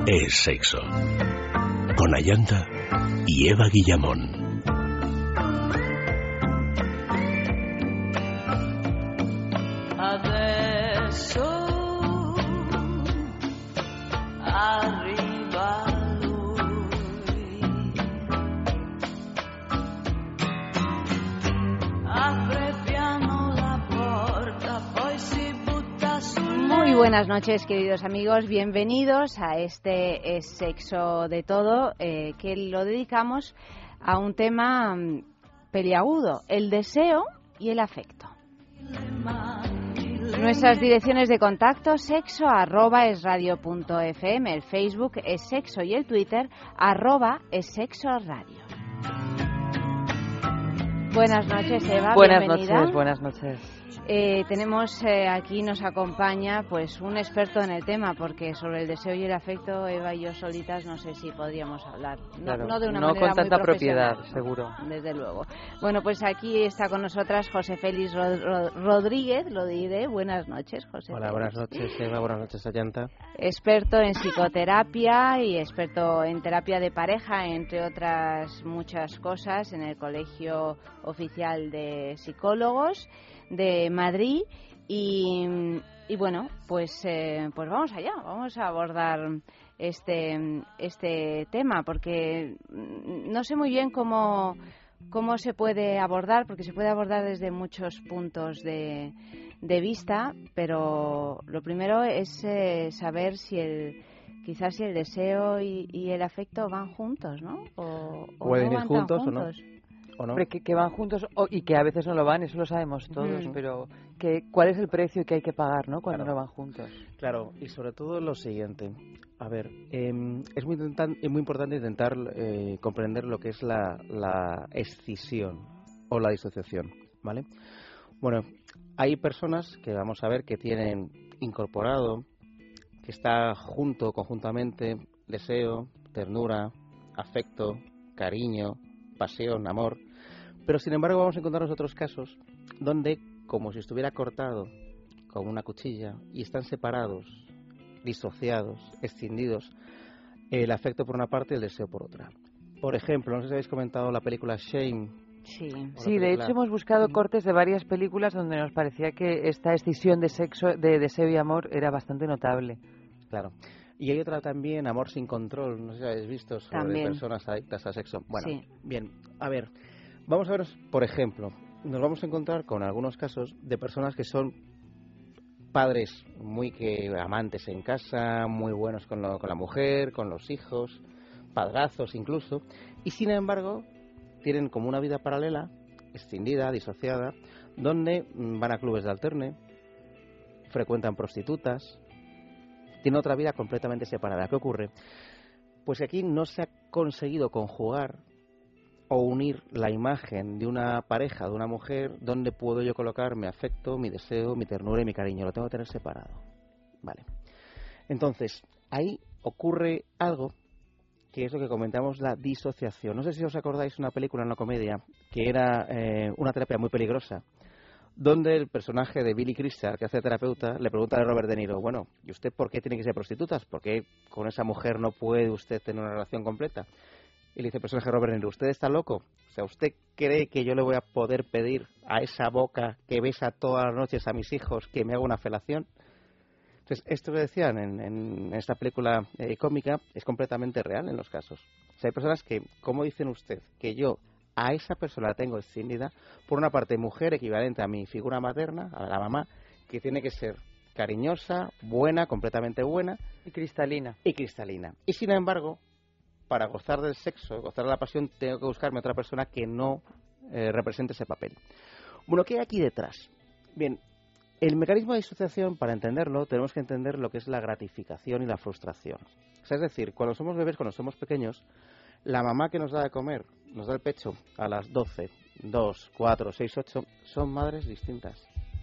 es sexo. Con Ayanta y Eva Guillamón. Buenas noches, queridos amigos, bienvenidos a este Es Sexo de Todo, que lo dedicamos a un tema peliagudo, el deseo y el afecto. Nuestras direcciones de contacto: sexo@esradio.fm, el Facebook es Sexo y el Twitter @esexoradio. Buenas noches, Eva. Bienvenida. Buenas noches. Tenemos aquí, nos acompaña pues un experto en el tema, porque sobre el deseo y el afecto, Eva y yo solitas no sé si podríamos hablar. No de una manera con tanta muy propiedad, seguro. Desde luego. Bueno, pues aquí está con nosotras José Félix Rodríguez, lo diré. Buenas noches, José. Hola, buenas noches, Eva. Buenas noches, Ayanta. Experto en psicoterapia y experto en terapia de pareja, entre otras muchas cosas, en el Colegio Oficial de Psicólogos de Madrid. Y bueno, pues vamos allá, vamos a abordar este tema, porque no sé muy bien cómo se puede abordar, porque se puede abordar desde muchos puntos de vista, pero lo primero es saber si quizás el deseo y el afecto van juntos, ¿no? O pueden no ir van juntos tan juntos. ¿O no? Hombre, que van juntos y que a veces no lo van, eso lo sabemos todos, pero ¿cuál es el precio que hay que pagar, ¿no? Cuando no van juntos. Claro, y sobre todo lo siguiente. A ver, es muy importante intentar comprender lo que es la escisión o la disociación, ¿vale? Bueno, hay personas que vamos a ver que tienen incorporado, que está conjuntamente, deseo, ternura, afecto, cariño, pasión, amor, pero sin embargo vamos a encontrarnos otros casos donde, como si estuviera cortado con una cuchilla, y están separados, disociados, escindidos, el afecto por una parte y el deseo por otra. Por ejemplo, no sé si habéis comentado la película Shame. Sí, de hecho hemos buscado cortes de varias películas donde nos parecía que esta escisión de deseo y amor era bastante notable. Claro. Y hay otra también, Amor sin control, no sé si habéis visto, sobre también. Personas adictas al sexo. Bueno, sí. Bien, a ver, vamos a ver, por ejemplo, nos vamos a encontrar con algunos casos de personas que son padres amantes en casa, muy buenos con la mujer, con los hijos, padrazos incluso, y sin embargo tienen como una vida paralela, escindida, disociada, donde van a clubes de alterne, frecuentan prostitutas, tiene otra vida completamente separada. ¿Qué ocurre? Pues aquí no se ha conseguido conjugar o unir la imagen de una pareja, de una mujer, donde puedo yo colocar mi afecto, mi deseo, mi ternura y mi cariño. Lo tengo que tener separado. Vale. Entonces, ahí ocurre algo que es lo que comentamos, la disociación. No sé si os acordáis una película, una comedia, que era una terapia muy peligrosa, donde el personaje de Billy Crystal, que hace terapeuta, le pregunta a Robert De Niro, bueno, ¿y usted por qué tiene que ser prostitutas? ¿Por qué con esa mujer no puede usted tener una relación completa? Y le dice el personaje de Robert De Niro, ¿usted está loco? O sea, ¿usted cree que yo le voy a poder pedir a esa boca que besa todas las noches a mis hijos que me haga una felación? Entonces, esto que decían en esta película cómica es completamente real en los casos. O sea, hay personas que, ¿cómo dicen usted que yo a esa persona la tengo escindida? Por una parte, mujer equivalente a mi figura materna, a la mamá, que tiene que ser cariñosa, buena, completamente buena. Y cristalina. Y sin embargo, para gozar del sexo, gozar de la pasión, tengo que buscarme otra persona que no represente ese papel. Bueno, ¿qué hay aquí detrás? Bien, el mecanismo de disociación, para entenderlo, tenemos que entender lo que es la gratificación y la frustración. O sea, es decir, cuando somos bebés, cuando somos pequeños, la mamá que nos da de comer, nos da el pecho a las 12, 2, 4, 6, 8, son madres distintas.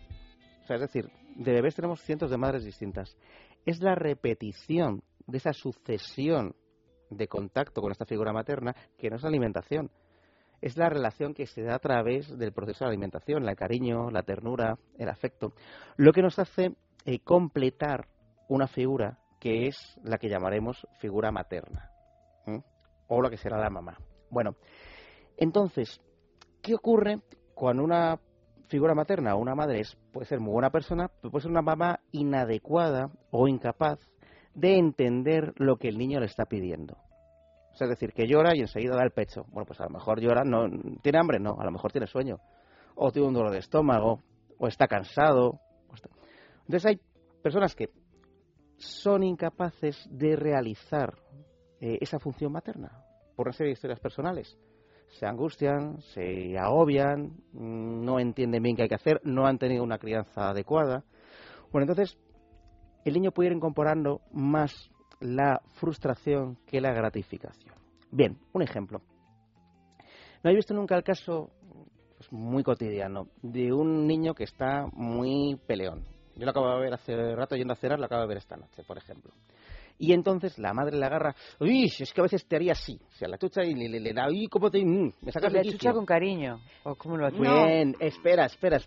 O sea, es decir, de bebés tenemos cientos de madres distintas. Es la repetición de esa sucesión de contacto con esta figura materna que no es la alimentación. Es la relación que se da a través del proceso de alimentación, el cariño, la ternura, el afecto, lo que nos hace completar una figura que es la que llamaremos figura materna, o la que será la mamá. Bueno, entonces, ¿qué ocurre cuando una figura materna o una madre puede ser muy buena persona, pero puede ser una mamá inadecuada o incapaz de entender lo que el niño le está pidiendo? O sea, es decir, que llora y enseguida da el pecho. Bueno, pues a lo mejor llora, no tiene hambre, no, a lo mejor tiene sueño, o tiene un dolor de estómago, o está cansado. Entonces hay personas que son incapaces de realizar esa función materna por una serie de historias personales. Se angustian, se agobian, no entienden bien qué hay que hacer, no han tenido una crianza adecuada. Bueno, entonces el niño puede ir incorporando más la frustración que la gratificación. Bien, un ejemplo. ¿No he visto nunca el caso muy cotidiano de un niño que está muy peleón? Yo lo acabo de ver hace rato yendo a cenar, lo acabo de ver esta noche, por ejemplo. Y entonces la madre le agarra, uy, es que a veces te haría así, o sea, la chucha y le da, uy, ¿cómo te...? Me sacas de quicio. La chucha con cariño, ¿o cómo lo haces? Bien, espera.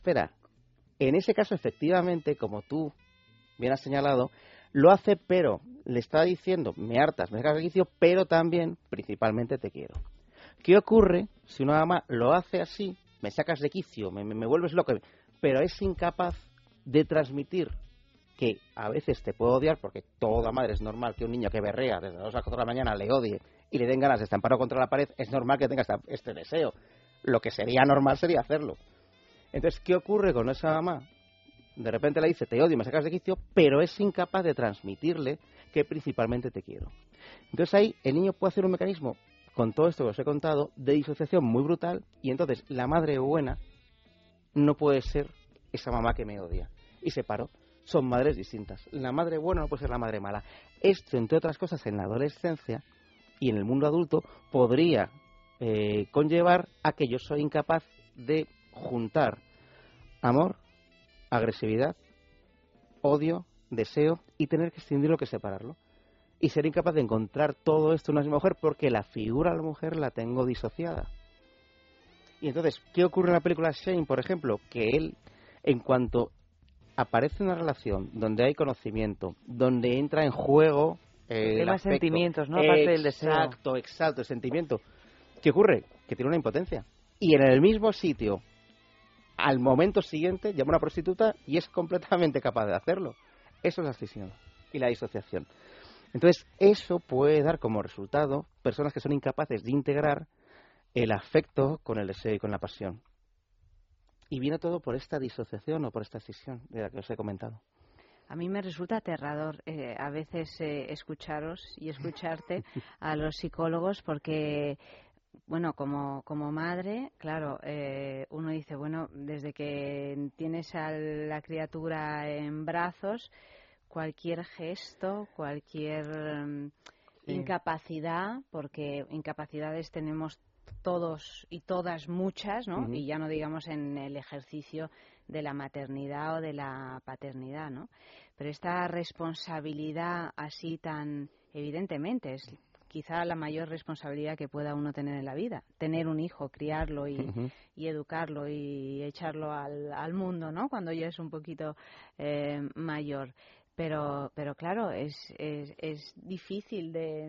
En ese caso, efectivamente, como tú bien has señalado, lo hace, pero le está diciendo, me hartas, me sacas de quicio, pero también, principalmente, te quiero. ¿Qué ocurre si una mamá lo hace así, me sacas de quicio, me vuelves loco, pero es incapaz de transmitir que a veces te puedo odiar, porque toda madre es normal que un niño que berrea desde las 2 a 4 de la mañana le odie y le den ganas de estamparlo contra la pared, es normal que tenga este deseo. Lo que sería normal sería hacerlo. Entonces, ¿qué ocurre con esa mamá? De repente le dice, te odio, me sacas de quicio, pero es incapaz de transmitirle que principalmente te quiero. Entonces ahí el niño puede hacer un mecanismo, con todo esto que os he contado, de disociación muy brutal, y entonces la madre buena no puede ser esa mamá que me odia. Y se paró. Son madres distintas. La madre buena no puede ser la madre mala. Esto, entre otras cosas, en la adolescencia y en el mundo adulto, podría conllevar a que yo soy incapaz de juntar amor, agresividad, odio, deseo, y tener que extinguirlo, que separarlo. Y ser incapaz de encontrar todo esto en una misma mujer porque la figura de la mujer la tengo disociada. Y entonces, ¿qué ocurre en la película Shane, por ejemplo? Que él, en cuanto aparece una relación donde hay conocimiento, donde entra en juego el afecto, sentimientos, ¿no? Aparte del deseo. Exacto, el sentimiento. ¿Qué ocurre? Que tiene una impotencia. Y en el mismo sitio, al momento siguiente, llama a una prostituta y es completamente capaz de hacerlo. Eso es la escisión y la disociación. Entonces, eso puede dar como resultado personas que son incapaces de integrar el afecto con el deseo y con la pasión. Y viene todo por esta disociación o por esta escisión de la que os he comentado. A mí me resulta aterrador a veces escucharos y escucharte a los psicólogos porque, bueno, como madre, claro, uno dice, bueno, desde que tienes a la criatura en brazos, cualquier gesto, cualquier incapacidad, porque incapacidades tenemos todos y todas muchas, ¿no? Y ya no digamos en el ejercicio de la maternidad o de la paternidad, ¿no? Pero esta responsabilidad así tan evidentemente es quizá la mayor responsabilidad que pueda uno tener en la vida, tener un hijo, criarlo y educarlo y echarlo al mundo, ¿no? Cuando ya es un poquito mayor. Pero claro, es difícil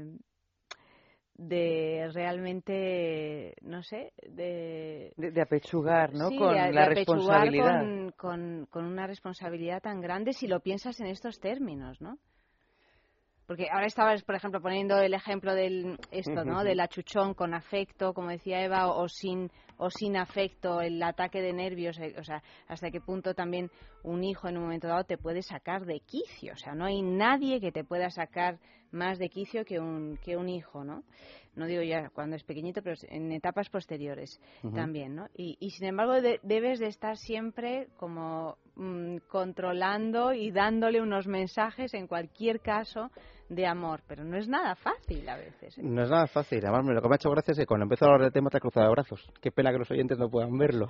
de realmente, no sé, de apechugar, ¿no? Sí, con la responsabilidad. Con una responsabilidad tan grande si lo piensas en estos términos, ¿no? Porque ahora estabas, por ejemplo, poniendo el ejemplo del esto, ¿no? Del achuchón con afecto, como decía Eva, o sin afecto, el ataque de nervios, o sea, hasta qué punto también un hijo en un momento dado te puede sacar de quicio, o sea, no hay nadie que te pueda sacar más de quicio que un hijo, ¿no? No digo ya cuando es pequeñito, pero en etapas posteriores también, ¿no? Y sin embargo debes de estar siempre como controlando y dándole unos mensajes en cualquier caso de amor, pero no es nada fácil a veces. No es nada fácil. Además, lo que me ha hecho gracia es que cuando empiezo a hablar del tema te ha cruzado de brazos. Qué pena que los oyentes no puedan verlo.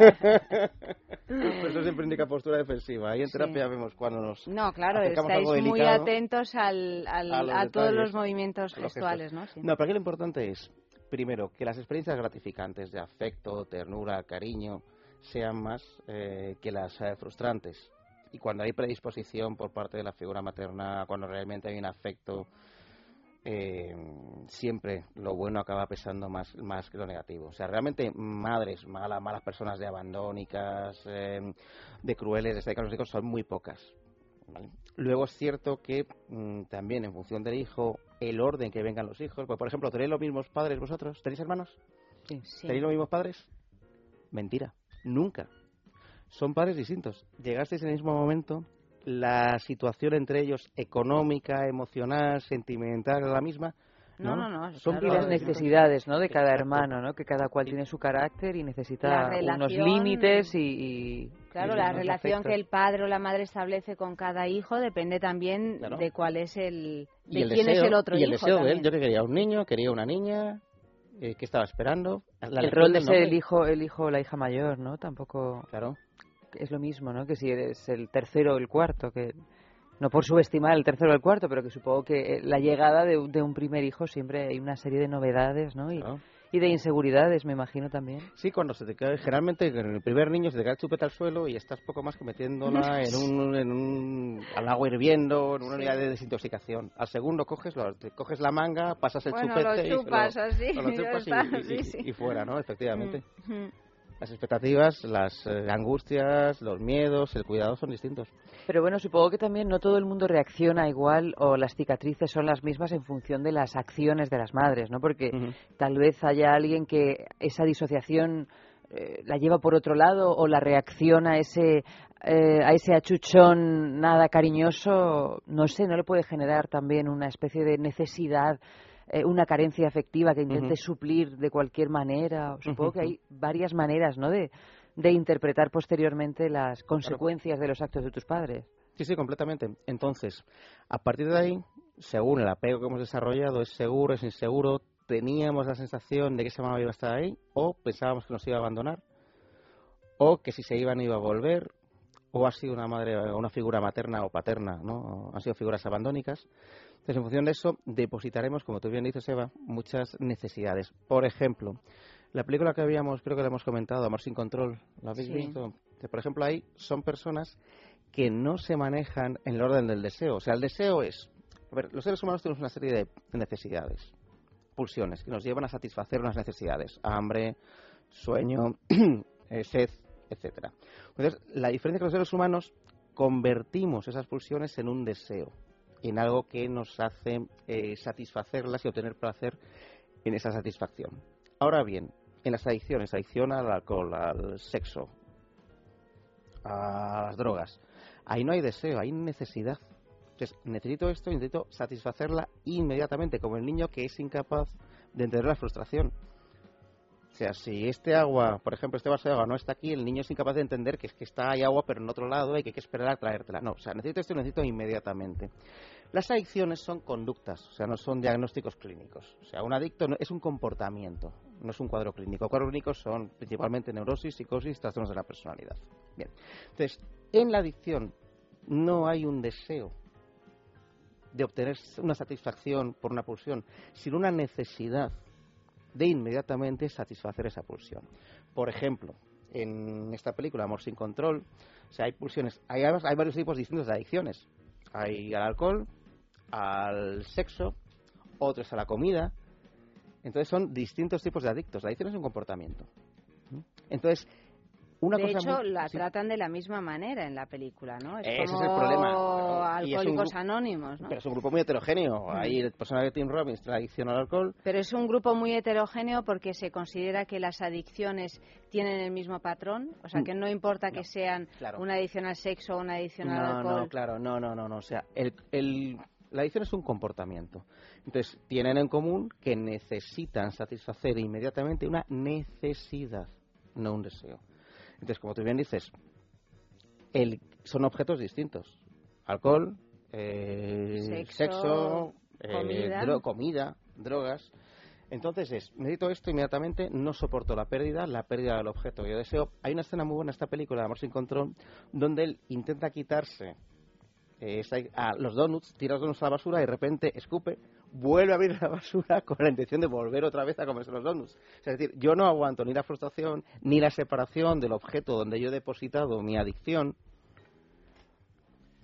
Pues eso siempre indica postura defensiva. Ahí en terapia vemos cuando nos No, claro, estáis muy atentos a todos los movimientos gestuales, ¿no? Sí. No, pero aquí lo importante es, primero, que las experiencias gratificantes de afecto, ternura, cariño, sean más que las frustrantes. Y cuando hay predisposición por parte de la figura materna, cuando realmente hay un afecto, siempre lo bueno acaba pesando más que lo negativo. O sea, realmente madres malas personas de abandónicas, de crueles, de dedicar a los hijos son muy pocas, ¿vale? Luego es cierto que también en función del hijo, el orden que vengan los hijos, pues por ejemplo, ¿tenéis los mismos padres vosotros? ¿Tenéis hermanos? Sí. ¿Tenéis los mismos padres? Mentira, nunca. Son padres distintos. Llegasteis en el mismo momento, la situación entre ellos económica, emocional, sentimental, es la misma. No. Son claro, las necesidades, ¿no?, de cada hermano, ¿no?, que cada cual tiene su carácter y necesita unos límites y claro, la relación que el padre o la madre establece con cada hijo depende también de cuál es de quién es el otro hijo. Y el deseo también. de él, yo que quería un niño, quería una niña, que estaba esperando. El rol de ser el hijo o la hija mayor, ¿no? Tampoco Claro. es lo mismo, ¿no?, que si eres el tercero o el cuarto, que no por subestimar el tercero o el cuarto, pero que supongo que la llegada de un primer hijo siempre hay una serie de novedades, ¿no? Y de inseguridades, me imagino también. Sí, cuando se te cae, generalmente en el primer niño se te cae el chupete al suelo y estás poco más que metiéndola al agua hirviendo, en una unidad de desintoxicación. Al segundo coges la manga, pasas el chupete lo chupas y fuera, ¿no? Efectivamente. Las expectativas, las angustias, los miedos, el cuidado son distintos. Pero bueno, supongo que también no todo el mundo reacciona igual o las cicatrices son las mismas en función de las acciones de las madres, ¿no? Porque tal vez haya alguien que esa disociación la lleva por otro lado o la reacción a ese achuchón nada cariñoso, no sé, no le puede generar también una especie de necesidad, una carencia afectiva que intente suplir de cualquier manera. Supongo que hay varias maneras, ¿no?, de interpretar posteriormente las consecuencias de los actos de tus padres. Sí, completamente. Entonces, a partir de ahí, según el apego que hemos desarrollado, es seguro, es inseguro, teníamos la sensación de que esa mamá iba a estar ahí, o pensábamos que nos iba a abandonar, o que si se iba no iba a volver, o ha sido una madre, una figura materna o paterna, ¿no? Han sido figuras abandónicas. Entonces, en función de eso, depositaremos, como tú bien dices, Eva, muchas necesidades. Por ejemplo, la película que creo que la hemos comentado, Amor sin control, ¿la habéis visto? Que, por ejemplo, ahí son personas que no se manejan en el orden del deseo. O sea, el deseo es... A ver, los seres humanos tenemos una serie de necesidades, pulsiones, que nos llevan a satisfacer unas necesidades. Hambre, sueño, sed, etcétera. Entonces, la diferencia es que los seres humanos convertimos esas pulsiones en un deseo, en algo que nos hace satisfacerlas y obtener placer en esa satisfacción. Ahora bien, en las adicciones, adicción al alcohol, al sexo, a las drogas, ahí no hay deseo, hay necesidad. Entonces, necesito esto y necesito satisfacerla inmediatamente, como el niño que es incapaz de entender la frustración. O sea, si este agua, por ejemplo, este vaso de agua no está aquí, el niño es incapaz de entender que es que está ahí agua, pero en otro lado y que hay que esperar a traértela. No, o sea, necesito esto y necesito inmediatamente. Las adicciones son conductas, o sea, no son diagnósticos clínicos. O sea, un adicto es un comportamiento, no es un cuadro clínico. Cuadros clínicos son principalmente neurosis, psicosis, trastornos de la personalidad. Bien, entonces, en la adicción no hay un deseo de obtener una satisfacción por una pulsión, sino una necesidad de inmediatamente satisfacer esa pulsión. Por ejemplo, en esta película, Amor sin control, o sea, hay pulsiones, hay varios tipos distintos de adicciones. Hay al alcohol, al sexo, otros a la comida. Entonces son distintos tipos de adictos. La adicción es un comportamiento. Entonces, de hecho, la tratan de la misma manera en la película, ¿no? Ese es el problema. Alcohólicos Anónimos, ¿no? Pero es un grupo muy heterogéneo. Hay el personaje de Tim Robbins, la adicción al alcohol. Pero es un grupo muy heterogéneo porque se considera que las adicciones tienen el mismo patrón. O sea, que no importa que sean una adicción al sexo o una adicción al alcohol. No. O sea, la adicción es un comportamiento. Entonces, tienen en común que necesitan satisfacer inmediatamente una necesidad, no un deseo. Entonces, como tú bien dices, son objetos distintos. Alcohol, sexo, comida, drogas. Entonces necesito esto inmediatamente, no soporto la pérdida del objeto que yo deseo. Hay una escena muy buena en esta película, Amor sin control, donde él intenta quitarse los donuts, tira los donuts a la basura y de repente escupe, vuelve a abrir la basura con la intención de volver otra vez a comerse los donuts. O sea, es decir, yo no aguanto ni la frustración ni la separación del objeto donde yo he depositado mi adicción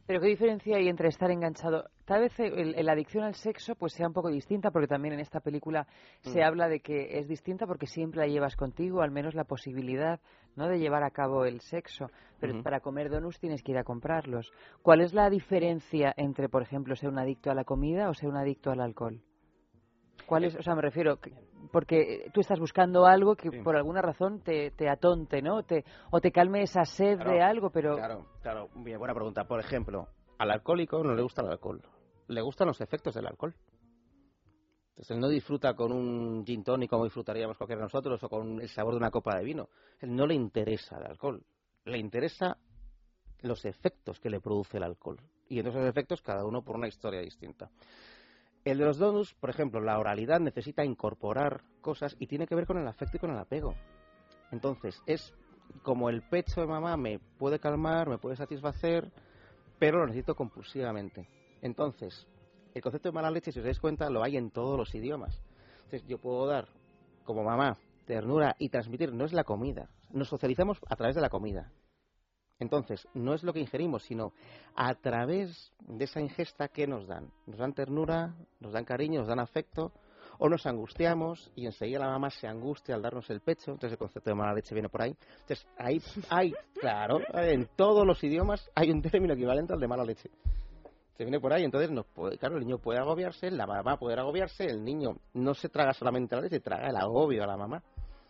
Pero ¿qué diferencia hay entre estar enganchado? Tal vez la adicción al sexo pues sea un poco distinta, porque también en esta película se habla de que es distinta porque siempre la llevas contigo, al menos la posibilidad, ¿no?, de llevar a cabo el sexo. Pero para comer donuts tienes que ir a comprarlos. ¿Cuál es la diferencia entre, por ejemplo, ser un adicto a la comida o ser un adicto al alcohol? ¿Cuál es? O sea, me refiero, porque tú estás buscando algo que por alguna razón te atonte, ¿no? O te calme esa sed de algo, pero... Claro, bien, buena pregunta. Por ejemplo, al alcohólico no le gusta el alcohol, le gustan los efectos del alcohol. Entonces él no disfruta con un gin tonic como disfrutaríamos cualquiera de nosotros o con el sabor de una copa de vino. Él no le interesa el alcohol, le interesa los efectos que le produce el alcohol. Y en esos efectos cada uno por una historia distinta. El de los donuts, por ejemplo, la oralidad necesita incorporar cosas y tiene que ver con el afecto y con el apego. Entonces, es como el pecho de mamá me puede calmar, me puede satisfacer, pero lo necesito compulsivamente. Entonces, el concepto de mala leche, si os dais cuenta, lo hay en todos los idiomas. Entonces, yo puedo dar, como mamá, ternura y transmitir, no es la comida. Nos socializamos a través de la comida. Entonces, no es lo que ingerimos, sino a través de esa ingesta que nos dan. Nos dan ternura, nos dan cariño, nos dan afecto, o nos angustiamos y enseguida la mamá se angustia al darnos el pecho. Entonces el concepto de mala leche viene por ahí. Entonces, ahí hay, claro, en todos los idiomas hay un término equivalente al de mala leche. Se viene por ahí, entonces claro, el niño puede agobiarse, la mamá puede agobiarse, el niño no se traga solamente la leche, traga el agobio a la mamá.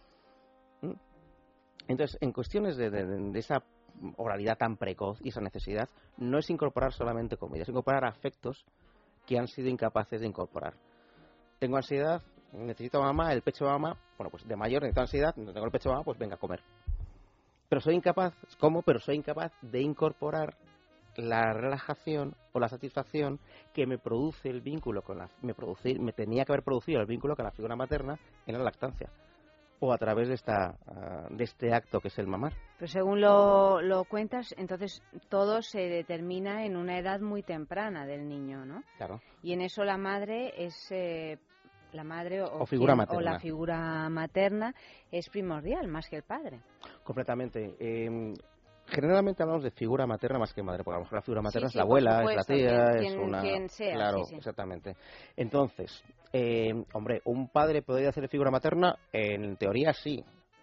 Entonces, en cuestiones de esa oralidad tan precoz y esa necesidad, no es incorporar solamente comida, es incorporar afectos que han sido incapaces de incorporar. Tengo ansiedad, necesito a mamá, el pecho de mamá, bueno, pues de mayor necesito ansiedad, no tengo el pecho de mamá, pues venga a comer. Pero soy incapaz de incorporar la relajación o la satisfacción que me produce el vínculo con me tenía que haber producido el vínculo con la figura materna en la lactancia o a través de este acto que es el mamar. Pero según lo cuentas, entonces todo se determina en una edad muy temprana del niño, ¿no? Claro. Y en eso la madre es la madre o figura materna. O la figura materna es primordial más que el padre. Completamente. Generalmente hablamos de figura materna más que madre, porque a lo mejor la figura materna Sí, es la abuela, supuesto, es la tía, quien es una... quien sea, claro, sí. Exactamente. Entonces, hombre, ¿un padre podría hacer figura materna? En teoría sí.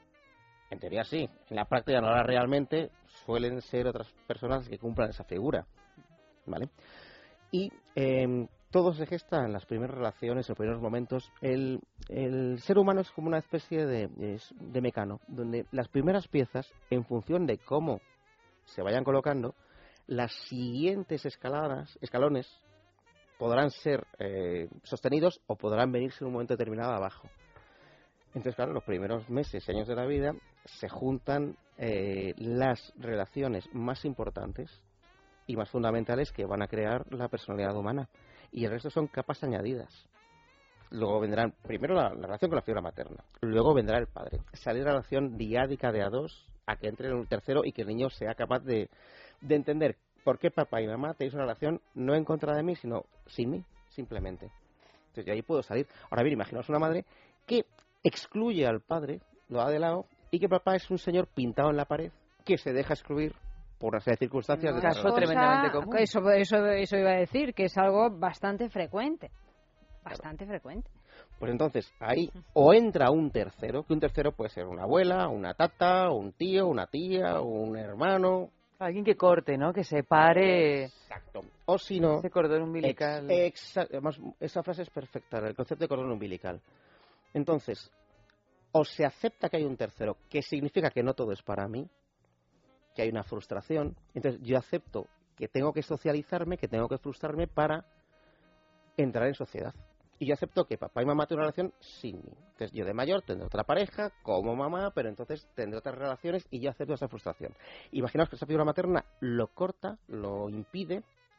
En teoría sí. En la práctica no, ahora realmente suelen ser otras personas que cumplan esa figura. ¿Vale? Y todo se gesta en las primeras relaciones, en los primeros momentos. El ser humano es como una especie de mecano, donde las primeras piezas, en función de cómo se vayan colocando, las siguientes escalones podrán ser sostenidos o podrán venirse en un momento determinado abajo. Entonces, claro, los primeros meses, años de la vida, se juntan las relaciones más importantes y más fundamentales que van a crear la personalidad humana. Y el resto son capas añadidas. Luego vendrán, primero la relación con la figura materna, luego vendrá el padre. Salir de la relación diádica de a dos a que entre en un tercero y que el niño sea capaz de entender por qué papá y mamá tenéis una relación no en contra de mí, sino sin mí, simplemente. Entonces, de ahí puedo salir. Ahora bien, imaginaos una madre que excluye al padre, lo da de lado, y que papá es un señor pintado en la pared que se deja excluir por una serie de circunstancias. No, de caso tremendamente común. Eso iba a decir, que es algo bastante frecuente. Bastante frecuente. Pues entonces, ahí o entra un tercero, que un tercero puede ser una abuela, una tata, un tío, una tía, un hermano. Alguien que corte, ¿no? Que separe. Exacto. O si no... Ese cordón umbilical. Además, esa frase es perfecta, el concepto de cordón umbilical. Entonces, o se acepta que hay un tercero, que significa que no todo es para mí, que hay una frustración. Entonces, yo acepto que tengo que socializarme, que tengo que frustrarme para entrar en sociedad. Y yo acepto que papá y mamá tienen una relación sin mí. Entonces yo de mayor tendré otra pareja, como mamá, pero entonces tendré otras relaciones y yo acepto esa frustración. Imaginaos que esa figura materna lo corta, lo impide,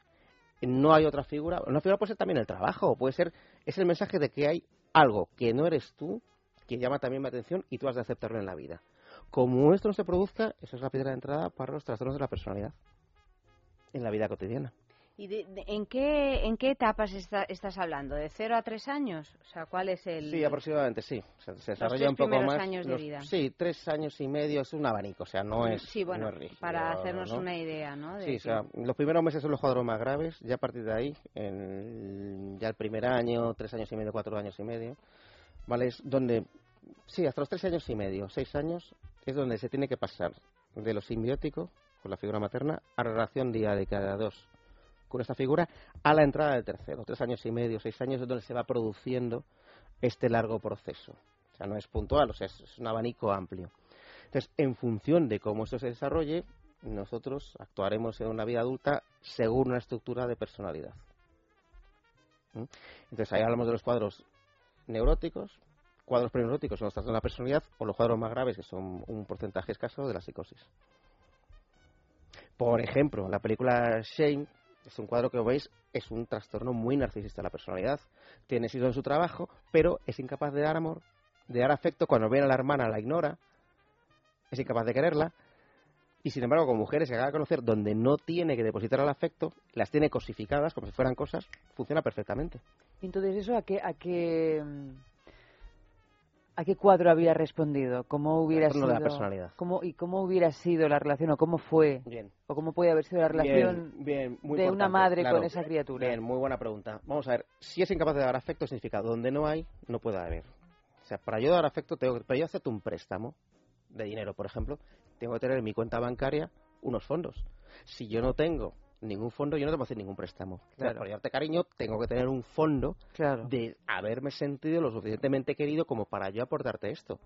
no hay otra figura. Una figura puede ser también el trabajo, puede ser, es el mensaje de que hay algo que no eres tú, que llama también mi atención y tú has de aceptarlo en la vida. Como esto no se produzca, eso es la piedra de entrada para los trastornos de la personalidad en la vida cotidiana. ¿Y en qué etapas estás hablando? ¿De 0 a 3 años? O sea, ¿cuál es el...? Sí, aproximadamente, sí. O sea, se desarrolla un poco primeros más. Años de vida. Sí, 3 años y medio es un abanico, o sea, no es. Sí, bueno, no es rígido, para hacernos ¿no? una idea, ¿no? Sí, o sea, los primeros meses son los cuadros más graves, ya a partir de ahí, ya el primer año, 3 años y medio, 4 años y medio, ¿vale? Es donde, sí, hasta los 3 años y medio, 6 años, es donde se tiene que pasar de lo simbiótico, con la figura materna, a relación diádica de a dos con esta figura, a la entrada del tercero. 3 años y medio, 6 años es donde se va produciendo este largo proceso. O sea, no es puntual, o sea, es un abanico amplio. Entonces, en función de cómo esto se desarrolle, nosotros actuaremos en una vida adulta según una estructura de personalidad. Entonces, ahí hablamos de los cuadros neuróticos, cuadros preneuróticos son los trastornos de la personalidad, o los cuadros más graves, que son un porcentaje escaso de la psicosis. Por ejemplo, la película Shame es un cuadro que veis, es un trastorno muy narcisista de la personalidad. Tiene éxito en su trabajo, pero es incapaz de dar amor, de dar afecto. Cuando ve a la hermana la ignora, es incapaz de quererla. Y sin embargo, con mujeres que acaba de conocer, donde no tiene que depositar el afecto, las tiene cosificadas como si fueran cosas, funciona perfectamente. Entonces, ¿eso a qué cuadro había respondido? ¿Cómo hubiera sido? De la personalidad. ¿Cómo hubiera sido la relación o cómo fue? Bien. ¿O cómo puede haber sido la relación bien, muy de una madre claro, con esa criatura? Bien, muy buena pregunta. Vamos a ver, si es incapaz de dar afecto, significa donde no hay, no puede haber. O sea, para yo dar afecto, para yo hacerte un préstamo de dinero, por ejemplo, tengo que tener en mi cuenta bancaria unos fondos. Si yo no tengo ningún fondo, yo no te puedo hacer ningún préstamo. Claro. Para llevarte cariño, tengo que tener un fondo de haberme sentido lo suficientemente querido como para yo aportarte esto.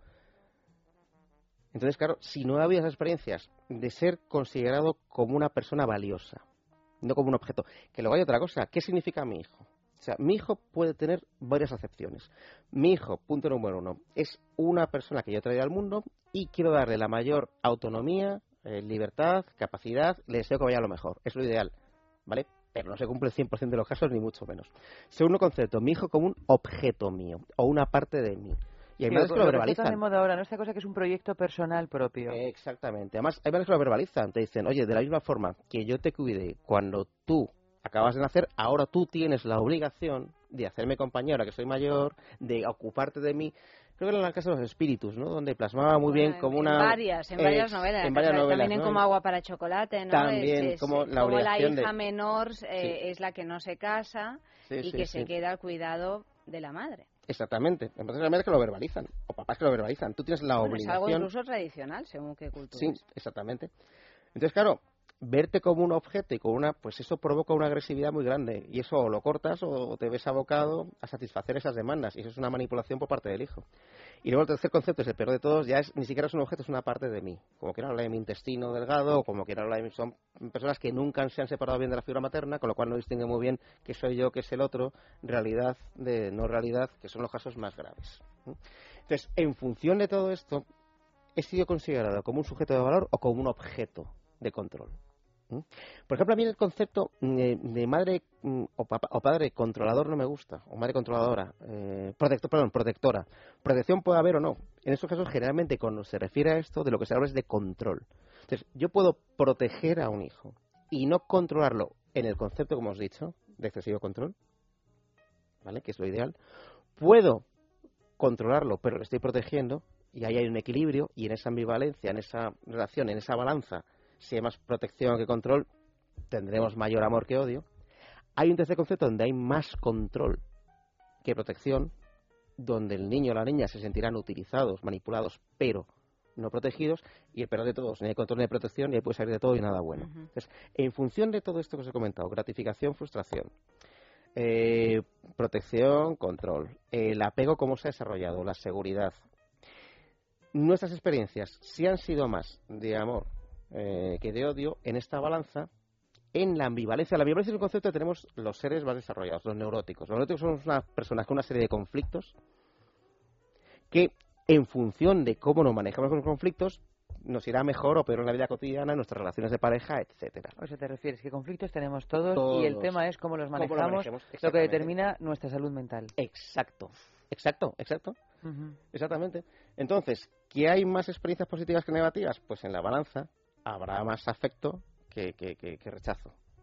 Entonces, claro, si no había esas experiencias de ser considerado como una persona valiosa, no como un objeto, que luego hay otra cosa, ¿qué significa mi hijo? O sea, mi hijo puede tener varias acepciones. Mi hijo, punto número 1, es una persona que yo traigo al mundo y quiero darle la mayor autonomía, libertad, capacidad, le deseo que vaya a lo mejor. Es lo ideal, ¿vale? Pero no se cumple el 100% de los casos, ni mucho menos. Segundo concepto, mi hijo como un objeto mío o una parte de mí. Y hay madres que lo verbalizan. Está de moda ahora, ¿no? Esta cosa que es un proyecto personal propio. Exactamente. Además, hay madres que lo verbalizan. Te dicen, oye, de la misma forma que yo te cuidé cuando tú acabas de nacer, ahora tú tienes la obligación de hacerme compañía, ahora que soy mayor, de ocuparte de mí. Creo que era en el caso de los espíritus, ¿no? Donde plasmaba muy bien como una... En varias novelas. También en ¿no? Como agua para chocolate, ¿no? También, como la hija menor es la que no se casa y que se queda al cuidado de la madre. Exactamente. Entonces hay madres que lo verbalizan, o papás que lo verbalizan. Tú tienes la obligación... Es algo incluso tradicional, según qué cultura. Sí, exactamente. Entonces, claro, verte como un objeto y como pues eso provoca una agresividad muy grande. Y eso o lo cortas o te ves abocado a satisfacer esas demandas. Y eso es una manipulación por parte del hijo. Y luego el tercer concepto es el peor de todos, ya es ni siquiera es un objeto, es una parte de mí. Como quiera hablar de mi intestino delgado, o como quiera hablar de mí, son personas que nunca se han separado bien de la figura materna, con lo cual no distinguen muy bien qué soy yo, qué es el otro, realidad de no realidad, que son los casos más graves. Entonces, en función de todo esto, he sido considerado como un sujeto de valor o como un objeto de control. Por ejemplo, a mí el concepto de madre o padre controlador no me gusta, o madre controladora, protectora. Protección puede haber o no. En estos casos, generalmente, cuando se refiere a esto, de lo que se habla es de control. Entonces, yo puedo proteger a un hijo y no controlarlo en el concepto, como os he dicho, de excesivo control, ¿vale? Que es lo ideal. Puedo controlarlo, pero lo estoy protegiendo, y ahí hay un equilibrio, y en esa ambivalencia, en esa relación, en esa balanza, si hay más protección que control, tendremos mayor amor que odio. Hay un tercer concepto donde hay más control que protección, donde el niño o la niña se sentirán utilizados, manipulados, pero no protegidos, y el peor de todos, ni hay control ni hay protección, y ahí puede salir de todo y nada bueno. Entonces, en función de todo esto que os he comentado, gratificación, frustración, protección, control, el apego cómo se ha desarrollado, la seguridad, nuestras experiencias, si han sido más de amor que de odio, en esta balanza, en la ambivalencia. La ambivalencia es un concepto que tenemos los seres más desarrollados, los neuróticos. Los neuróticos son unas personas con una serie de conflictos que, en función de cómo nos manejamos los conflictos, nos irá mejor o peor en la vida cotidiana, en nuestras relaciones de pareja, etcétera. O sea, te refieres que conflictos tenemos todos y el tema es cómo los manejamos, lo que determina nuestra salud mental. Exacto. Exactamente. Entonces, ¿qué hay más experiencias positivas que negativas? Pues en la balanza habrá más afecto que rechazo.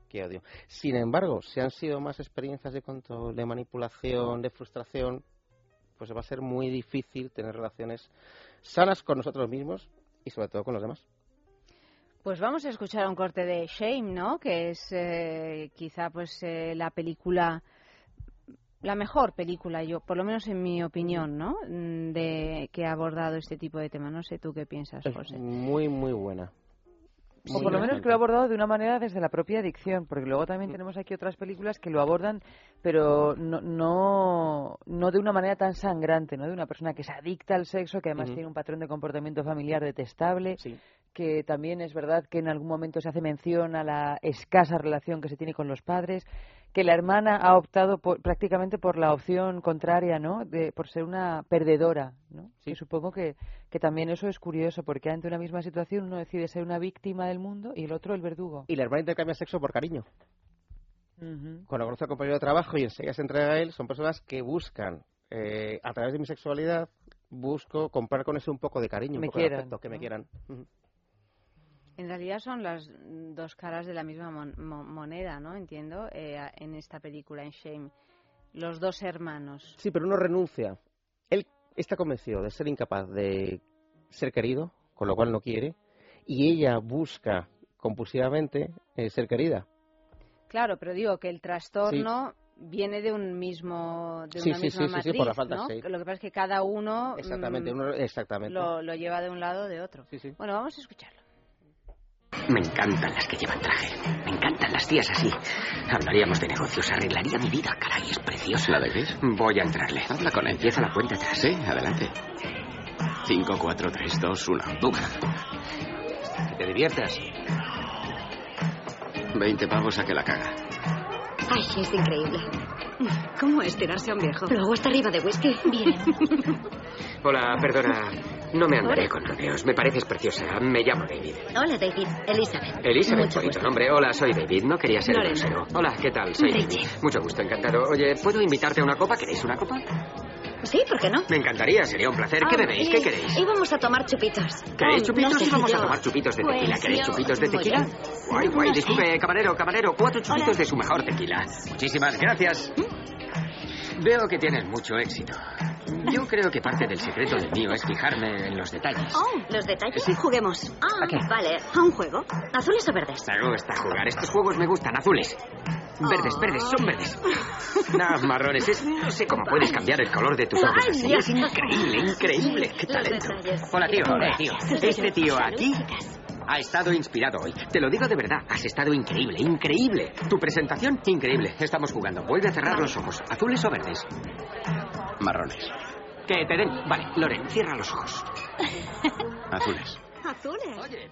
que odio. Sin embargo, si han sido más experiencias de control, de manipulación, de frustración, pues va a ser muy difícil tener relaciones sanas con nosotros mismos y sobre todo con los demás. Pues vamos a escuchar un corte de Shame, ¿no? Que es quizá pues la película, la mejor película, yo, por lo menos en mi opinión, ¿no? Que ha abordado este tipo de tema. No sé tú qué piensas, José. Es muy, muy buena. O por lo menos que lo ha abordado de una manera desde la propia adicción, porque luego también tenemos aquí otras películas que lo abordan, pero no de una manera tan sangrante, ¿no? De una persona que se adicta al sexo, que además tiene un patrón de comportamiento familiar detestable, que también es verdad que en algún momento se hace mención a la escasa relación que se tiene con los padres, que la hermana ha optado prácticamente por la opción contraria, ¿no? Por ser una perdedora, ¿no? Sí. Y supongo que también eso es curioso, porque ante una misma situación uno decide ser una víctima del mundo y el otro el verdugo. Y la hermana intercambia sexo por cariño. Cuando conoce al compañero de trabajo y enseguida se entrega a él, son personas que buscan, a través de mi sexualidad, busco comprar con eso un poco de cariño, un poco de afecto, que me quieran. En realidad son las dos caras de la misma moneda, ¿no? Entiendo, en esta película, en Shame. Los dos hermanos. Sí, pero uno renuncia. Él está convencido de ser incapaz de ser querido, con lo cual no quiere, y ella busca compulsivamente ser querida. Claro, pero digo que el trastorno viene de una misma matriz, por la falta, ¿no? Lo que pasa es que cada uno, exactamente. Lo lleva de un lado o de otro. Sí. Bueno, vamos a escucharlo. Me encantan las que llevan traje. Me encantan las tías así. Hablaríamos de negocios, arreglaría mi vida. Caray, es preciosa. ¿La de Gris? Voy a entrarle. Habla con él. Empieza la cuenta atrás. Sí, adelante. 5, 4, 3, 2, 1. ¡Bum! Que te diviertas. 20 pavos a que la caga. Ay, es increíble. ¿Cómo es tirarse a un viejo? Luego está arriba de whisky. Bien. Hola, perdona. No me andaré con rodeos. Me pareces preciosa. Me llamo David. Hola, David. Elizabeth. Elizabeth, Mucho bonito gusto. nombre. Hola, soy David. No quería ser Lorena. grosero. Hola, ¿qué tal? Soy Rachel. David. Mucho gusto, encantado. Oye, ¿puedo invitarte a una copa? ¿Queréis una copa? Sí, ¿por qué no? Me encantaría, sería un placer. ¿Qué bebéis? ¿Qué queréis? Íbamos a tomar chupitos. ¿Queréis chupitos? No sé, Vamos a yo- tomar chupitos de tequila. Pues ¿Queréis yo- chupitos de muy tequila? bien. Guay, No sé. disculpe, camarero, 4 chupitos Hola. de su mejor tequila. Muchísimas gracias. Veo que tienes mucho éxito. Yo creo que parte del secreto del mío es fijarme en los detalles. Oh, ¿los detalles? Sí. Juguemos. Ah, ¿A qué? vale. ¿A un juego? ¿Azules o verdes? Me gusta jugar. Estos juegos me gustan. Azules. Verdes, son verdes. No, marrones. No sé cómo puedes cambiar el color de tus ojos Ay, así. Dios. Es increíble. Qué Los talento. detalles. Hola, tío. tío. Gracias. Este tío aquí Chicas. ha estado inspirado hoy. Te lo digo de verdad. Has estado increíble. Tu presentación, increíble. Estamos jugando. Vuelve a cerrar los ojos. ¿Azules o verdes? Marrones. Que te den. Vale, Loren, cierra los ojos. Azules. Azules. Oye,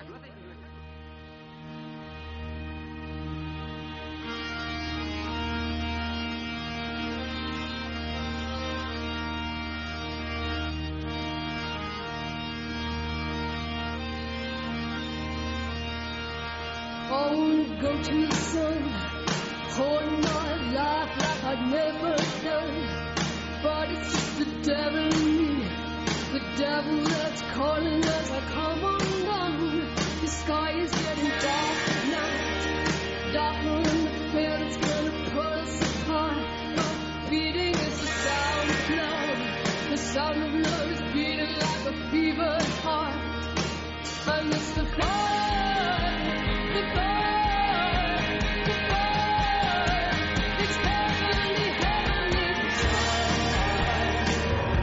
Oh, go to the sun, hold my life like I'd never done. But it's just the devil in me, the devil that's calling as I come undone. The sky is getting dark at night, darker than the fear that's gonna put us apart. My beating is the sound of love, the sound of love is beating like a fevered heart. I miss the fire, the fire, the fire. It's heavenly, heavenly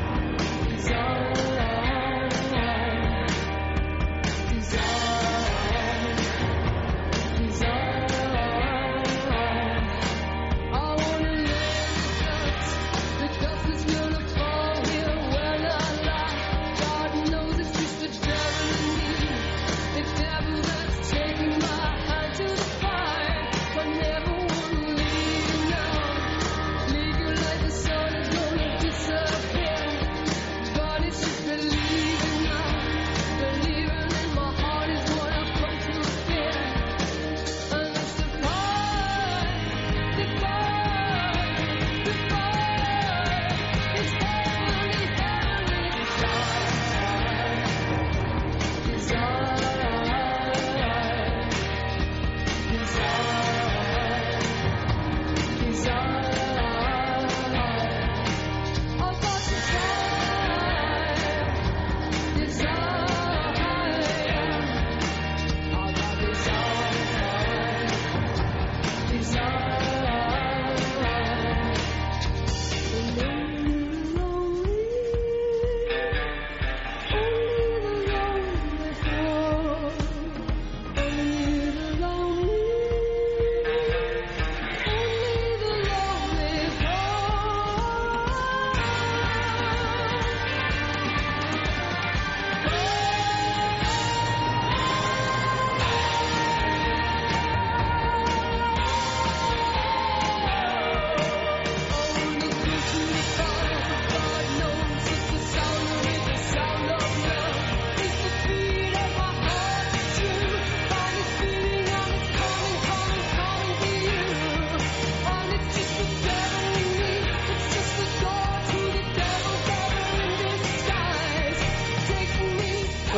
desire, desire, desire.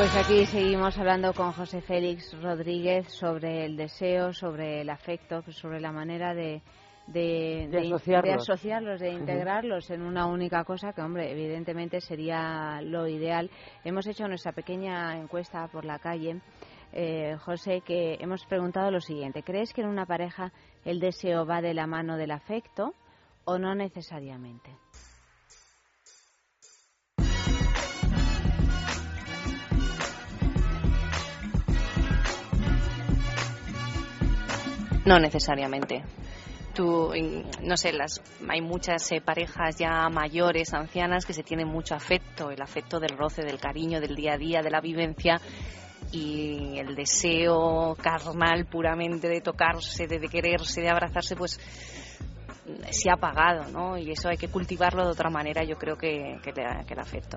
Pues aquí seguimos hablando con José Félix Rodríguez sobre el deseo, sobre el afecto, sobre la manera de asociarlos, de integrarlos en una única cosa que, hombre, evidentemente sería lo ideal. Hemos hecho nuestra pequeña encuesta por la calle, José, que hemos preguntado lo siguiente: ¿crees que en una pareja el deseo va de la mano del afecto o no necesariamente? No necesariamente. No sé, hay muchas parejas ya mayores, ancianas, que se tienen mucho afecto, el afecto del roce, del cariño, del día a día, de la vivencia, y el deseo carnal puramente de tocarse, de quererse, de abrazarse, pues se ha apagado, ¿no? Y eso hay que cultivarlo de otra manera, yo creo, que el afecto.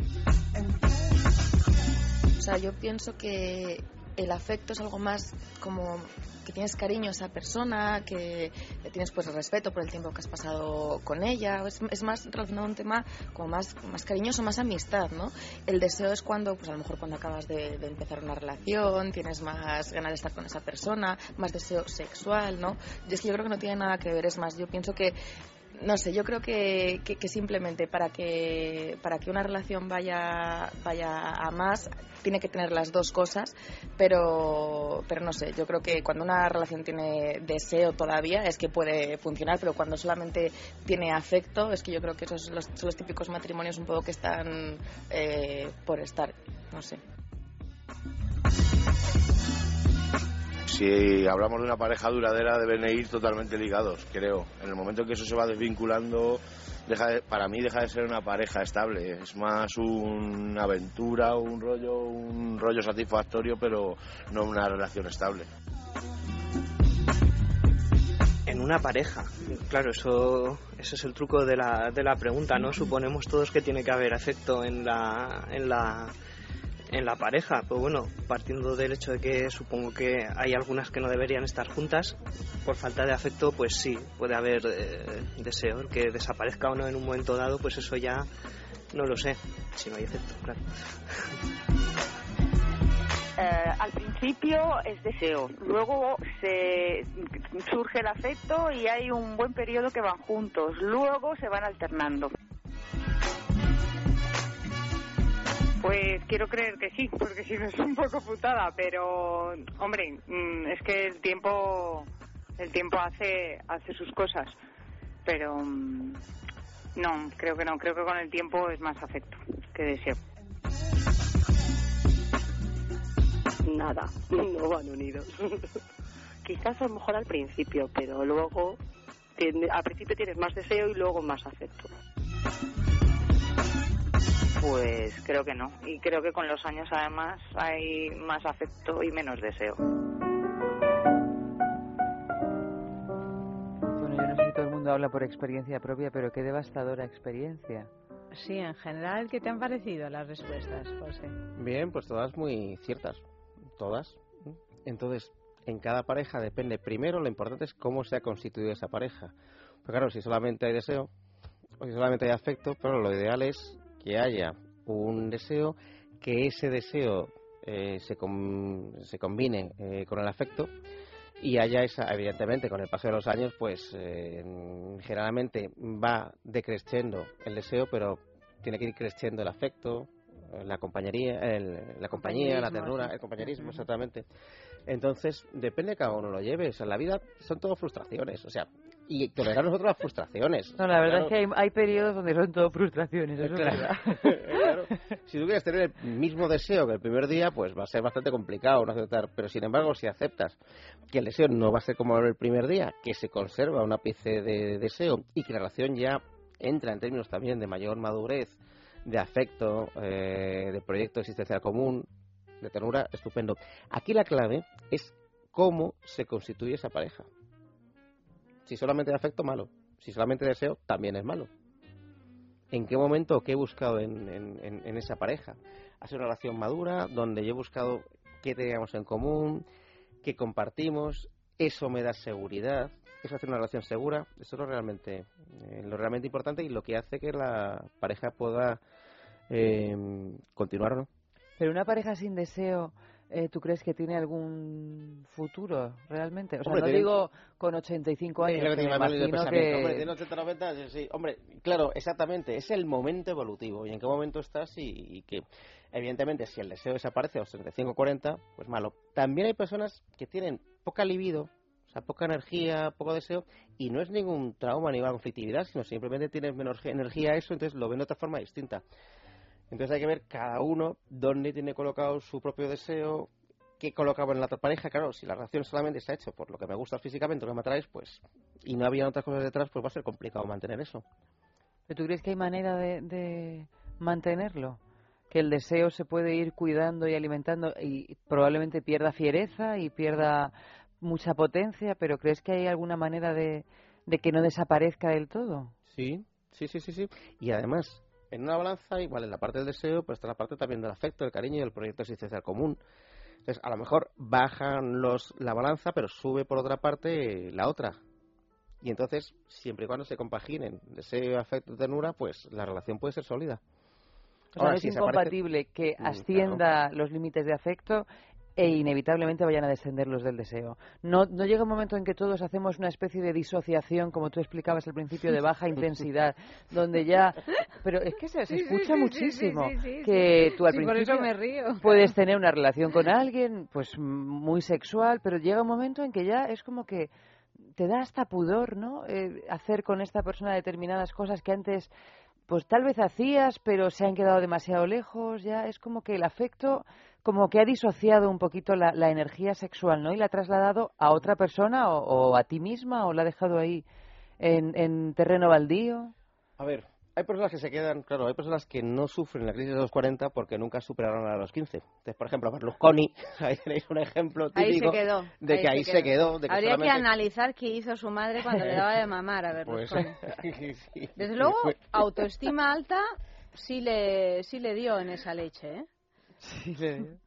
O sea, yo pienso que el afecto es algo más como que tienes cariño a esa persona, que le tienes pues respeto por el tiempo que has pasado con ella. Es más relacionado a un tema como más cariñoso, más amistad, ¿no? El deseo es cuando, pues a lo mejor cuando acabas de empezar una relación, tienes más ganas de estar con esa persona, más deseo sexual, ¿no? Y es que yo creo que no tiene nada que ver, es más, yo pienso que no sé, yo creo que simplemente para que una relación vaya a más tiene que tener las dos cosas, pero no sé, yo creo que cuando una relación tiene deseo todavía es que puede funcionar, pero cuando solamente tiene afecto es que yo creo que esos son los típicos matrimonios un poco que están por estar, no sé. Si hablamos de una pareja duradera, deben ir totalmente ligados, creo. En el momento en que eso se va desvinculando, para mí deja de ser una pareja estable. Es más una aventura, un rollo satisfactorio, pero no una relación estable. En una pareja, claro, eso es el truco de la pregunta, ¿no? Suponemos todos que tiene que haber afecto en la pareja, pues bueno, partiendo del hecho de que supongo que hay algunas que no deberían estar juntas, por falta de afecto, pues sí, puede haber deseo. El que desaparezca o no en un momento dado, pues eso ya no lo sé, si no hay afecto, claro. Al principio es deseo, luego surge el afecto y hay un buen periodo que van juntos, luego se van alternando. Pues quiero creer que sí, porque si no es un poco putada, pero hombre, es que el tiempo hace sus cosas, pero no, creo que con el tiempo es más afecto que deseo. Nada, no van unidos. Quizás a lo mejor al principio, pero luego al principio tienes más deseo y luego más afecto. Pues creo que no, y creo que con los años además hay más afecto y menos deseo. Bueno, yo no sé si todo el mundo habla por experiencia propia, pero qué devastadora experiencia. Sí, en general, ¿qué te han parecido las respuestas, José? Bien, pues todas muy ciertas, todas. Entonces, en cada pareja depende, primero lo importante es cómo se ha constituido esa pareja. Pues claro, si solamente hay deseo, o si solamente hay afecto, pero lo ideal es que haya un deseo, que ese deseo se combine con el afecto y haya esa, evidentemente, con el paso de los años, pues generalmente va decreciendo el deseo, pero tiene que ir creciendo el afecto, la compañía, la ternura, el compañerismo, exactamente. Entonces, depende de cada uno lo lleve. O sea, en la vida son todo frustraciones, o sea, y tolerar nosotros las frustraciones. No, la verdad es que hay periodos donde son todo frustraciones, eso claro. Es verdad. Claro. Si tú quieres tener el mismo deseo que el primer día, pues va a ser bastante complicado no aceptar. Pero sin embargo, si aceptas que el deseo no va a ser como el primer día, que se conserva un ápice de deseo y que la relación ya entra en términos también de mayor madurez, de afecto, de proyecto existencial común, de ternura, estupendo. Aquí la clave es cómo se constituye esa pareja. Si solamente de afecto, malo. Si solamente de deseo, también es malo. ¿En qué momento o qué he buscado en esa pareja? Ha sido una relación madura donde yo he buscado qué teníamos en común, qué compartimos, eso me da seguridad, eso hace una relación segura. Eso es lo realmente importante y lo que hace que la pareja pueda continuar o no. Pero una pareja sin deseo, ¿tú crees que tiene algún futuro realmente? O sea, Hombre, no digo con 85 años, que me imagino que... Hombre, tiene 80, 90, sí. Hombre, claro, exactamente. Es el momento evolutivo y en qué momento estás y que, evidentemente, si el deseo desaparece a los 35 o 40, pues malo. También hay personas que tienen poca libido, o sea, poca energía, poco deseo, y no es ningún trauma ni una conflictividad, sino simplemente tienes menos energía eso, entonces lo ven de otra forma distinta. Entonces hay que ver cada uno dónde tiene colocado su propio deseo, qué colocaba en la otra pareja. Claro, si la relación solamente se ha hecho por lo que me gusta físicamente, lo que me atraes, pues, y no había otras cosas detrás, pues va a ser complicado mantener eso. ¿Pero tú crees que hay manera de mantenerlo? Que el deseo se puede ir cuidando y alimentando y probablemente pierda fiereza y pierda mucha potencia, pero ¿crees que hay alguna manera de que no desaparezca del todo? Sí. Y además, en una balanza, igual en la parte del deseo, pero está la parte también del afecto, del cariño y del proyecto existencial común. Entonces, a lo mejor bajan la balanza, pero sube por otra parte la otra. Y entonces, siempre y cuando se compaginen deseo, afecto y ternura, pues la relación puede ser sólida. O sea, ahora, no es incompatible que ascienda los límites de afecto e inevitablemente vayan a descender los del deseo. No llega un momento en que todos hacemos una especie de disociación, como tú explicabas al principio, de baja intensidad, donde ya... Pero es que se escucha muchísimo que tú al principio por eso me río. Puedes tener una relación con alguien pues muy sexual, pero llega un momento en que ya es como que te da hasta pudor, ¿no? Hacer con esta persona determinadas cosas que antes pues tal vez hacías, pero se han quedado demasiado lejos. Ya es como que el afecto como que ha disociado un poquito la energía sexual, ¿no? Y la ha trasladado a otra persona o a ti misma, o la ha dejado ahí en terreno baldío. A ver, hay personas que se quedan, claro, hay personas que no sufren la crisis de los 40 porque nunca superaron a los 15. Entonces, por ejemplo, Berlusconi, ahí tenéis un ejemplo típico de que ahí se quedó. De que habría solamente... que analizar qué hizo su madre cuando le daba de mamar a Berlusconi. Pues, sí, desde luego, autoestima alta sí le dio en esa leche, ¿eh? Sí le dio.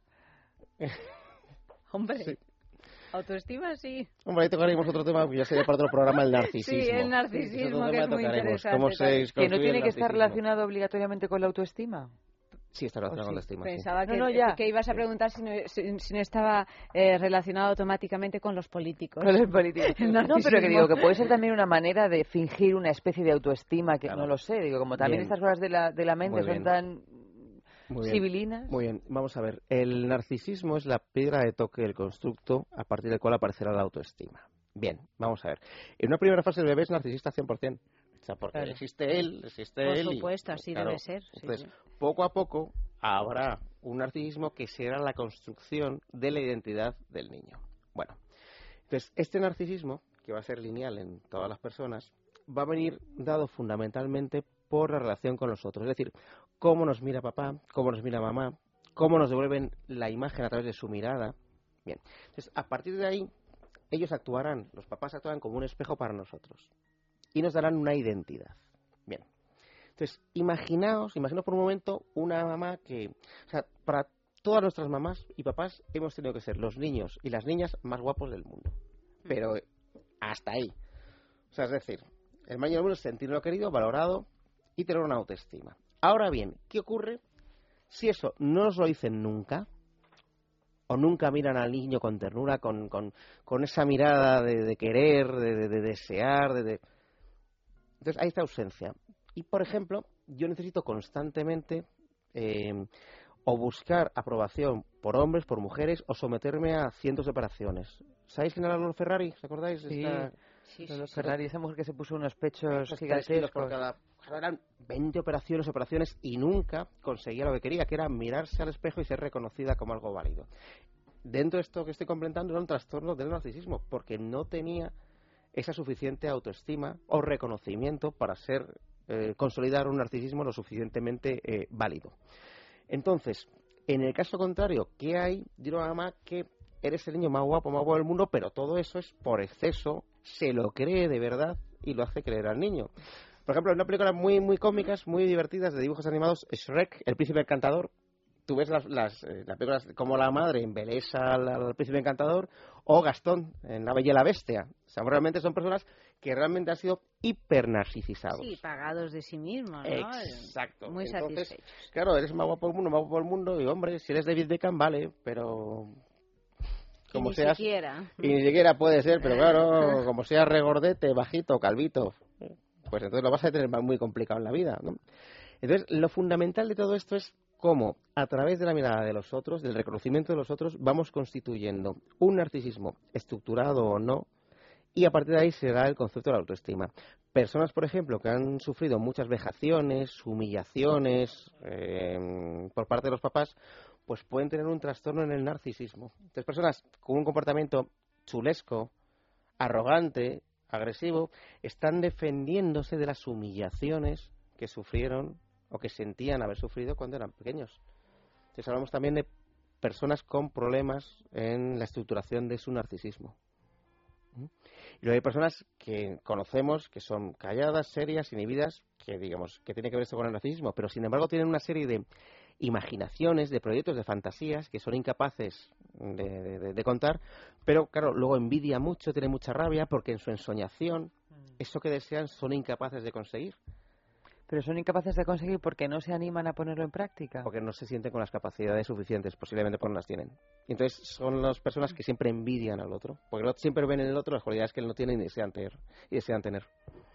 Hombre, sí. Autoestima sí. Hombre, ahí tocaremos otro tema, ya sería para otro programa, el narcisismo. Sí, el narcisismo, que es muy interesante. ¿Que no tiene que estar relacionado obligatoriamente con la autoestima? Sí, está relacionado con la estima. Pensaba sí. que ibas a preguntar si no estaba relacionado automáticamente con los políticos. Con los políticos. No, pero que digo que puede ser también una manera de fingir una especie de autoestima, que no lo sé. Digo, como también estas cosas de la mente son tan... civilinas. Muy bien, vamos a ver. El narcisismo es la piedra de toque del constructo a partir del cual aparecerá la autoestima. Bien, vamos a ver. En una primera fase el bebé es narcisista 100%. O sea, porque existe él. Por supuesto, así debe ser. Entonces, poco a poco habrá un narcisismo que será la construcción de la identidad del niño. Bueno, entonces este narcisismo, que va a ser lineal en todas las personas, va a venir dado fundamentalmente por la relación con los otros. Es decir, cómo nos mira papá, cómo nos mira mamá, cómo nos devuelven la imagen a través de su mirada. Bien, entonces a partir de ahí los papás actuarán como un espejo para nosotros y nos darán una identidad. Bien, entonces imaginaos por un momento una mamá que, o sea, para todas nuestras mamás y papás hemos tenido que ser los niños y las niñas más guapos del mundo, pero hasta ahí. O sea, es decir, el mayor del mundo es sentirlo querido, valorado y tener una autoestima. Ahora bien, ¿qué ocurre si eso no nos lo dicen nunca? O nunca miran al niño con ternura, con esa mirada de querer, de desear, Entonces hay esta ausencia. Y, por ejemplo, yo necesito constantemente o buscar aprobación por hombres, por mujeres, o someterme a cientos de operaciones. ¿Sabéis quién era Lolo Ferrari? ¿Os acordáis? Sí, Ferrari, esa mujer que se puso unos pechos gigantescos. Eran 20 operaciones y nunca conseguía lo que quería, que era mirarse al espejo y ser reconocida como algo válido. Dentro de esto que estoy completando era un trastorno del narcisismo, porque no tenía esa suficiente autoestima o reconocimiento para consolidar un narcisismo lo suficientemente válido. Entonces, en el caso contrario, ¿qué hay? Digo a mamá que eres el niño más guapo del mundo, pero todo eso es por exceso, se lo cree de verdad y lo hace creer al niño. Por ejemplo, en una película muy, muy cómicas, muy divertidas de dibujos animados, Shrek, el príncipe encantador, tú ves las películas como La madre embelesa al príncipe encantador o Gastón en La bella y la bestia. O sea, realmente son personas que realmente han sido hipernarcisizados. Sí, pagados de sí mismos, ¿no? Exacto. Muy Entonces, satisfechos. claro, eres más guapo del mundo, y hombre, si eres David Beckham, vale, pero como ni seas... siquiera. Y ni siquiera puede ser, pero claro, como seas regordete, bajito, calvito, pues entonces lo vas a tener muy complicado en la vida, ¿no? Entonces, lo fundamental de todo esto es cómo, a través de la mirada de los otros, del reconocimiento de los otros, vamos constituyendo un narcisismo estructurado o no, y a partir de ahí se da el concepto de la autoestima. Personas, por ejemplo, que han sufrido muchas vejaciones, humillaciones por parte de los papás, pues pueden tener un trastorno en el narcisismo. Entonces, personas con un comportamiento chulesco, arrogante, agresivo, están defendiéndose de las humillaciones que sufrieron o que sentían haber sufrido cuando eran pequeños. Entonces, hablamos también de personas con problemas en la estructuración de su narcisismo. Y luego hay personas que conocemos que son calladas, serias, inhibidas, que digamos que tiene que ver esto con el narcisismo, pero sin embargo tienen una serie de imaginaciones, de proyectos, de fantasías que son incapaces de contar, pero claro, luego envidia mucho, tiene mucha rabia porque en su ensoñación eso que desean son incapaces de conseguir. Pero son incapaces de conseguir porque no se animan a ponerlo en práctica. Porque no se sienten con las capacidades suficientes, posiblemente porque no las tienen. Y entonces son las personas que siempre envidian al otro, porque siempre ven en el otro las cualidades que él no tiene y desean tener.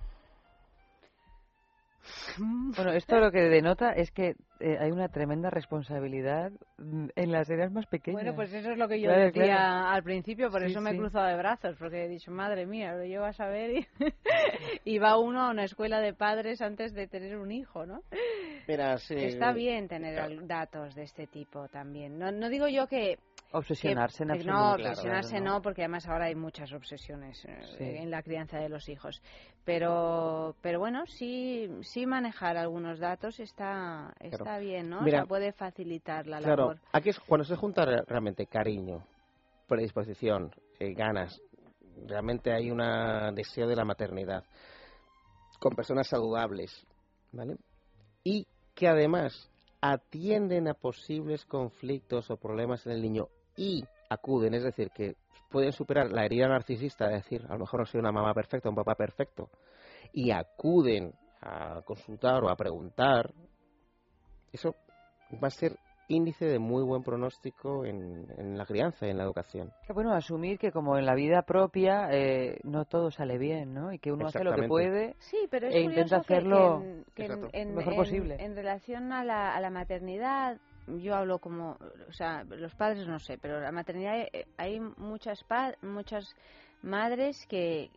Bueno, esto lo que denota es que hay una tremenda responsabilidad en las edades más pequeñas. Bueno, pues eso es lo que yo Claro, decía claro. al principio, por Sí, eso me he sí. cruzado de brazos, porque he dicho, madre mía, lo llevo a saber y va uno a una escuela de padres antes de tener un hijo, ¿no? Mira, sí, Está bien tener datos de este tipo también. No digo yo que... Obsesionarse en absoluto. No, obsesionarse claro, no, porque además ahora hay muchas obsesiones Sí. en la crianza de los hijos. Pero bueno, sí manejar algunos datos está bien, ¿no? Mira, o sea, puede facilitar la claro, labor. aquí es cuando se junta realmente cariño, predisposición, ganas, realmente hay un deseo de la maternidad con personas saludables, ¿vale? Y que además atienden a posibles conflictos o problemas en el niño y acuden, es decir, que pueden superar la herida narcisista de decir, a lo mejor no soy una mamá perfecta, un papá perfecto, y acuden a consultar o a preguntar, eso va a ser índice de muy buen pronóstico en la crianza y en la educación. Que bueno, asumir que como en la vida propia no todo sale bien, ¿no? Y que uno hace lo que puede sí, pero es e curioso intenta hacerlo lo mejor posible. En relación a la maternidad, yo hablo como, o sea, los padres no sé, pero la maternidad hay muchas madres que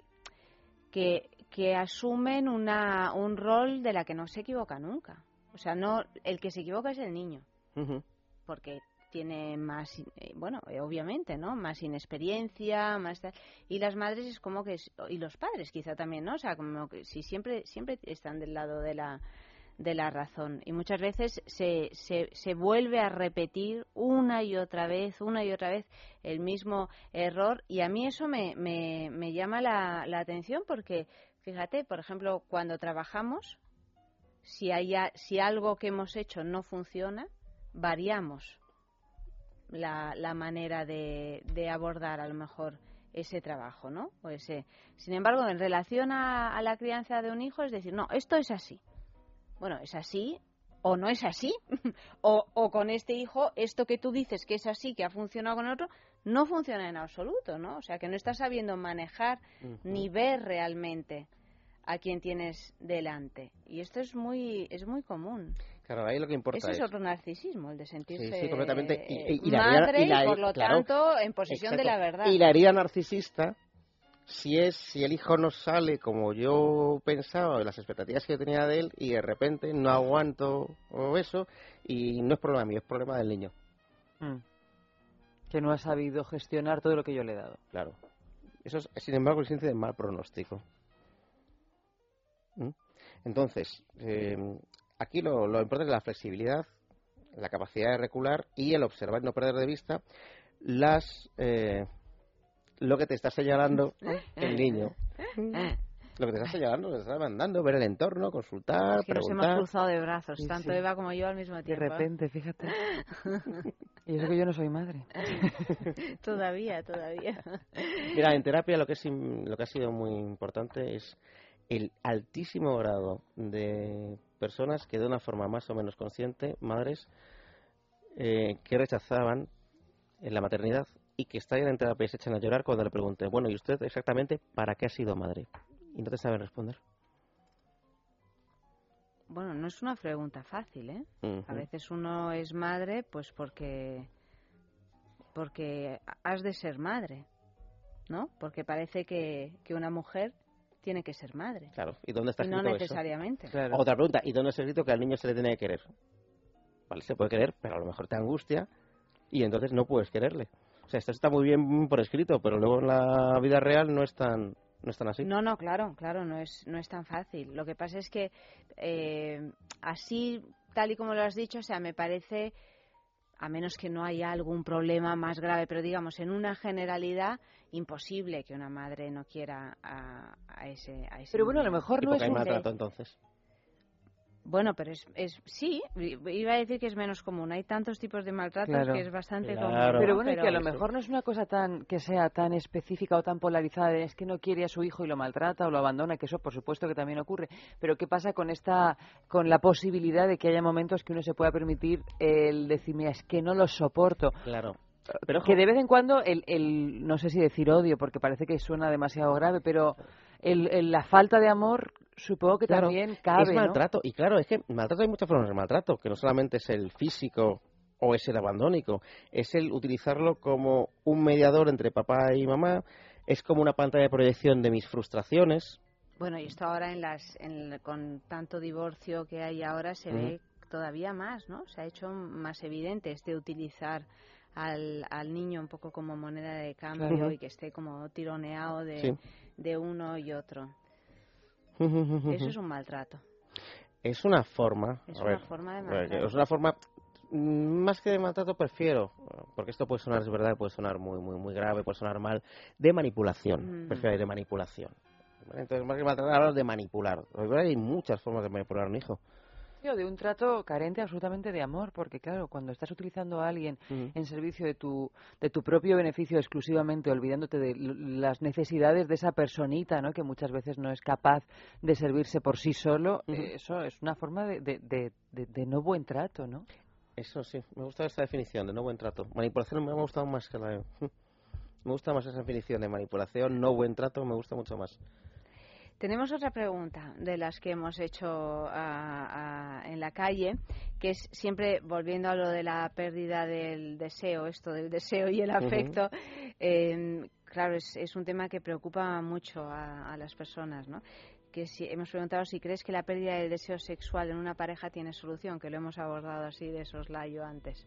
asumen un rol de la que no se equivoca nunca. O sea, no, el que se equivoca es el niño. Uh-huh. Porque tiene más, obviamente, ¿no? Más inexperiencia, y las madres es como que, y los padres quizá también, ¿no? O sea, como que si siempre están del lado de la razón, y muchas veces se vuelve a repetir una y otra vez el mismo error, y a mí eso me llama la atención porque, fíjate, por ejemplo, cuando trabajamos, si algo que hemos hecho no funciona, variamos la manera de abordar a lo mejor ese trabajo, ¿no? Sin embargo, en relación a la crianza de un hijo, es decir, no, esto es así. Bueno, es así o no es así. o con este hijo, esto que tú dices que es así, que ha funcionado con el otro, no funciona en absoluto, ¿no? O sea, que no estás sabiendo manejar ni ver realmente a quien tienes delante. Y esto es muy común. Claro, ahí lo que importa Ese es otro narcisismo, el de sentirse completamente. madre y por lo tanto en posesión de la verdad. Y la herida narcisista, si el hijo no sale como yo pensaba, las expectativas que yo tenía de él, y de repente no aguanto eso, y no es problema mío, es problema del niño. Que no ha sabido gestionar todo lo que yo le he dado. Claro. Eso es, sin embargo, el síntoma de mal pronóstico. Entonces, aquí lo importante es la flexibilidad, la capacidad de recular y el observar y no perder de vista lo que te está señalando el niño. Lo que te está señalando, lo que te está mandando, ver el entorno, consultar, es que preguntar. nos hemos cruzado de brazos, Sí, tanto sí. Eva como yo al mismo tiempo. De repente, fíjate. Y eso que yo no soy madre. Todavía. Mira, en terapia lo que ha sido muy importante es el altísimo grado de personas que de una forma más o menos consciente, madres, que rechazaban en la maternidad y que estallan en terapia y se echan a llorar cuando le pregunté, bueno, ¿y usted exactamente para qué ha sido madre? Y no te saben responder. Bueno, no es una pregunta fácil, ¿eh? Uh-huh. A veces uno es madre pues porque has de ser madre, ¿no? Porque parece que una mujer tiene que ser madre. Claro, ¿y dónde está y escrito no eso? necesariamente. Claro. Otra pregunta, ¿y dónde está escrito que al niño se le tiene que querer? Vale, se puede querer, pero a lo mejor te angustia y entonces no puedes quererle. O sea, esto está muy bien por escrito, pero luego en la vida real no es tan así. No, claro, no es tan fácil. Lo que pasa es que así, tal y como lo has dicho, o sea, me parece, a menos que no haya algún problema más grave, pero digamos, en una generalidad, imposible que una madre no quiera a ese Pero bueno, a niño. lo mejor no es hay un... maltrato entonces. Bueno, pero sí, iba a decir que es menos común. Hay tantos tipos de maltratos Claro. que es bastante Claro. común. Pero ¿no? bueno, y que a lo mejor no es una cosa que sea tan específica o tan polarizada de es que no quiere a su hijo y lo maltrata o lo abandona, que eso por supuesto que también ocurre. Pero ¿qué pasa con la posibilidad de que haya momentos que uno se pueda permitir el decir, mira, es que no lo soporto? Claro. Pero, que de vez en cuando no sé si decir odio, porque parece que suena demasiado grave, pero la falta de amor supongo que claro, también cabe, es maltrato. ¿no? Y claro, es que maltrato, hay muchas formas de maltrato, que no solamente es el físico o es el abandónico, es el utilizarlo como un mediador entre papá y mamá, es como una pantalla de proyección de mis frustraciones. Bueno, y esto ahora con tanto divorcio que hay ahora se ve todavía más, ¿no? Se ha hecho más evidente este utilizar al niño un poco como moneda de cambio, claro, y que esté como tironeado de uno y otro. Eso es un maltrato. Es una forma. Es una forma de maltrato. Es una forma, más que de maltrato prefiero, porque esto puede sonar, es verdad, puede sonar muy muy muy grave, puede sonar mal, de manipulación. Prefiero de manipulación. Entonces, más que maltratar, hablar de manipular. Hay muchas formas de manipular a un hijo. De un trato carente absolutamente de amor, porque claro, cuando estás utilizando a alguien en servicio de tu propio beneficio exclusivamente, olvidándote de las necesidades de esa personita, ¿no?, que muchas veces no es capaz de servirse por sí solo, eso es una forma de no buen trato, ¿no? Eso sí, me gusta esta definición de no buen trato. Manipulación me ha gustado más que me gusta más esa definición de manipulación, no buen trato, me gusta mucho más. Tenemos otra pregunta de las que hemos hecho en la calle, que es siempre volviendo a lo de la pérdida del deseo, esto del deseo y el afecto. Claro, es un tema que preocupa mucho a las personas, ¿no? Que hemos preguntado si crees que la pérdida del deseo sexual en una pareja tiene solución, que lo hemos abordado así de soslayo antes.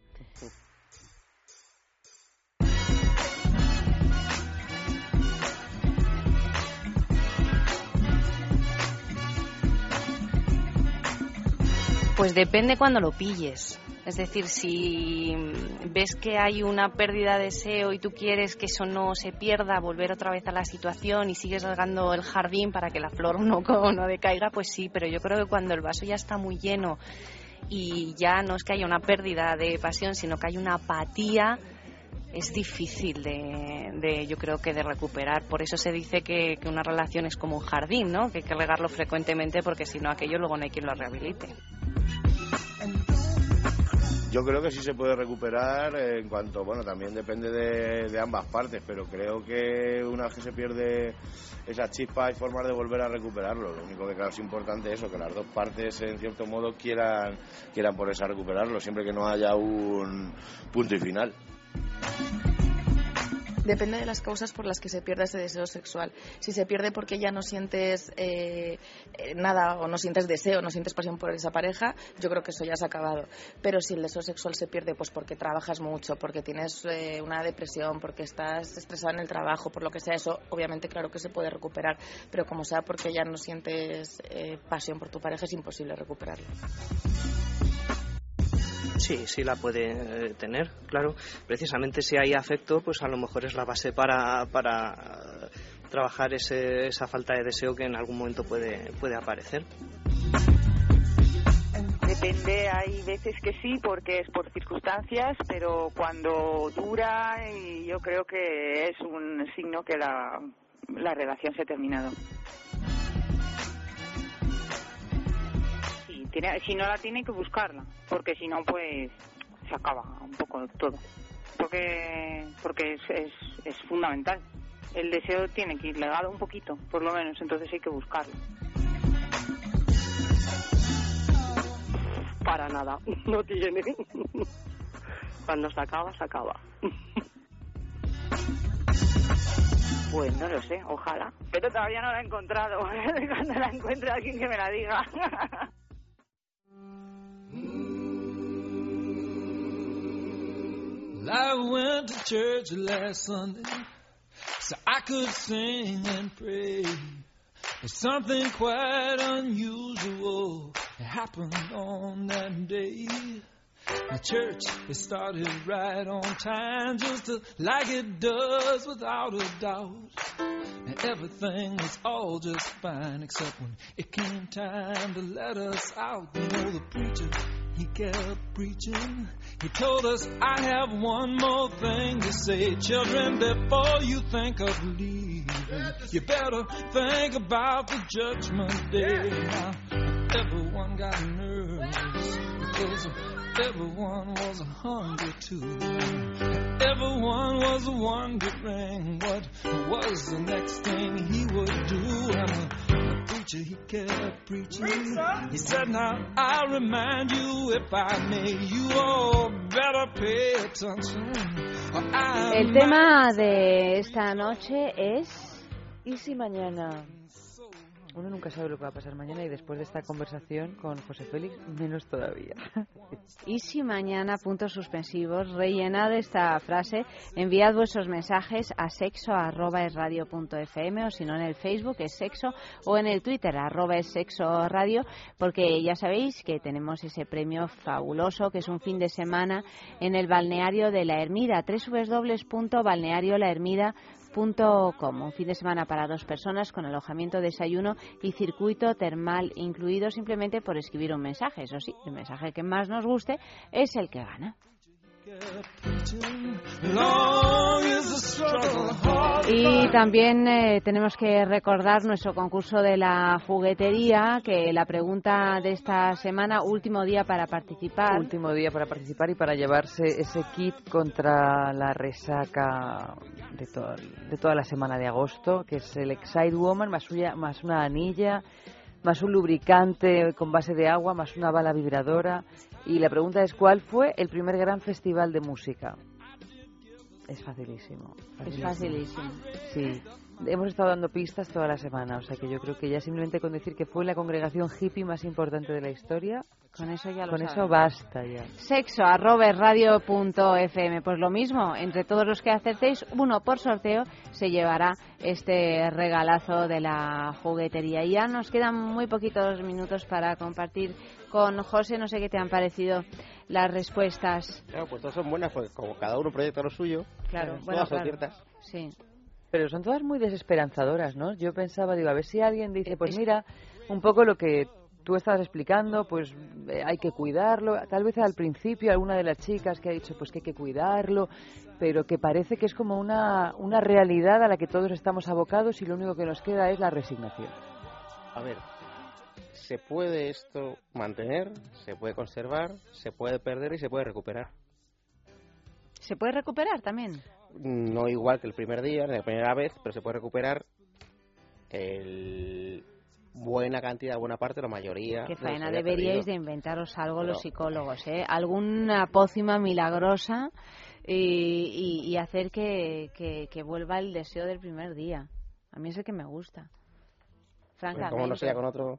Pues depende cuando lo pilles. Es decir, si ves que hay una pérdida de deseo y tú quieres que eso no se pierda, volver otra vez a la situación y sigues regando el jardín para que la flor no decaiga, pues sí, pero yo creo que cuando el vaso ya está muy lleno y ya no es que haya una pérdida de pasión, sino que hay una apatía, es difícil yo creo que de recuperar. Por eso se dice que una relación es como un jardín, ¿no? Que hay que regarlo frecuentemente porque si no aquello luego no hay quien lo rehabilite. Yo creo que sí se puede recuperar en cuanto, bueno, también depende de ambas partes, pero creo que una vez que se pierde esa chispa hay formas de volver a recuperarlo. Lo único que claro es importante eso, que las dos partes en cierto modo quieran ponerse a recuperarlo, siempre que no haya un punto y final. Depende de las causas por las que se pierda ese deseo sexual. Si se pierde porque ya no sientes nada o no sientes deseo, no sientes pasión por esa pareja, yo creo que eso ya se ha acabado. Pero si el deseo sexual se pierde pues porque trabajas mucho, porque tienes una depresión, porque estás estresado en el trabajo, por lo que sea, eso obviamente claro que se puede recuperar. Pero como sea porque ya no sientes pasión por tu pareja, es imposible recuperarlo. Sí la puede tener, claro. Precisamente si hay afecto, pues a lo mejor es la base para trabajar esa falta de deseo que en algún momento puede aparecer. Depende, hay veces que sí, porque es por circunstancias, pero cuando dura, yo creo que es un signo que la relación se ha terminado. Sí, si no la tiene que buscarla, porque si no, pues se acaba un poco todo. Porque es fundamental. El deseo tiene que ir legado un poquito, por lo menos, entonces hay que buscarlo. Para nada, no tiene. Cuando se acaba, se acaba. Pues no lo sé, ojalá. Pero todavía no la he encontrado. Cuando la encuentre, alguien que me la diga. I went to church last Sunday so I could sing and pray. There's something quite unusual that happened on that day. The church, it started right on time, just like it does without a doubt. And everything was all just fine, except when it came time to let us out. You know, the preacher, he kept preaching. He told us, I have one more thing to say. Children, before you think of leaving, you better think about the judgment day. Now, everyone got nervous because everyone was hungry too. Everyone was wondering what was the next thing he would do. And the preacher, he kept preaching. He said, now I'll remind you, if I may, you all better pay attention. El tema de esta noche es... ¿Y si mañana? Uno nunca sabe lo que va a pasar mañana y después de esta conversación con José Félix, menos todavía. Y si mañana, puntos suspensivos, rellenad esta frase, enviad vuestros mensajes a sexo@esradio.fm o si no en el Facebook es sexo o en el Twitter @sexoradio, porque ya sabéis que tenemos ese premio fabuloso que es un fin de semana en el balneario de La Hermida, www.balneariolahermida.com. Un fin de semana para 2 personas con alojamiento, desayuno y circuito termal incluido, simplemente por escribir un mensaje. Eso sí, el mensaje que más nos guste es el que gana. Y también tenemos que recordar nuestro concurso de la juguetería, que la pregunta de esta semana, último día para participar. Último día para participar y para llevarse ese kit contra la resaca de toda la semana de agosto, que es el Excite Woman, más una anilla, más un lubricante con base de agua, más una bala vibradora. Y la pregunta es, ¿cuál fue el primer gran festival de música? Es facilísimo. Es facilísimo. Sí. Hemos estado dando pistas toda la semana, o sea que yo creo que ya simplemente con decir que fue la congregación hippie más importante de la historia, con eso ya lo con sabes. Eso basta ya. sexo@esradio.fm. Pues lo mismo, entre todos los que acertéis, uno por sorteo se llevará este regalazo de la juguetería. Y ya nos quedan muy poquitos minutos para compartir con José. No sé qué te han parecido las respuestas. Claro, pues todas son buenas, porque como cada uno proyecta lo suyo, claro, todas son ciertas. Sí. Pero son todas muy desesperanzadoras, ¿no? Yo pensaba, digo, a ver si alguien dice, pues mira, un poco lo que tú estabas explicando, pues hay que cuidarlo. Tal vez al principio alguna de las chicas que ha dicho, pues que hay que cuidarlo, pero que parece que es como una realidad a la que todos estamos abocados y lo único que nos queda es la resignación. A ver, se puede esto mantener, se puede conservar, se puede perder y se puede recuperar. ¿Se puede recuperar también? No igual que el primer día, la primera vez, pero se puede recuperar buena cantidad, buena parte, la mayoría. Qué faena deberíais de inventaros algo los psicólogos, ¿eh? Alguna pócima milagrosa y hacer que vuelva el deseo del primer día. A mí es el que me gusta. Francamente. Pues como no sea con otro.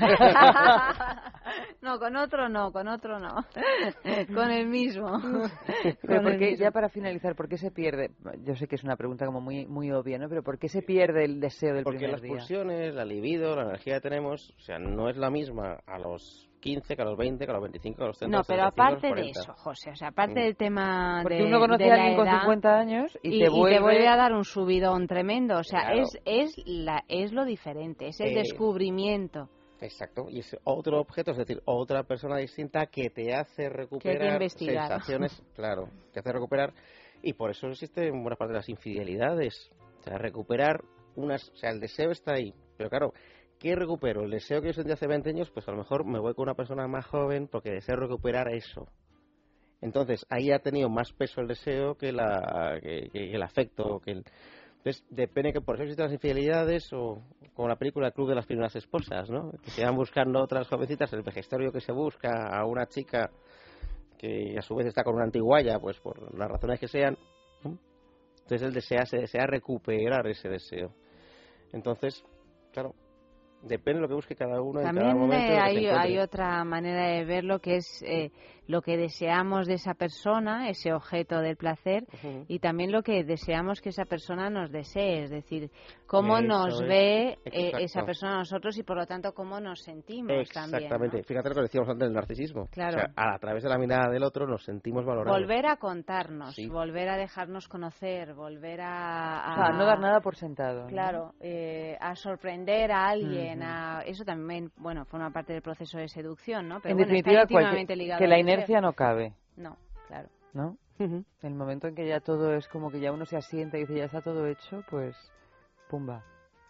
No, con otro no. Con el mismo. Pero porque, ya para finalizar, ¿por qué se pierde? Yo sé que es una pregunta como muy, muy obvia, ¿no? Pero ¿por qué se pierde el deseo del primer día? Porque las pulsiones, la libido, la energía que tenemos, o sea, no es la misma a los 15, que a los 20, que a los 25, que a los 30. No, pero aparte de eso, José, o sea, aparte del tema porque uno conoce a alguien con 50 años y te vuelve a dar un subidón tremendo, o sea, claro. es lo diferente, es el descubrimiento. Exacto, y es otro objeto, es decir, otra persona distinta que te hace recuperar sensaciones, claro, te hace recuperar, y por eso existe en buena parte de las infidelidades, o sea, recuperar o sea, el deseo está ahí, pero claro, ¿qué recupero? El deseo que yo sentí hace 20 años, pues a lo mejor me voy con una persona más joven porque deseo recuperar eso. Entonces, ahí ha tenido más peso el deseo que el afecto, Entonces, depende, que por eso existen las infidelidades, o como la película El Club de las Primeras Esposas, ¿no? Que se van buscando otras jovencitas, el vejestorio que se busca a una chica que a su vez está con una antiguaya, pues por las razones que sean, ¿no? Entonces se desea recuperar ese deseo. Entonces, claro, depende de lo que busque cada uno. También en cada momento hay otra manera de verlo, que es lo que deseamos de esa persona, ese objeto del placer, y también lo que deseamos que esa persona nos desee, es decir, cómo nos ve esa persona a nosotros y por lo tanto cómo nos sentimos también. Exactamente, ¿no? Fíjate lo que decíamos antes del narcisismo. Claro. O sea, a través de la mirada del otro nos sentimos valorados. Volver a contarnos, volver a dejarnos conocer, volver a... O sea, no dar nada por sentado. Claro, ¿no? A sorprender a alguien. Eso también, bueno, forma parte del proceso de seducción, ¿no? Pero en bueno, definitiva, está íntimamente ligado que la inercia no cabe. No, claro. ¿No? El momento en que ya todo es como que ya uno se asienta y dice, ya está todo hecho, pues pumba.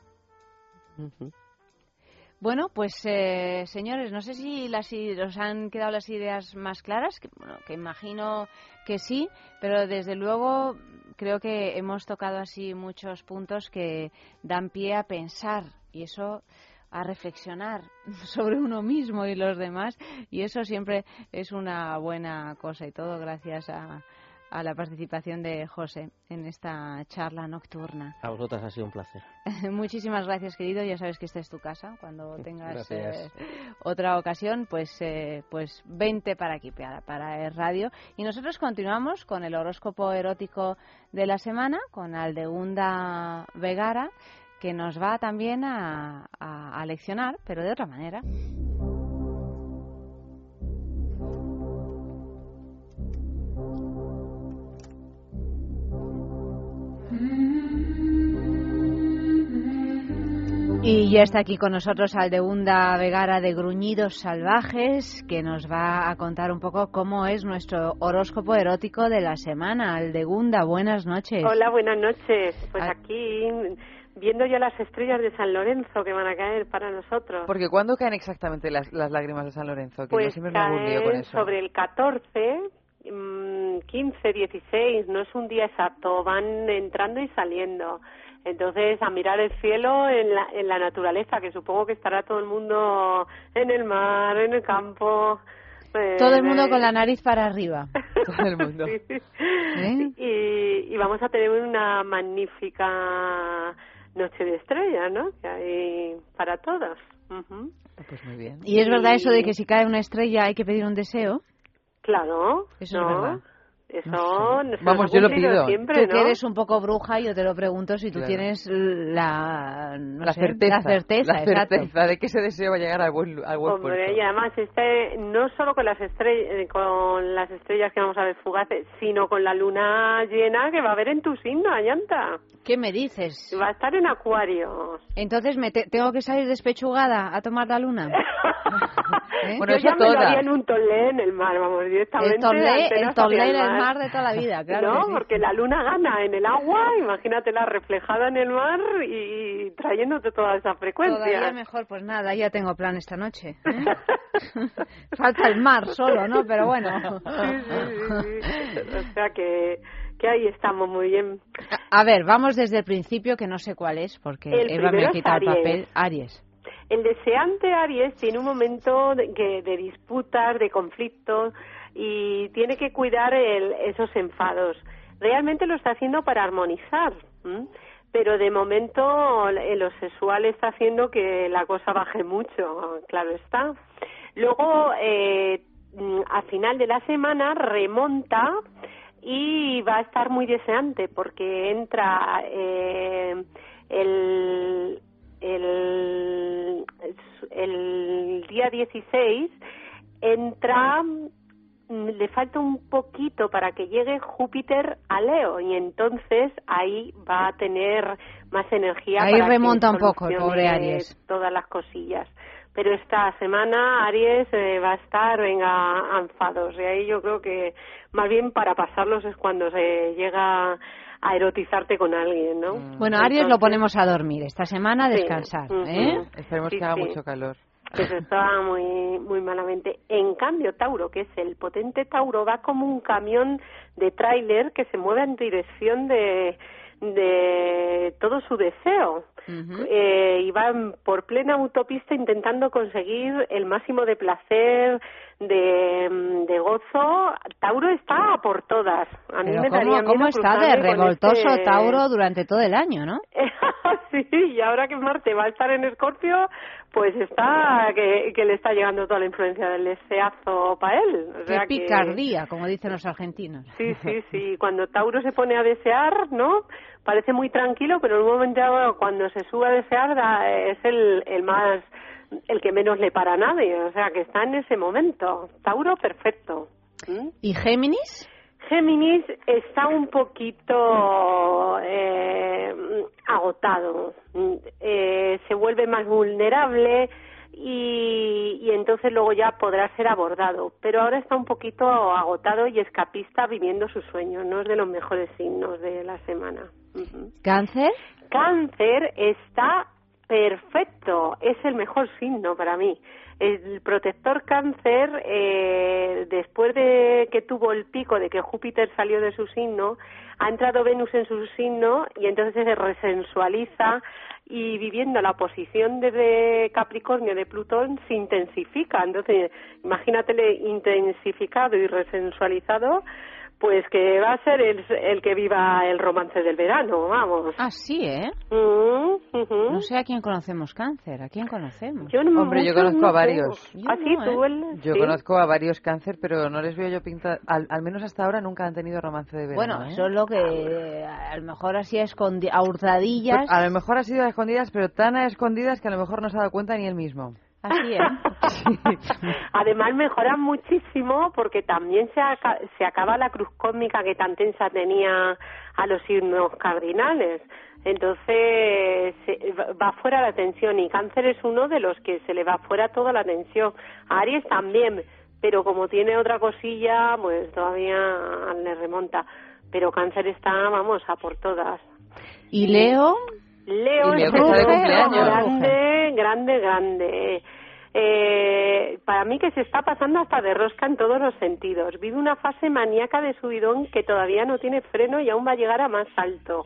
Bueno, pues señores, no sé si os han quedado las ideas más claras, que imagino que sí, pero desde luego creo que hemos tocado así muchos puntos que dan pie a pensar, y eso, a reflexionar sobre uno mismo y los demás, y eso siempre es una buena cosa, y todo gracias a la participación de José en esta charla nocturna. A vosotras ha sido un placer. Muchísimas gracias, querido. Ya sabes que esta es tu casa. Cuando tengas otra ocasión, pues vente para aquí, para el radio. Y nosotros continuamos con el horóscopo erótico de la semana, con Aldegunda Vegara, que nos va también a leccionar, pero de otra manera. Y ya está aquí con nosotros Aldegunda Vegara de Gruñidos Salvajes, que nos va a contar un poco cómo es nuestro horóscopo erótico de la semana. Aldegunda, buenas noches. Hola, buenas noches. Pues aquí viendo ya las estrellas de San Lorenzo que van a caer para nosotros. Porque ¿cuándo caen exactamente las lágrimas de San Lorenzo? Que pues yo siempre me hago un lío con eso. Sobre el 14, 15, 16, no es un día exacto, van entrando y saliendo. Entonces, a mirar el cielo en la naturaleza, que supongo que estará todo el mundo en el mar, en el campo. Todo el mundo con la nariz para arriba. Todo el mundo. Sí. Y vamos a tener una magnífica noche de estrellas, ¿no? Que hay para todos. Pues muy bien. ¿Y es verdad eso de que si cae una estrella hay que pedir un deseo? Claro. Eso es verdad. Eso no sé. Vamos, yo lo pido. Siempre, tú que eres un poco bruja, yo te lo pregunto si tú tienes la certeza de que ese deseo va a llegar al buen puerto. Y además no solo con las estrellas que vamos a ver fugaces, sino con la luna llena que va a haber en tu signo, Ayanta. ¿Qué me dices? Va a estar en Acuario. Entonces tengo que salir despechugada a tomar la luna. Bueno, yo ya me lo haría en un tolé en el mar, vamos, directamente. El tolé en el mar de toda la vida, claro. No, que sí. Porque la luna gana en el agua, imagínatela reflejada en el mar y trayéndote toda esa frecuencia. Todavía mejor, pues nada, ya tengo plan esta noche. Falta el mar solo, ¿no? Pero bueno. Sí. O sea que ahí estamos muy bien. A ver, vamos desde el principio, que no sé cuál es, porque Eva me ha quitado el papel. Aries. El deseante Aries tiene un momento de disputas, de conflictos, y tiene que cuidar esos enfados. Realmente lo está haciendo para armonizar, pero de momento en lo sexual está haciendo que la cosa baje mucho, claro está. Luego, a final de la semana, remonta y va a estar muy deseante porque entra el día 16 entra, le falta un poquito para que llegue Júpiter a Leo y entonces ahí va a tener más energía. Ahí para remonta que un poco el pobre solucione Aries. todas las cosillas. Pero esta semana Aries va a estar, venga, a enfados. Y ahí yo creo que más bien para pasarlos es cuando se llega a erotizarte con alguien, ¿no? Bueno, Aries lo ponemos a dormir. Esta semana a descansar, ¿eh? Esperemos que haga mucho calor. Que se está muy, muy malamente. En cambio, Tauro, que es el potente Tauro, va como un camión de tráiler que se mueve en dirección de todo su deseo. Y va por plena autopista intentando conseguir el máximo de placer, de gozo. Tauro está por todas. A mí Pero me daría ¿cómo miedo está de cruzarme con revoltoso este- Tauro durante todo el año, no? Sí, y ahora que Marte va a estar en Escorpio, pues está que le está llegando toda la influencia del deseazo para él. O Qué sea que- picardía, como dicen los argentinos. Sí, sí, sí. Cuando Tauro se pone a desear, ¿no? Parece muy tranquilo, pero en un momento dado, cuando se sube a desear, es el que menos le para a nadie. O sea, que está en ese momento. Tauro, perfecto. ¿Y Géminis? Géminis está un poquito agotado. Se vuelve más vulnerable y entonces luego ya podrá ser abordado. Pero ahora está un poquito agotado y escapista viviendo su sueño. No es de los mejores signos de la semana. ¿Cáncer? Cáncer está perfecto. Es el mejor signo para mí. El protector Cáncer, después de que tuvo el pico de que Júpiter salió de su signo, ha entrado Venus en su signo y entonces se resensualiza y viviendo la oposición de Capricornio de Plutón se intensifica. Entonces, imagínatele intensificado y resensualizado, pues que va a ser el que viva el romance del verano, vamos. Ah, sí, ¿eh? No sé a quién conocemos Cáncer, ¿a quién conocemos? Hombre, yo conozco a varios. ¿Ah, sí? ¿Tú Yo sí? conozco a varios Cáncer, pero no les veo yo pinta. Al menos hasta ahora nunca han tenido romance de verano. Bueno, ¿eh? eso es lo que a lo mejor así a hurtadillas. Pues a lo mejor ha sido a escondidas, pero tan a escondidas que a lo mejor no se ha dado cuenta ni él mismo. Así Además mejora muchísimo porque también se acaba la cruz cósmica que tan tensa tenía a los signos cardinales. Entonces va fuera la tensión y Cáncer es uno de los que se le va fuera toda la tensión. A Aries también, pero como tiene otra cosilla, pues todavía le remonta. Pero Cáncer está, vamos, a por todas. ¿Y Leo? Leo ¿Y es Leo que está de cumpleaños? grande. Para mí que se está pasando hasta de rosca en todos los sentidos. Vive una fase maníaca de subidón que todavía no tiene freno y aún va a llegar a más alto.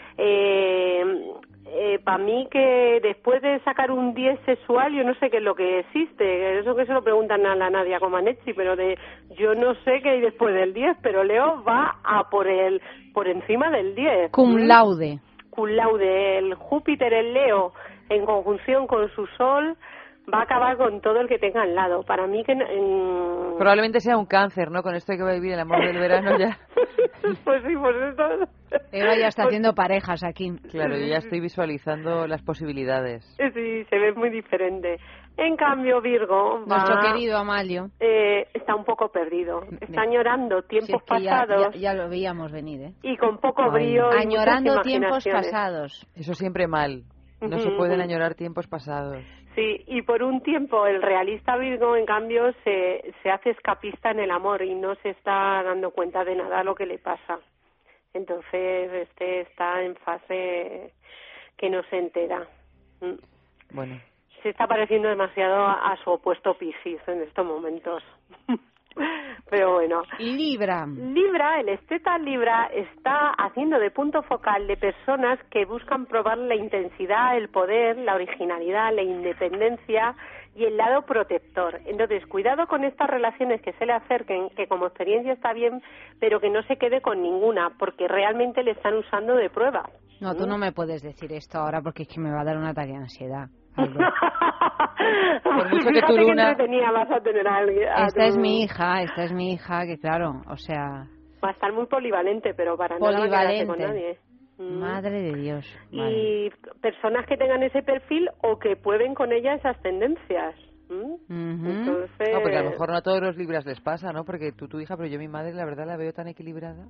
Para mí que después de sacar un 10 sexual, yo no sé qué es lo que existe. Eso que se lo preguntan a la Nadia Comaneci, pero yo no sé qué hay después del 10, pero Leo va a por encima del 10. Cum laude. Cum laude. El Júpiter en Leo, en conjunción con su Sol, va a acabar con todo el que tenga al lado. Para mí que... Probablemente sea un Cáncer, ¿no? Con esto de que va a vivir el amor del verano ya. Pues sí, pues esto... Eva ya está haciendo parejas aquí. Claro, yo ya estoy visualizando las posibilidades. Sí, se ve muy diferente. En cambio, Virgo Nuestro querido Amalio. Está un poco perdido. Está añorando tiempos pasados. Ya lo veíamos venir, ¿eh? Y con poco brío. y Añorando muchas tiempos imaginaciones. pasados. Eso siempre mal. No se pueden añorar tiempos pasados. Sí, y por un tiempo el realista Virgo, en cambio, se hace escapista en el amor y no se está dando cuenta de nada lo que le pasa. Entonces, está en fase que no se entera. Bueno. Se está pareciendo demasiado a su opuesto Piscis en estos momentos. Pero bueno. Libra, el esteta Libra está haciendo de punto focal de personas que buscan probar la intensidad, el poder, la originalidad, la independencia y el lado protector. Entonces, cuidado con estas relaciones que se le acerquen, que como experiencia está bien, pero que no se quede con ninguna, porque realmente le están usando de prueba. No, tú no me puedes decir esto ahora porque es que me va a dar un ataque de ansiedad. Por mucho que Fíjate tú, Luna... que entretenida vas a tener a alguien. Esta es mi hija, que claro, o sea... Va a estar muy polivalente, pero para nada va a quedarse con nadie. Madre de Dios. Y personas que tengan ese perfil o que pueden con ella esas tendencias. Entonces... No, porque a lo mejor no a todos los Libras les pasa, ¿no? Porque tu hija, pero yo mi madre, la verdad, la veo tan equilibrada.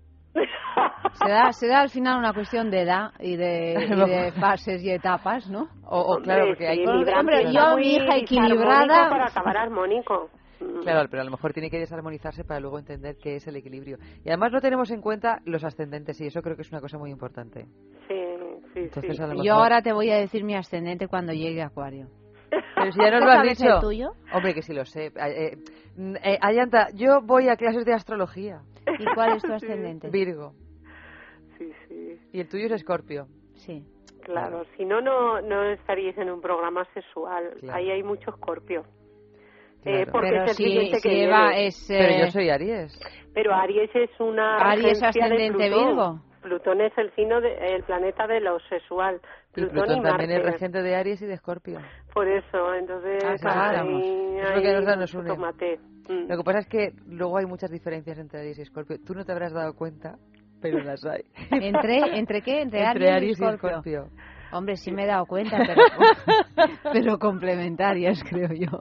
Se da al final una cuestión de edad y de fases y etapas, ¿no? O claro, porque hay... Hombre, yo mi hija equilibrada... Para acabar armónico. Claro, pero a lo mejor tiene que desarmonizarse para luego entender qué es el equilibrio. Y además no tenemos en cuenta los ascendentes, y eso creo que es una cosa muy importante. Sí. Entonces, a lo mejor... Yo ahora te voy a decir mi ascendente cuando llegue a Acuario. Pero si ya nos lo has ¿Sabes dicho. el tuyo? Hombre, que sí lo sé. Ayanta, yo voy a clases de astrología. ¿Y cuál es tu ascendente? Virgo. Sí. Y el tuyo es Escorpio. Sí. Claro, si no estaríais en un programa sexual. Claro. Ahí hay mucho Escorpio. Claro. Porque pero es el siguiente que Eva viene. es... Pero yo soy Aries. Pero Aries es una Aries regencia de ascendente Plutón. Virgo. Plutón es el signo el planeta de lo sexual. Y Plutón y también Marte. es regente de Aries y de Escorpio. Por eso, entonces Claro. Es lo que nos une. tomate. Lo que pasa es que luego hay muchas diferencias entre Aries y Escorpio. Tú no te habrás dado cuenta, pero las hay. ¿Entre qué? Entre Aries y Escorpio. Hombre, sí me he dado cuenta, pero complementarias, creo yo.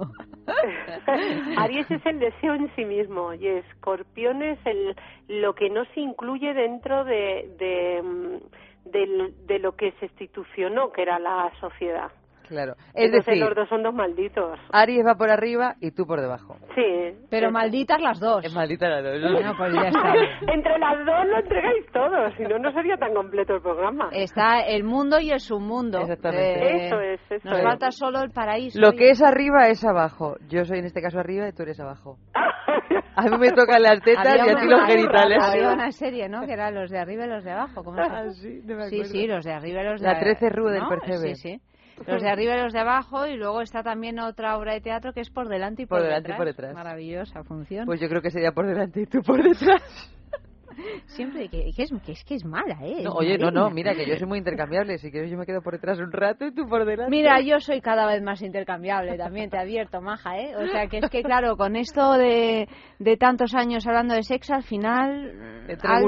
Aries es el deseo en sí mismo y Escorpión es lo que no se incluye dentro de lo que se institucionó, que era la sociedad. Claro. Es Entonces decir, los dos son dos malditos. Aries va por arriba y tú por debajo. Sí. Pero malditas las dos. Es maldita las dos. Bueno, pues ya está. Entre las dos lo entregáis todo, si no, no sería tan completo el programa. Está el mundo y el submundo. Exactamente. Eso es. Nos falta solo el paraíso. Lo que es arriba es abajo. Yo soy en este caso arriba y tú eres abajo. A mí me tocan las tetas y a ti los genitales. Había una serie, ¿no? Que eran los de arriba y los de abajo. ¿Cómo se llama? Sí, no me acuerdo. Sí, los de arriba y los de La 13 Rue del ¿no? Percebe. Sí. Los de arriba y los de abajo, y luego está también otra obra de teatro que es por delante y por detrás. Maravillosa función. Pues yo creo que sería por delante y tú por detrás. Siempre que es mala, ¿eh? No, oye, no, mira, que yo soy muy intercambiable. Si quieres yo me quedo por detrás un rato y tú por delante. Mira, yo soy cada vez más intercambiable también, te advierto, maja, ¿eh? O sea, que es que, claro, con esto de tantos años hablando de sexo, al final,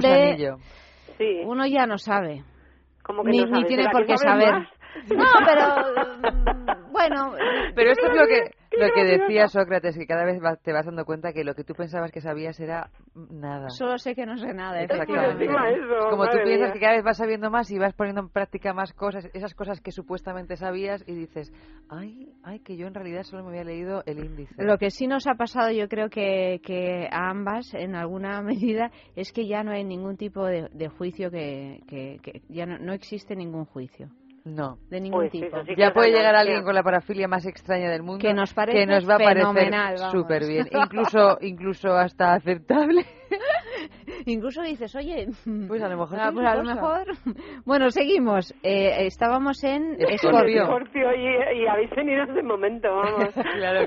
uno ya no sabe. ¿Cómo que ni no sabes? tiene ¿Será por que qué sabes saber. más? No, pero bueno. Pero esto es lo que decía Sócrates, que cada vez te vas dando cuenta que lo que tú pensabas que sabías era nada. Solo sé que no sé nada, Exactamente. efectivamente. Es como tú piensas que cada vez vas sabiendo más y vas poniendo en práctica más cosas, esas cosas que supuestamente sabías, y dices, ay, que yo en realidad solo me había leído el índice. Lo que sí nos ha pasado, yo creo que a ambas, en alguna medida, es que ya no hay ningún tipo de juicio que ya no existe ningún juicio. No. De ningún tipo. Sí, ya puede llegar alguien con la parafilia más extraña del mundo que nos va a parecer súper bien, incluso hasta aceptable. Incluso dices, oye, pues a lo mejor Bueno, seguimos. Estábamos en Escorpio y habéis venido desde el momento, vamos. Claro.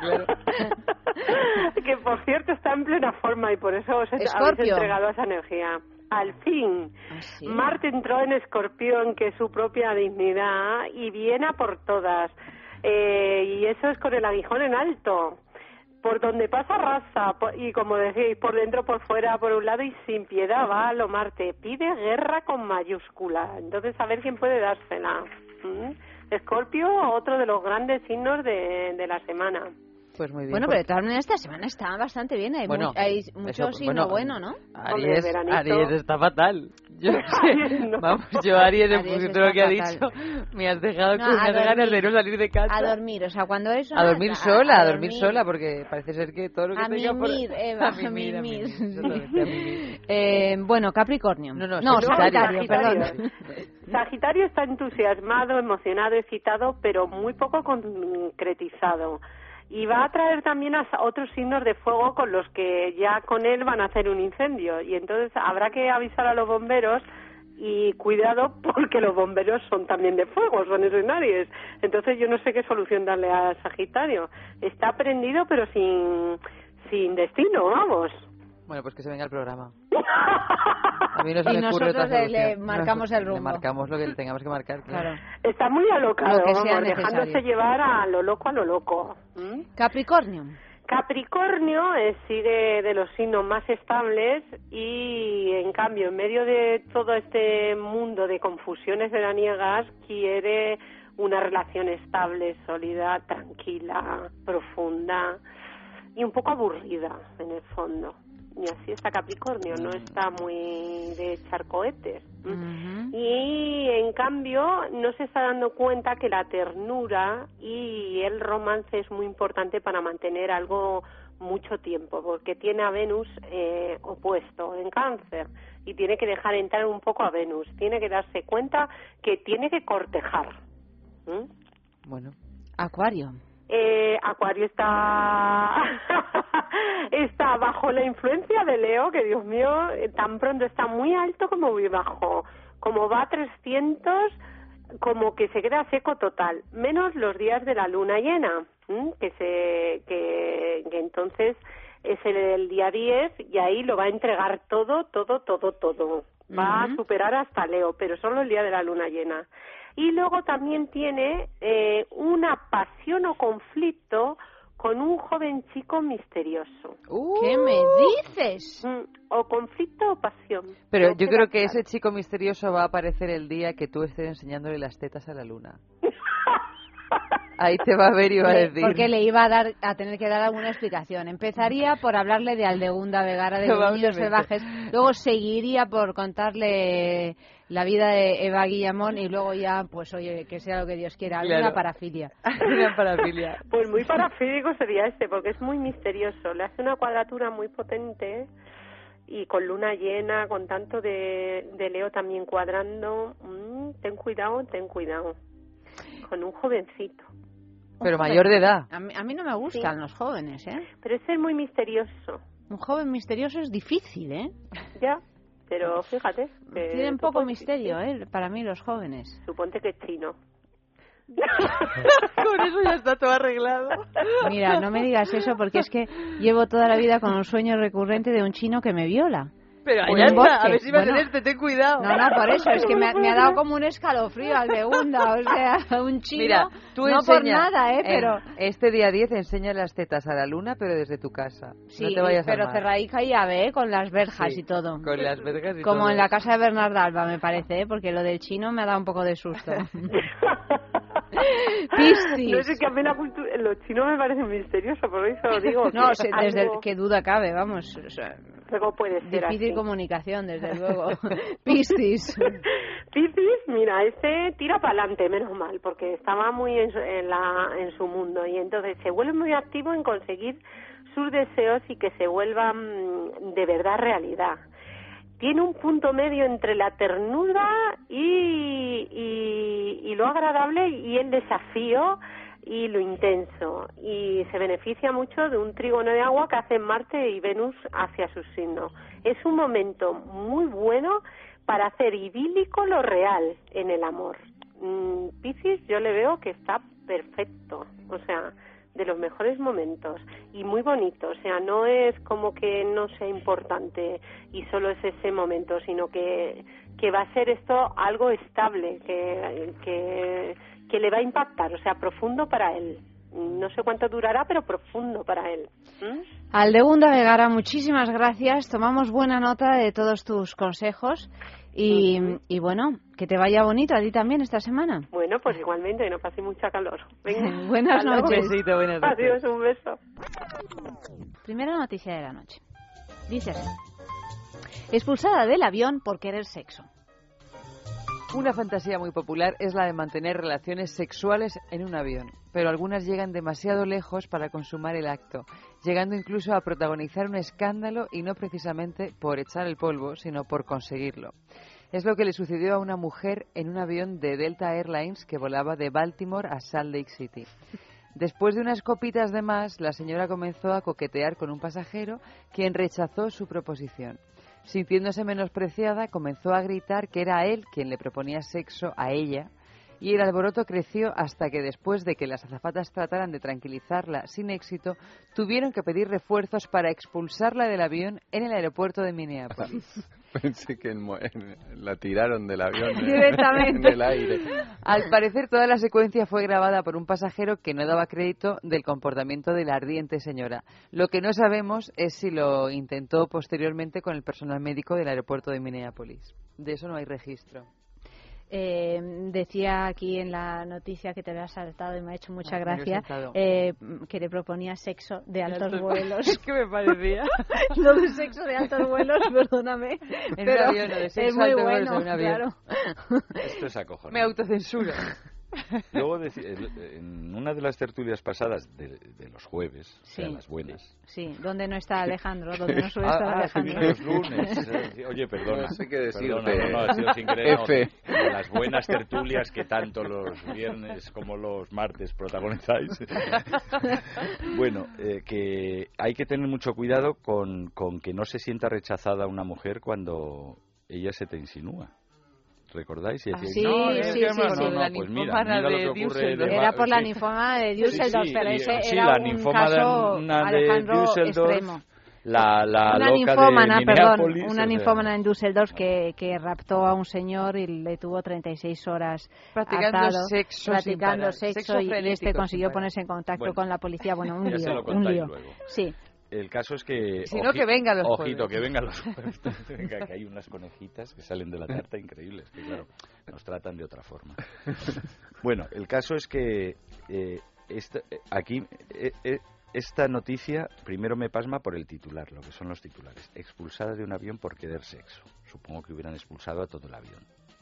Que por cierto está en plena forma y por eso os habéis entregado esa energía. Al fin, ¿sí? Marte entró en Escorpión, que es su propia dignidad, y viene a por todas. Y eso es con el aguijón en alto. Por donde pasa raza, y como decís, por dentro, por fuera, por un lado, y sin piedad va a lo Marte. Pide guerra con mayúscula. Entonces, a ver quién puede dársela. Escorpio, otro de los grandes signos de la semana. Pues muy bien. Bueno, pero de todas maneras esta semana está bastante bien. Hay mucho signo bueno, ¿no? Aries está fatal. Yo Aries, en función de lo que ha dicho, me has dejado con unas ganas de no salir de casa. A dormir, o sea, cuando eso... A dormir sola, porque parece ser que todo lo que tenga a mimir. Bueno, Capricornio. No, Sagitario, perdón. Sagitario está entusiasmado, emocionado, excitado, pero muy poco concretizado. Y va a traer también a otros signos de fuego con los que ya con él van a hacer un incendio. Y entonces habrá que avisar a los bomberos y cuidado porque los bomberos son también de fuego, son en Aries. Entonces yo no sé qué solución darle a Sagitario. Está prendido pero sin destino, vamos. Bueno, pues que se venga al programa. A mí no se me ocurre otra solución. Le marcamos el rumbo. Le marcamos lo que le tengamos que marcar. Claro. Está muy alocado, dejándose llevar a lo loco. Capricornio. Capricornio sigue de los signos más estables y, en cambio, en medio de todo este mundo de confusiones veraniegas, quiere una relación estable, sólida, tranquila, profunda y un poco aburrida en el fondo. Y así está Capricornio, no está muy de echar cohetes. Y en cambio no se está dando cuenta que la ternura y el romance es muy importante para mantener algo mucho tiempo, porque tiene a Venus opuesto en Cáncer y tiene que dejar entrar un poco a Venus, tiene que darse cuenta que tiene que cortejar. Bueno, Acuario. Acuario está está bajo la influencia de Leo, que Dios mío, tan pronto está muy alto como muy bajo, como va a 300, como que se queda seco total, menos los días de la luna llena, que entonces es el día 10 y ahí lo va a entregar todo. Va a superar hasta Leo, pero solo el día de la luna llena. Y luego también tiene una pasión o conflicto con un joven chico misterioso. ¿Qué me dices? O conflicto o pasión. Pero yo creo que ese chico misterioso va a aparecer el día que tú estés enseñándole las tetas a la luna. Ahí te va a ver y va a decir. Porque le iba a tener que dar alguna explicación. Empezaría por hablarle de Aldegunda Vegara, de los niños salvajes. Luego seguiría por contarle la vida de Eva Guillamón y luego ya, pues oye, que sea lo que Dios quiera. Claro. Una parafilia. Una parafilia. Pues muy parafílico sería porque es muy misterioso. Le hace una cuadratura muy potente y con luna llena, con tanto de Leo también cuadrando. Ten cuidado. Con un jovencito. Pero mayor de edad. A mí no me gustan los jóvenes, ¿eh? Pero es muy misterioso. Un joven misterioso es difícil, ¿eh? Ya, pero fíjate. Tienen poco misterio, ¿eh? Para mí los jóvenes. Suponte que es chino. Con eso ya está todo arreglado. Mira, no me digas eso porque es que llevo toda la vida con un sueño recurrente de un chino que me viola. Pero allá está, a ver si va a tenerte, ten cuidado. No, por eso, es que me ha dado como un escalofrío al segunda, o sea, un chino, mira, tú no enseña, por nada, pero... Este día 10 enseña las tetas a la luna, pero desde tu casa. Sí, no te vayas pero a cerradica y llave, con las verjas sí, y todo. Con las verjas y como todo. En la casa de Bernarda Alba, me parece, porque lo del chino me ha dado un poco de susto. Piscis. No sé, que a mí los chinos me parecen misteriosos, por eso lo digo. No, desde qué duda cabe, vamos. O sea, luego puede ser difícil así. Comunicación, desde luego. Piscis. Piscis, mira, tira para adelante, menos mal, porque estaba muy en su mundo y entonces se vuelve muy activo en conseguir sus deseos y que se vuelvan de verdad realidad. Tiene un punto medio entre la ternura y lo agradable y el desafío y lo intenso. Y se beneficia mucho de un trígono de agua que hacen Marte y Venus hacia su signo. Es un momento muy bueno para hacer idílico lo real en el amor. Piscis yo le veo que está perfecto, o sea, de los mejores momentos y muy bonito, o sea, no es como que no sea importante y solo es ese momento, sino que va a ser esto algo estable, que le va a impactar, o sea, profundo para él. No sé cuánto durará, pero profundo para él. Aldegunda Vegara, muchísimas gracias. Tomamos buena nota de todos tus consejos y bueno, que te vaya bonito a ti también esta semana. Bueno, pues igualmente, que no pase mucha calor. Venga, buenas noches. Besito, buenas noches. Adiós, un beso. Primera noticia de la noche. Dice así: expulsada del avión por querer sexo. Una fantasía muy popular es la de mantener relaciones sexuales en un avión, pero algunas llegan demasiado lejos para consumar el acto, llegando incluso a protagonizar un escándalo y no precisamente por echar el polvo, sino por conseguirlo. Es lo que le sucedió a una mujer en un avión de Delta Airlines que volaba de Baltimore a Salt Lake City. Después de unas copitas de más, la señora comenzó a coquetear con un pasajero, quien rechazó su proposición. Sintiéndose menospreciada, comenzó a gritar que era él quien le proponía sexo a ella, y el alboroto creció hasta que después de que las azafatas trataran de tranquilizarla sin éxito, tuvieron que pedir refuerzos para expulsarla del avión en el aeropuerto de Minneapolis. Pensé que la tiraron del avión directamente en el aire. Al parecer toda la secuencia fue grabada por un pasajero que no daba crédito del comportamiento de la ardiente señora. Lo que no sabemos es si lo intentó posteriormente con el personal médico del aeropuerto de Minneapolis. De eso no hay registro. Decía aquí en la noticia que te había saltado y me ha hecho mucha gracia que le proponía sexo de altos vuelos. ¿Qué me parecía? Lo de sexo de altos vuelos, perdóname. En un avión, de sexo es muy altos bueno, vuelos en un avión. claro. Esto es acojonante. Me autocensuro. Luego, en una de las tertulias pasadas de los jueves, o sea, las buenas. Sí, ¿dónde no está Alejandro? ¿Dónde no suele estar Alejandro? Los lunes. Oye, perdona. No sé qué decirte. No, ha sido sin querer. F. No, las buenas tertulias que tanto los viernes como los martes protagonizáis. Bueno, que hay que tener mucho cuidado con que no se sienta rechazada una mujer cuando ella se te insinúa. ¿Recordáis? Y decía, sí, no, pues mira lo que ocurre. Era por la ninfómana de Düsseldorf, pero ese era la un ninfómana caso, Alejandro, extremo. Una ninfómana, una ninfómana en Düsseldorf que raptó a un señor y le tuvo 36 horas practicando sexo y este consiguió ponerse en contacto con la policía. Bueno, un lío. Sí. El caso es que... Si no, que vengan los ojito, jueves. Que vengan los jueves. Que hay unas conejitas que salen de la tarta increíbles, que claro, nos tratan de otra forma. Bueno, el caso es que esta noticia primero me pasma por el titular, lo que son los titulares. Expulsada de un avión por querer sexo. Supongo que hubieran expulsado a todo el avión.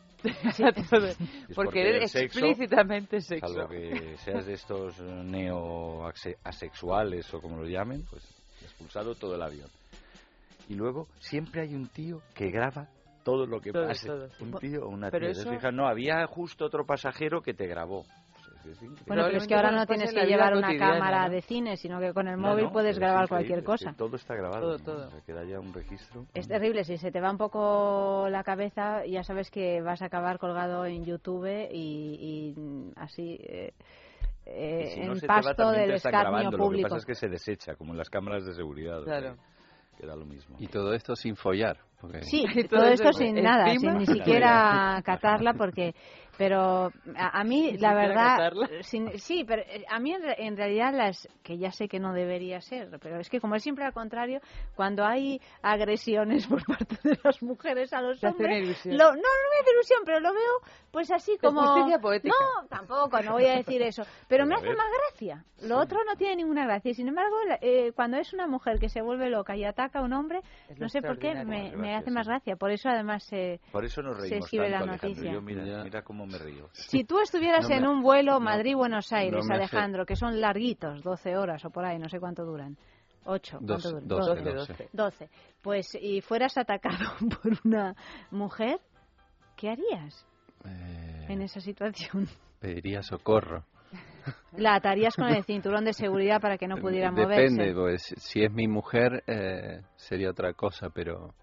Por querer explícitamente sexo. Salvo que seas de estos asexuales o como lo llamen, pues expulsado todo el avión. Y luego siempre hay un tío que graba todo lo que pase. Un tío o una tía. Eso... No, había justo otro pasajero que te grabó. Bueno, pero es que ahora no tienes que llevar una cámara de cine, sino que con el móvil puedes grabar cualquier cosa. Todo está grabado. Todo. O sea, queda ya un registro. Es terrible, si se te va un poco la cabeza, ya sabes que vas a acabar colgado en YouTube y así... en pasto del escarnio público. Lo que pasa es que se desecha, como en las cámaras de seguridad. Claro. Que da lo mismo. Y todo esto sin follar. Sí, todo esto sin nada, sin ni siquiera catarla, porque... Pero a mí, la verdad... Sí, pero a mí en realidad que ya sé que no debería ser, pero es que como es siempre al contrario, cuando hay agresiones por parte de las mujeres a los hombres... No me hace ilusión, pero lo veo pues así como... Justicia poética. No, tampoco, no voy a decir eso. Pero me hace más gracia. Lo otro no tiene ninguna gracia. Y sin embargo, cuando es una mujer que se vuelve loca y ataca a un hombre, no sé por qué me hace más gracia. Por eso además por eso nos reímos se escribe tanto, la noticia. Yo, mira cómo me río. Si tú estuvieras en un vuelo Madrid-Buenos Aires, Alejandro, que son larguitos, 12 horas o por ahí, no sé cuánto duran. 8, ¿cuánto duran? 12. Pues, y fueras atacado por una mujer, ¿qué harías en esa situación? Pediría socorro. La atarías con el cinturón de seguridad para que no pudiera moverse. Depende, pues si es mi mujer sería otra cosa, pero...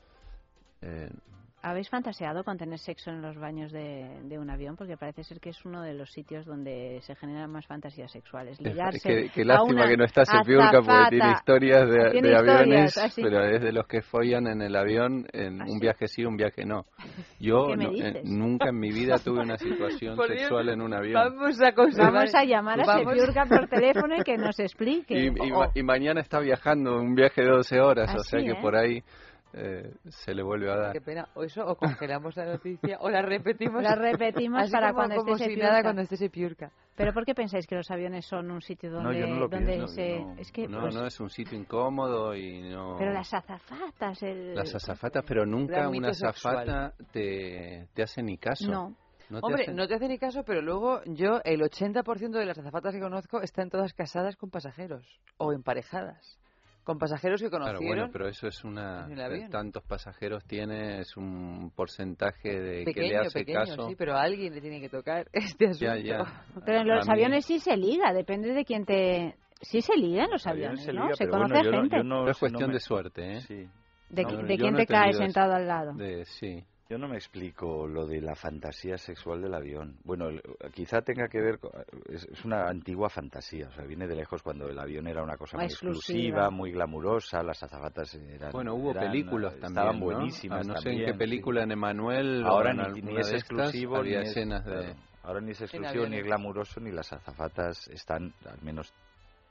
¿Habéis fantaseado con tener sexo en los baños de un avión? Porque parece ser que es uno de los sitios donde se generan más fantasías sexuales. Ligarse Qué lástima que no está Sepiurca porque tiene historias de aviones, pero es de los que follan en el avión en un viaje sí, un viaje no. Yo nunca en mi vida tuve una situación sexual en un avión. Vamos a llamar a Sepiurca por teléfono y que nos explique. Y mañana está viajando un viaje de 12 horas, o sea que por ahí... se le vuelve a dar. Qué pena. O congelamos la noticia o la repetimos. La repetimos así para como cuando esté si nada cuando esté Sepiurca. ¿Pero por qué pensáis que los aviones son un sitio donde, no es un sitio incómodo y no... Pero las azafatas... Las azafatas, pero nunca una azafata te hace ni caso. No. No te hace ni caso, pero luego el 80% de las azafatas que conozco están todas casadas con pasajeros o emparejadas. Con pasajeros que conocieron. Claro, bueno, pero eso es tantos pasajeros tiene, es un porcentaje de pequeño, que le hace caso. Sí, pero a alguien le tiene que tocar este asunto. Ya. Pero en los aviones sí se liga, depende de quién te... Sí se liga en los aviones, ¿no? Se conoce a gente. No es cuestión de suerte, ¿eh? Sí. De quién te cae sentado al lado. Sí. Yo no me explico lo de la fantasía sexual del avión. Bueno, quizá tenga que ver es una antigua fantasía, o sea, viene de lejos cuando el avión era una cosa muy exclusiva, muy glamurosa, las azafatas eran... Bueno, hubo películas también, estaban buenísimas. No sé en qué película en Emanuel ahora o en ni es exclusivo, había escenas de... Ahora ni es exclusivo, ni es glamuroso, ni las azafatas están, al menos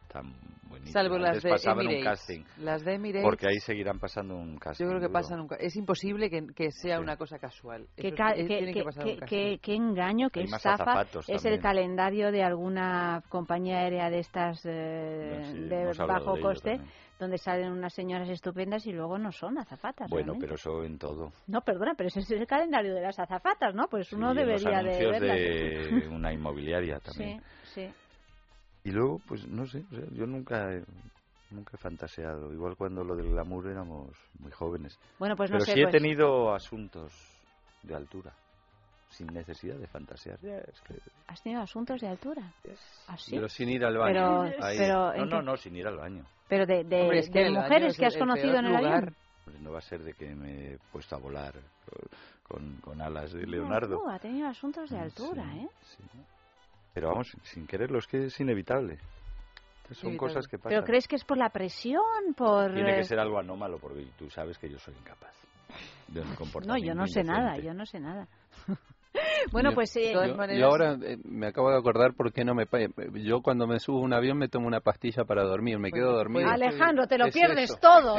están buenísimas. Salvo las Antes de pasaban Emirates. un casting. Las de Emirates. Porque ahí seguirán pasando un casting. Yo creo que duro. pasan es imposible que sea una cosa casual. Tiene que pasar un casting. Qué engaño, qué estafa es el calendario de alguna compañía aérea de estas de bajo coste, donde salen unas señoras estupendas y luego no son azafatas. Bueno, realmente. pero eso en todo. No, perdona, pero ese es el calendario de las azafatas, ¿no? Pues uno debería los de verlas. de una inmobiliaria también. Sí. Y luego, pues no sé, o sea, yo nunca he fantaseado. Igual cuando lo del glamour éramos muy jóvenes. Bueno, pues pero no sé. Sí he tenido asuntos de altura, sin necesidad de fantasear. ¿Has tenido asuntos de altura? ¿Ah, sí? Pero sin ir al baño. No, sin ir al baño. Pero de mujeres que has conocido en el avión. No va a ser de que me he puesto a volar con alas de Leonardo. Ha tenido asuntos de altura, Sí. Pero vamos, sin quererlo, es que es inevitable. Son cosas que pasan. ¿Pero crees que es por la presión? Tiene que ser algo anómalo, porque tú sabes que yo soy incapaz de un comportamiento. No, yo no sé nada. Bueno, pues de todas maneras... Y ahora me acabo de acordar por qué no me... Yo cuando me subo a un avión me tomo una pastilla para dormir, me quedo dormido. Alejandro, te lo pierdes todo,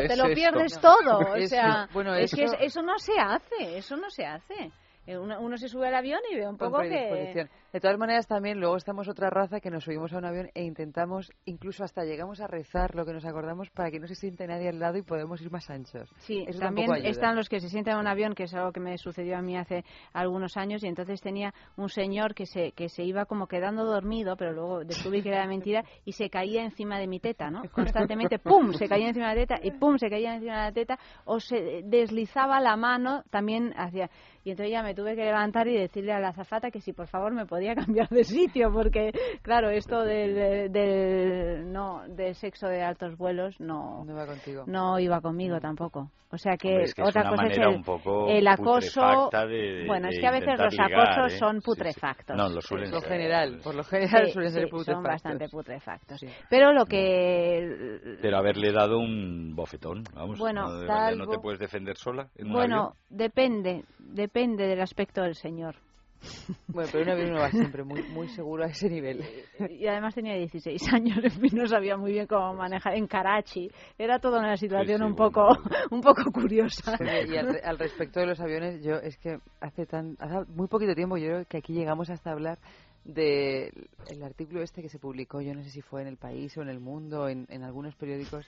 o sea, es que eso no se hace. Uno se sube al avión y ve un poco que... De todas maneras, también luego estamos otra raza que nos subimos a un avión e intentamos, incluso hasta llegamos a rezar lo que nos acordamos para que no se siente nadie al lado y podemos ir más anchos. Sí, eso también están los que se sientan en un avión, que es algo que me sucedió a mí hace algunos años, y entonces tenía un señor que se iba como quedando dormido, pero luego descubrí que era mentira, y se caía encima de mi teta, ¿no? Constantemente, ¡pum!, se caía encima de la teta, y ¡pum!, se caía encima de la teta, o se deslizaba la mano también hacia... Y entonces ya me tuve que levantar y decirle a la azafata que si por favor me podía cambiar de sitio, porque claro, esto del sexo de altos vuelos no iba conmigo tampoco. O sea que es otra cosa es el acoso. Bueno, es que a veces los acosos son putrefactos. No, lo suelen ser. Por lo general suelen ser putrefactos. Son bastante putrefactos. Sí. Pero lo que... Pero haberle dado un bofetón, vamos. Bueno, ¿no te puedes defender sola en un avión? Depende del aspecto del señor. Bueno, pero un avión no va siempre muy seguro a ese nivel. Y además tenía 16 años, no sabía muy bien cómo manejar en Karachi. Era toda una situación un poco curiosa. Y al respecto de los aviones, yo es que hace muy poquito tiempo, yo creo que aquí llegamos hasta hablar del artículo este que se publicó, yo no sé si fue en El País o en El Mundo, en algunos periódicos.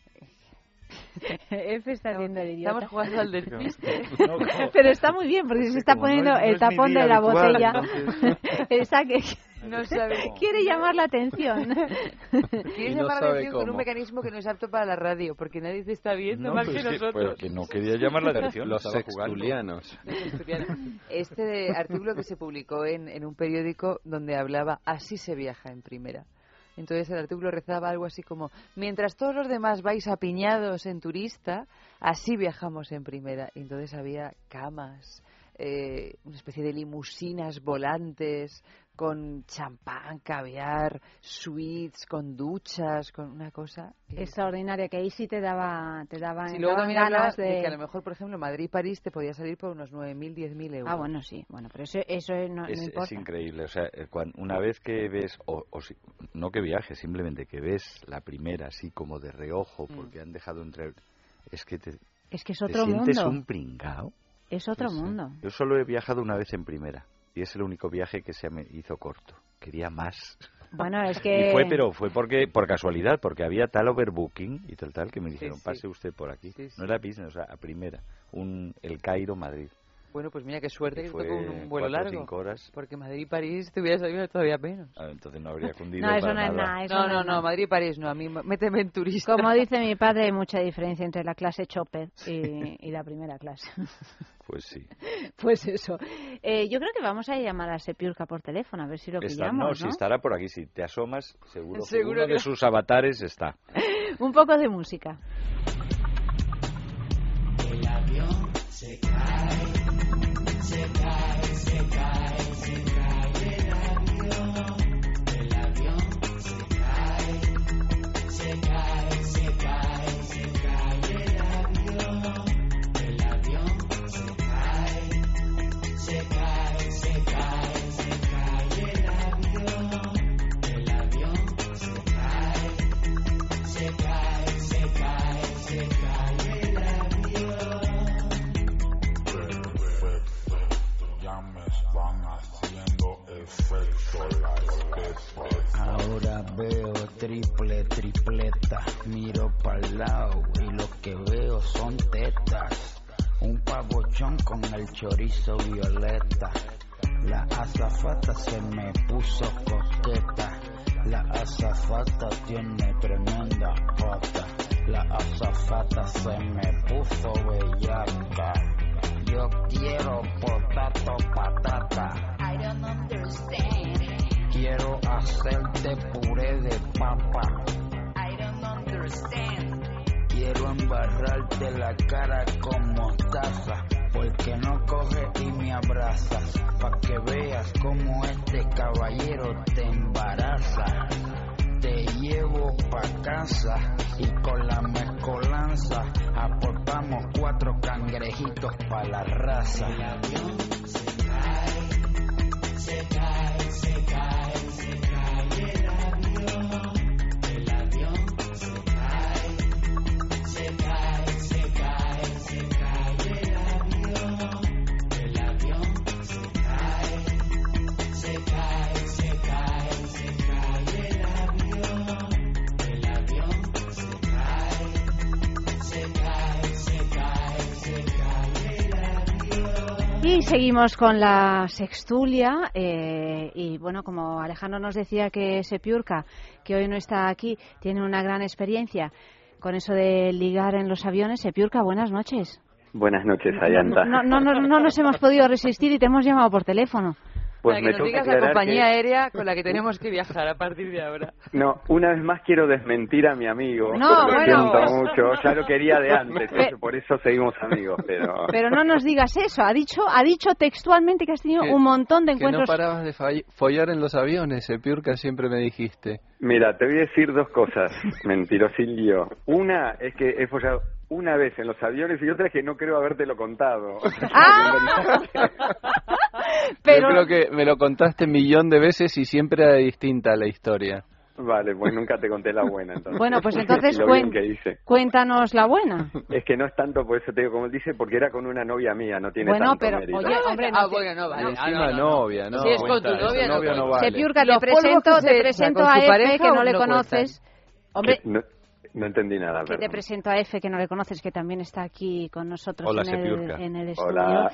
F está haciendo el idiota. Estamos jugando al despiste. Pero está muy bien, porque se está poniendo el tapón de la botella. Esa que no sabe. Quiere llamar la atención. Quiere llamar la atención con un mecanismo que no es apto para la radio, porque nadie te está viendo más que nosotros. Pero que no quería llamar la atención. Los sextulianos. Este artículo que se publicó en un periódico donde hablaba así se viaja en primera. Entonces el artículo rezaba algo así como: mientras todos los demás vais apiñados en turista, así viajamos en primera. Y entonces había camas, una especie de limusinas volantes con champán, caviar, suites, con duchas, con una cosa extraordinaria, que ahí sí te daba sí, luego también ganas de que a lo mejor, por ejemplo, Madrid-París te podía salir por unos 9.000, 10.000 euros. Ah, bueno, sí, pero eso no importa. Es increíble, o sea, una vez que ves, no que viajes, simplemente que ves la primera así como de reojo, porque han dejado entrar, es que es otro mundo. ¿Te sientes un pringao? Es otro mundo. Yo solo he viajado una vez en primera. Y es el único viaje que se me hizo corto. Quería más. Bueno, es que... Y fue por casualidad, porque había tal overbooking y tal que me dijeron, pase usted por aquí. Sí. No era business, o sea, a primera. El Cairo-Madrid. Bueno, pues mira qué suerte que te tocó un vuelo 4 largo. 5 horas. Porque Madrid-París te hubiera salido todavía menos. Entonces no habría cundido no, eso para no es nada. No, Madrid-París no. A mí méteme en turista. Como dice mi padre, hay mucha diferencia entre la clase chopper y la primera clase. Pues sí. Pues eso. Yo creo que vamos a llamar a Sepiurka por teléfono, a ver si lo pillamos, ¿no? Si estará por aquí. Si te asomas, seguro que uno de sus avatares está. Un poco de música. El avión se cae. Se cae, se cae, se cae el avión. El avión se cae. Se cae, se cae, se cae el avión. El avión se cae. Se cae, se cae, se cae el avión. El avión se cae. Ahora veo tripleta, miro pa'l lado y lo que veo son tetas. Un pavochón con el chorizo violeta. La azafata se me puso coqueta. La azafata tiene tremenda pata. La azafata se me puso bellaca. Yo quiero potato patata. I don't understand. Quiero hacerte puré de papa. I don't understand. Quiero embarrarte la cara con mostaza, porque no coge y me abrazas, pa' que veas cómo este caballero te embaraza. Te llevo pa' casa y con la mezcolanza aportamos 4 cangrejitos pa' la raza. El avión se cae, se cae, se cae, se cae el avión. El avión se cae, se cae, se cae, se cae el avión. El avión se cae, se cae, se cae, se cae el avión. El avión se cae, se cae, se cae, se cae el avión. Y seguimos con la sextulia y bueno, como Alejandro nos decía que Sepiurka, que hoy no está aquí, tiene una gran experiencia con eso de ligar en los aviones. Sepiurka, buenas noches. Buenas noches, Ayanta. No nos hemos podido resistir y te hemos llamado por teléfono. Pues para que nos digas la compañía aérea con la que tenemos que viajar a partir de ahora. No, una vez más quiero desmentir a mi amigo. No, lo bueno. siento mucho, ya lo quería de antes, por eso seguimos amigos, pero... Pero no nos digas eso, ha dicho textualmente que has tenido un montón de encuentros... Que no parabas de follar en los aviones, Sepiurka, siempre me dijiste. Mira, te voy a decir 2 cosas, mentirosillo. Una es que he follado una vez en los aviones y otra es que no creo habértelo contado. Pero... Yo creo que me lo contaste 1.000.000 de veces y siempre era distinta la historia. Vale, pues nunca te conté la buena, entonces. Bueno, pues entonces cuéntanos la buena. Es que no es tanto, por eso te digo, como él dice, porque era con una novia mía, no tiene tanto mérito. Oye, hombre, bueno, no vale. Encima novia, ¿no? Si es con tu novia, no vale. Sepiurka, te presento a Efe, que no le conoces. Hombre... No entendí nada. Que te presento a Efe, que no le conoces, que también está aquí con nosotros. Hola, en el estudio. Hola.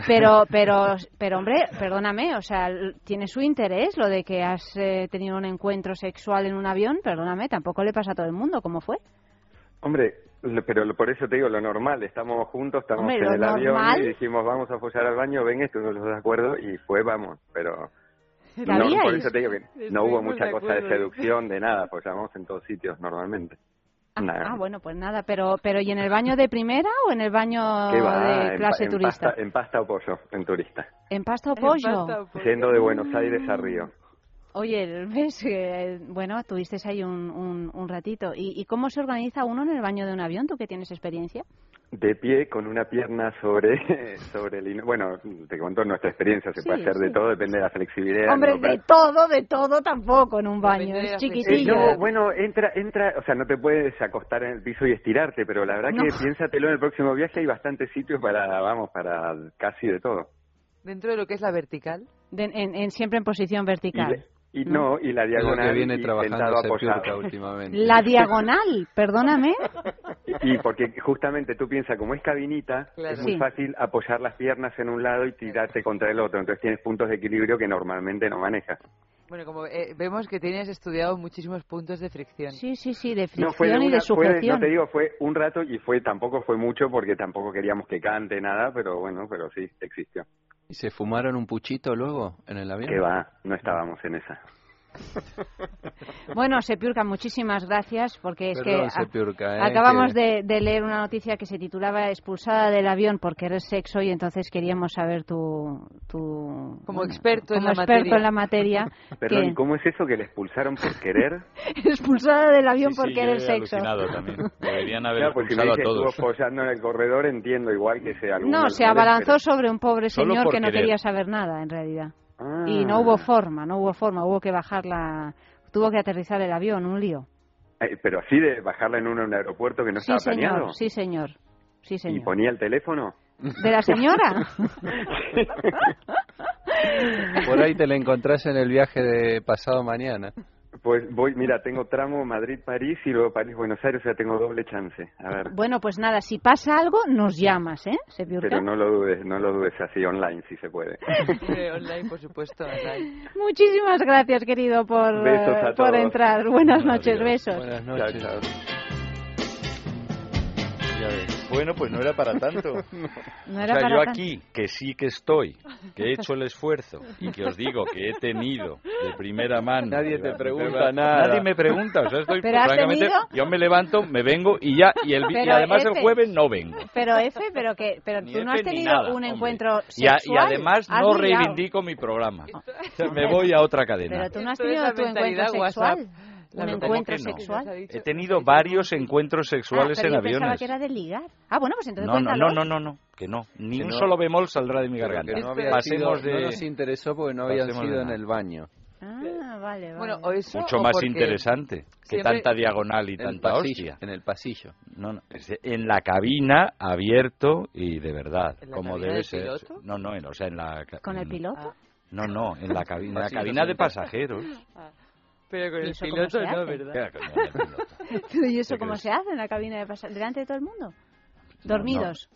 Pero hombre, perdóname, o sea, tiene su interés lo de que has tenido un encuentro sexual en un avión, perdóname, tampoco le pasa a todo el mundo, ¿cómo fue? Hombre, pero por eso te digo, lo normal, estamos juntos, estamos en el avión y dijimos, vamos a follar al baño, ven, estuvimos de acuerdo y fue, vamos, pero... No, por eso te digo que no hubo mucha cosa de seducción, de nada, pues vamos en todos sitios normalmente. Bueno, pues nada, pero ¿y en el baño de primera o en el baño de clase turista? En pasta o pollo, en turista. ¿En pasta o pollo? Yendo de Buenos Aires a Río. Oye, ves que, bueno, tuvisteis ahí un ratito. ¿Y cómo se organiza uno en el baño de un avión? ¿Tú que tienes experiencia? De pie, con una pierna sobre el... Bueno, te cuento nuestra experiencia, se puede hacer de todo, depende de la flexibilidad. Hombre, de todo tampoco en un baño, es chiquitillo. No, bueno, entra, o sea, no te puedes acostar en el piso y estirarte, pero la verdad que piénsatelo en el próximo viaje, hay bastantes sitios para casi de todo. ¿Dentro de lo que es la vertical? Siempre en posición vertical. Y la diagonal, que viene trabajando Sepiurka últimamente. La diagonal, perdóname. Y porque justamente tú piensas, como es cabinita, es muy fácil apoyar las piernas en un lado y tirarte contra el otro. Entonces tienes puntos de equilibrio que normalmente no manejas. Bueno, como vemos que tienes estudiado muchísimos puntos de fricción. Sí, de fricción y de sujeción. No te digo, fue un rato y tampoco fue mucho porque tampoco queríamos que cante nada, pero bueno, pero sí, existió. ¿Y se fumaron un puchito luego en el avión? Que va, no estábamos en esa. Bueno, Sepiurka, muchísimas gracias, porque es Perdón, que Sepiurka, acabamos de leer una noticia que se titulaba Expulsada del avión por querer sexo, y entonces queríamos saber tu como experto en la materia. Perdón, ¿y cómo es eso que le expulsaron por querer? Expulsada del avión por querer sexo. También. Deberían haber expulsado si a todos. Estuvo follando en el corredor, entiendo, igual que sea alguno. No, se abalanzó sobre un pobre señor que no quería saber nada, en realidad. Y no hubo forma, hubo que bajarla, tuvo que aterrizar el avión, un lío. Pero así de bajarla en un aeropuerto que no estaba planeado. Sí, señor. ¿Y ponía el teléfono? ¿De la señora? Por ahí te la encontrás en el viaje de pasado mañana. Pues mira, tengo tramo Madrid-París y luego París-Buenos Aires, o sea, tengo doble chance. A ver. Bueno, pues nada, si pasa algo, nos llamas, ¿eh? Pero no lo dudes, así online, si se puede. Online, por supuesto, online. Muchísimas gracias, querido, por entrar. Buenas noches, besos. Buenas noches. Chao, chao. Ya ves. Bueno, pues no era para tanto. No era yo aquí, que sí que estoy, que he hecho el esfuerzo y que os digo que he tenido de primera mano. Nadie te pregunta nada. Nadie me pregunta, o sea, estoy francamente, yo me levanto, me vengo y ya y además el jueves no vengo. Pero tú no has tenido nada, un encuentro sexual. Y además no reivindico mi programa. O sea, me voy a otra cadena. Pero tú no has tenido tu encuentro sexual. ¿Un encuentro sexual? He tenido varios encuentros sexuales en aviones. Pensaba que era de ligar. Bueno, pues entonces No, que no. Ni un solo bemol saldrá de mi garganta. No nos interesó porque no habían sido en el baño. Vale. Bueno, o eso, mucho más interesante que tanta diagonal y tanta hostia. En el pasillo. No, en la cabina, abierto y de verdad, como debe ser. Piloto? No, o sea, en la... ¿Con el piloto? No, en la cabina de pasajeros. Pero con el piloto no, ¿verdad? ¿Y eso cómo se hace en la cabina de pasajeros? ¿Delante de todo el mundo? ¿Dormidos?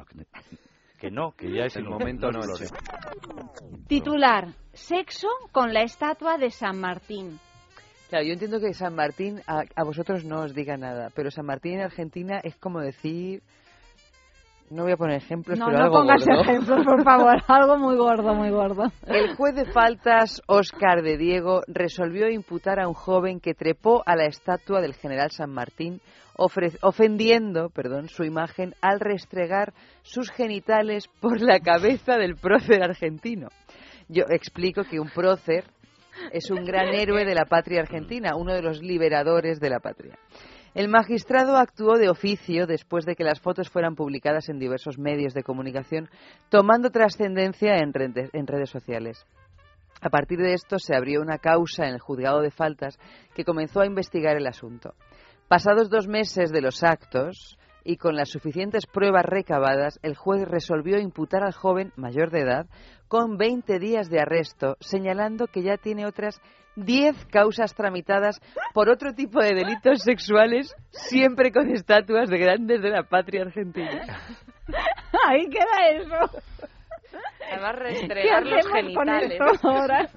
Que ya es el momento noche. Titular: sexo con la estatua de San Martín. Claro, yo entiendo que San Martín a vosotros no os diga nada, pero San Martín en Argentina es como decir... No voy a poner ejemplos, pero algo gordo. No pongas ejemplos, por favor. Algo muy gordo, muy gordo. El juez de faltas, Óscar de Diego, resolvió imputar a un joven que trepó a la estatua del general San Martín, ofendiendo su imagen al restregar sus genitales por la cabeza del prócer argentino. Yo explico que un prócer es un gran héroe de la patria argentina, uno de los liberadores de la patria. El magistrado actuó de oficio después de que las fotos fueran publicadas en diversos medios de comunicación, tomando trascendencia en redes sociales. A partir de esto se abrió una causa en el juzgado de faltas que comenzó a investigar el asunto. Pasados 2 meses de los actos y con las suficientes pruebas recabadas, el juez resolvió imputar al joven mayor de edad con 20 días de arresto, señalando que ya tiene otras 10 causas tramitadas por otro tipo de delitos sexuales, siempre con estatuas de grandes de la patria argentina. Ahí queda eso. Además, restregar los genitales. Ahora?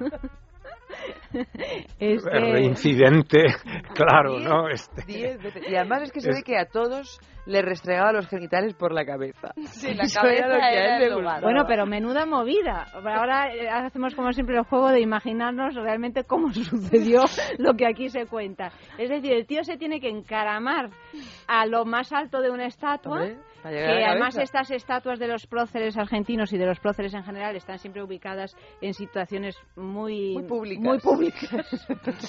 Reincidente, claro, 10, ¿no? 10 veces. Y además es que se ve que a todos le restregaba los genitales por la cabeza. Sí, la cabeza era el lugar. Bueno, pero menuda movida. Ahora hacemos como siempre el juego de imaginarnos realmente cómo sucedió lo que aquí se cuenta. Es decir, el tío se tiene que encaramar a lo más alto de una estatua. Hombre, que además estas estatuas de los próceres argentinos y de los próceres en general están siempre ubicadas en situaciones muy públicas.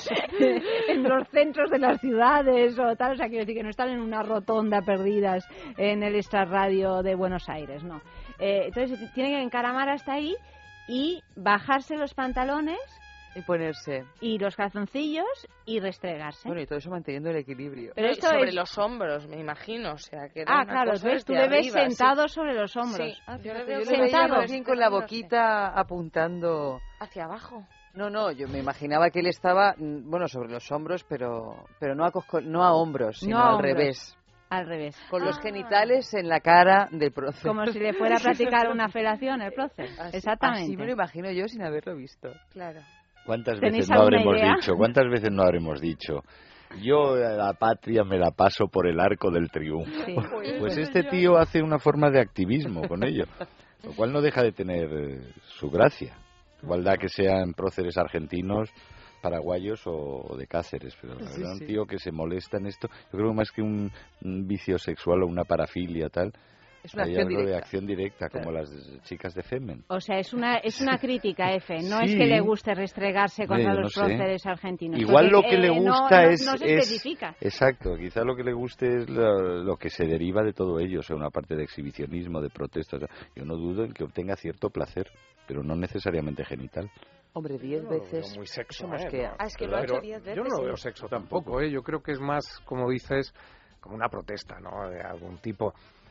En los centros de las ciudades o tal, o sea, quiero decir que no están en una rotonda perdidas en el extrarradio de Buenos Aires, no. Entonces tiene que encaramar hasta ahí y bajarse los pantalones y ponerse y los calzoncillos y restregarse. Bueno, y todo eso manteniendo el equilibrio. Pero esto sobre los hombros, me imagino, o sea, que era claro, ves, tú le ves sentado sobre los hombros. Sí. Yo le veo sentado con la boquita apuntando hacia abajo. No, yo me imaginaba que él estaba, sobre los hombros, pero no a hombros, sino al revés. Al revés. Con los genitales en la cara del prócer. Como si le fuera a practicar una felación el prócer. Exactamente. Así me lo imagino yo sin haberlo visto. Claro. ¿Cuántas veces no habremos dicho? Yo a la patria me la paso por el arco del triunfo. Sí. Pues este tío hace una forma de activismo con ello, lo cual no deja de tener su gracia. Igualdad que sean próceres argentinos, paraguayos o de Cáceres, pero la verdad, un tío que se molesta en esto, yo creo que más que un vicio sexual o una parafilia tal, es una acción directa, claro, como las chicas de Femen. O sea, es una crítica, Efe. No es que le guste restregarse contra los próceres argentinos. Igual lo que le gusta no se especifica. Exacto, quizá lo que le guste es lo que se deriva de todo ello, o sea, una parte de exhibicionismo, de protesta. O sea, yo no dudo en que obtenga cierto placer, pero no necesariamente genital. Hombre, 10 veces. Muy sexo, es que lo ha hecho 10 veces. Yo no lo veo sexo tampoco, Yo creo que es más, como dices, como una protesta, ¿no? De algún tipo.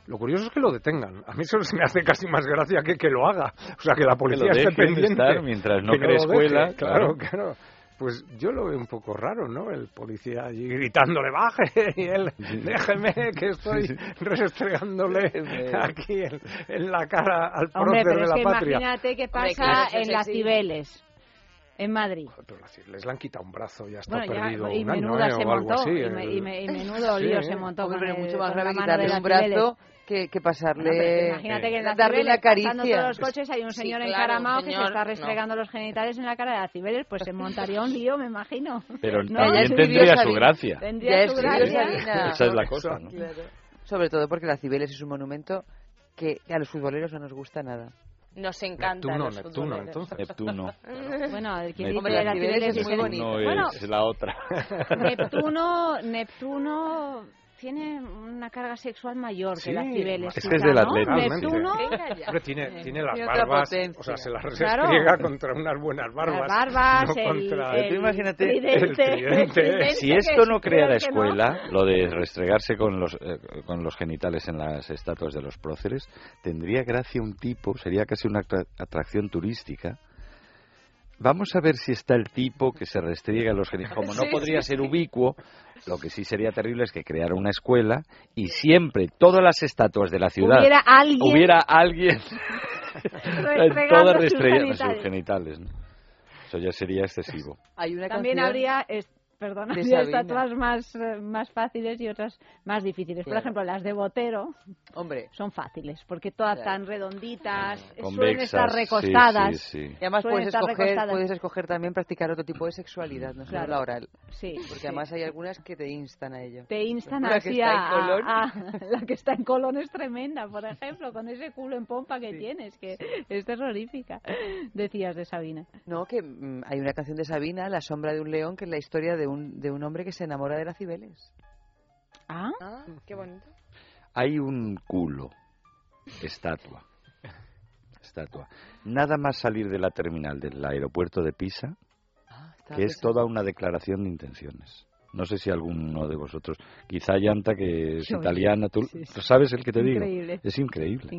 Lo curioso es que lo detengan. A mí eso se me hace casi más gracia que lo haga. O sea, que la policía esté pendiente. Mientras no cree escuela. Claro. Pues yo lo veo un poco raro, ¿no? El policía allí gritándole, baje, y él, déjeme que estoy restregándole aquí en la cara al prócer de la patria. Imagínate qué pasa en las Cibeles, en Madrid. Pero las Cibeles le han quitado un brazo, ya está perdido y un año, o algo así. Y menudo lío se montó con mucho más grave la mano de un brazo que pasarle, imagínate que en darle una caricia. Pasando todos los coches hay un señor encaramado que se está restregando los genitales en la cara de la Cibeles, pues se montaría un lío, me imagino. Pero también tendría su gracia. Tendría su gracia. Esa es la cosa, ¿no? Claro. Sobre todo porque la Cibeles es un monumento que a los futboleros no nos gusta nada. Nos encanta. Neptuno. Bueno, quien dice de la Cibeles es muy bonito. Es la otra. Neptuno tiene una carga sexual mayor que las Cibeles. Es que es del Atlético. Neptuno tiene las barbas, o sea, se las restriega contra unas buenas barbas. Las barbas, no contra imagínate, el tridente. Si esto no creara escuela, lo de restregarse con los genitales en las estatuas de los próceres, tendría gracia un tipo, sería casi una atracción turística. Vamos a ver si está el tipo que se restriega los genitales. Como no podría ser ubicuo, lo que sí sería terrible es que creara una escuela y siempre todas las estatuas de la ciudad hubiera alguien todas restregando sus genitales, ¿no? Eso ya sería excesivo. Hay una También habría estatuas más fáciles y otras más difíciles. Claro. Por ejemplo, las de Botero son fáciles, porque todas están redonditas, suelen estar recostadas. Sí. Y además puedes escoger también practicar otro tipo de sexualidad, no solo la oral. Sí. Porque además hay algunas que te instan a ello. Te instan así la que está en Colón es tremenda, por ejemplo, con ese culo en pompa que tienes, que es terrorífica. Decías de Sabina. No, que hay una canción de Sabina, La sombra de un león, que es la historia de un hombre que se enamora de la Cibeles. Ah, qué bonito. Hay un culo, estatua. Nada más salir de la terminal del aeropuerto de Pisa, que es toda una declaración de intenciones. No sé si alguno de vosotros, quizá Yanta, que es italiana, ¿tú sabes el que te digo? Es increíble.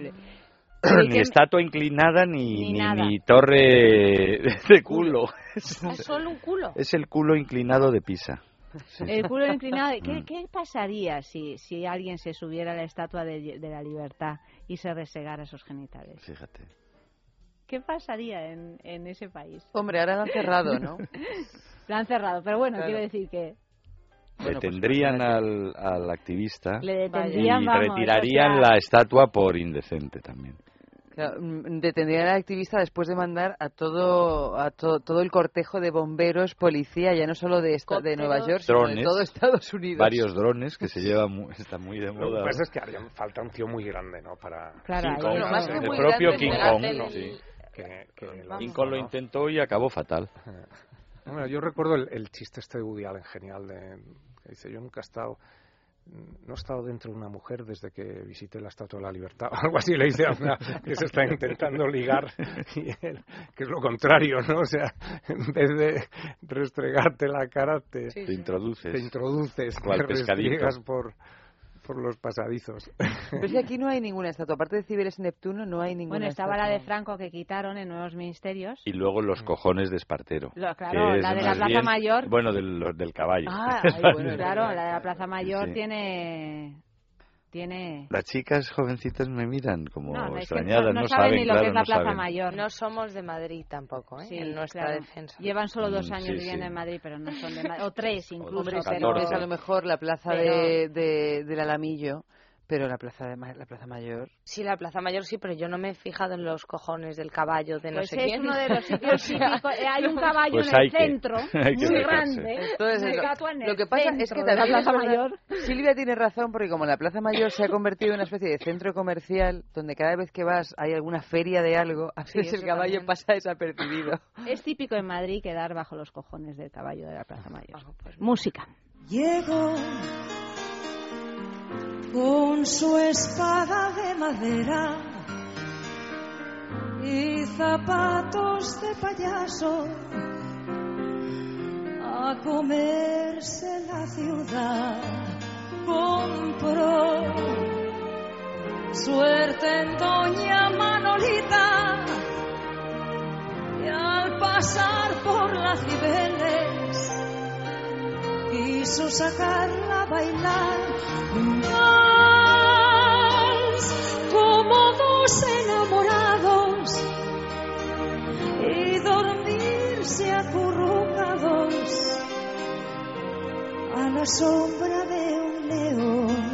Ni estatua inclinada ni torre de culo. ¿Es solo un culo? Es el culo inclinado de Pisa. El culo inclinado. ¿Qué pasaría si alguien se subiera a la estatua de la libertad y se resegara esos genitales? Fíjate. ¿Qué pasaría en ese país? Hombre, ahora lo han cerrado, ¿no? Lo han cerrado, pero bueno, quiero decir que... Detendrían al activista y retirarían la estatua por indecente también. Claro, detendrían al activista después de mandar a todo el cortejo de bomberos, policía, ya no solo de Nueva York, sino de todo Estados Unidos. Varios drones que se llevan, está muy de moda. Lo que pasa es que haría falta un tío muy grande, ¿no? Para King Kong, el propio King Kong, ¿no? King Kong lo intentó y acabó fatal. Bueno, yo recuerdo el chiste este de Woody Allen, genial, que dice, yo nunca no he estado dentro de una mujer desde que visité la Estatua de la Libertad. Algo así le dice a una que se está intentando ligar, y él, que es lo contrario, ¿no? O sea, en vez de restregarte la cara, te introduces, te restriegas por los pasadizos. Pero si aquí no hay ninguna estatua, aparte de Cibeles y Neptuno, no hay ninguna Bueno, estaba estatua. La de Franco que quitaron en Nuevos Ministerios. Y luego los cojones de Espartero. Claro, la de la Plaza Mayor. Bueno, del caballo. Bueno, claro, la de la Plaza Mayor tiene... Las chicas jovencitas me miran como extrañadas, no saben ni lo que es la Plaza Mayor. No somos de Madrid tampoco, en nuestra defensa. Llevan solo 2 años viviendo en Madrid, pero no son de Madrid, o 3 incluso. Hombre, pero es a lo mejor la plaza del Alamillo, pero la Plaza Mayor... Sí, la Plaza Mayor sí, pero yo no me he fijado en los cojones del caballo de no sé quién. Pues es uno de los sitios típicos. Hay un caballo en el centro, muy grande. Entonces, lo que pasa es que también la Plaza Mayor... Silvia tiene razón, porque como la Plaza Mayor se ha convertido en una especie de centro comercial, donde cada vez que vas hay alguna feria de algo, a veces el caballo pasa desapercibido. Es típico en Madrid quedar bajo los cojones del caballo de la Plaza Mayor. Pues, música. Llegó con su espada de madera y zapatos de payaso a comerse la ciudad. Compró suerte en doña Manolita, y al pasar por las Cibeles quiso sacarla a bailar un vals como dos enamorados y dormirse acurrucados a la sombra de un león.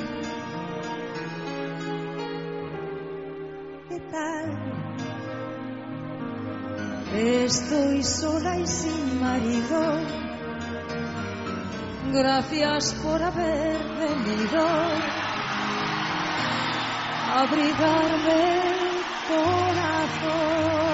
¿Qué tal? Estoy sola y sin marido. Gracias por haber venido a abrigarme el corazón.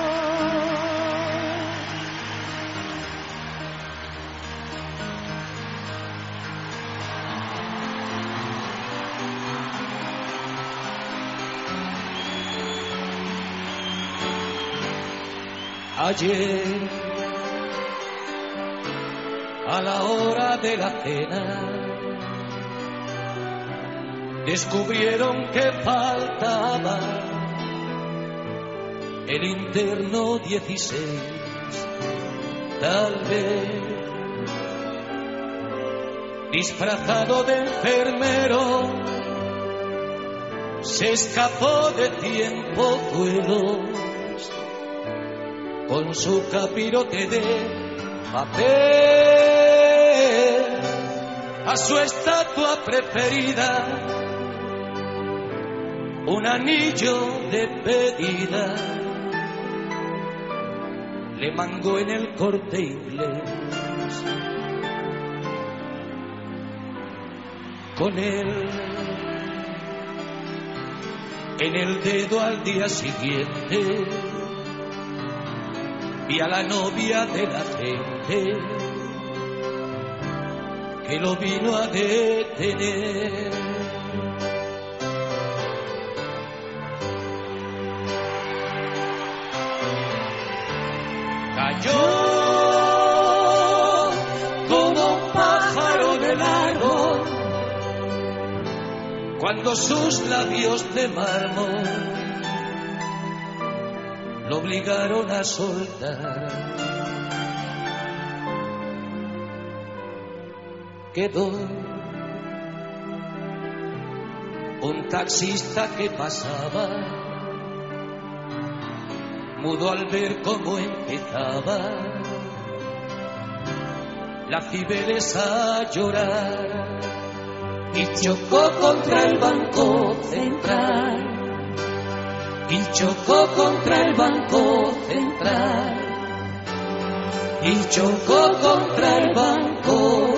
Ayer, a la hora de la cena, descubrieron que faltaba el interno 16, tal vez disfrazado de enfermero, se escapó de tiempo-duelos con su capirote de papel a su estatua preferida un anillo de pedida le mangó en el Corte Inglés. Con él en el dedo al día siguiente vi a la novia de la gente que lo vino a detener. Cayó como un pájaro del árbol cuando sus labios de mármol lo obligaron a soltar. Quedó un taxista que pasaba, mudo al ver cómo empezaba la Cibeles a llorar, y chocó contra el Banco Central. Y chocó contra el Banco Central. Y chocó contra el banco.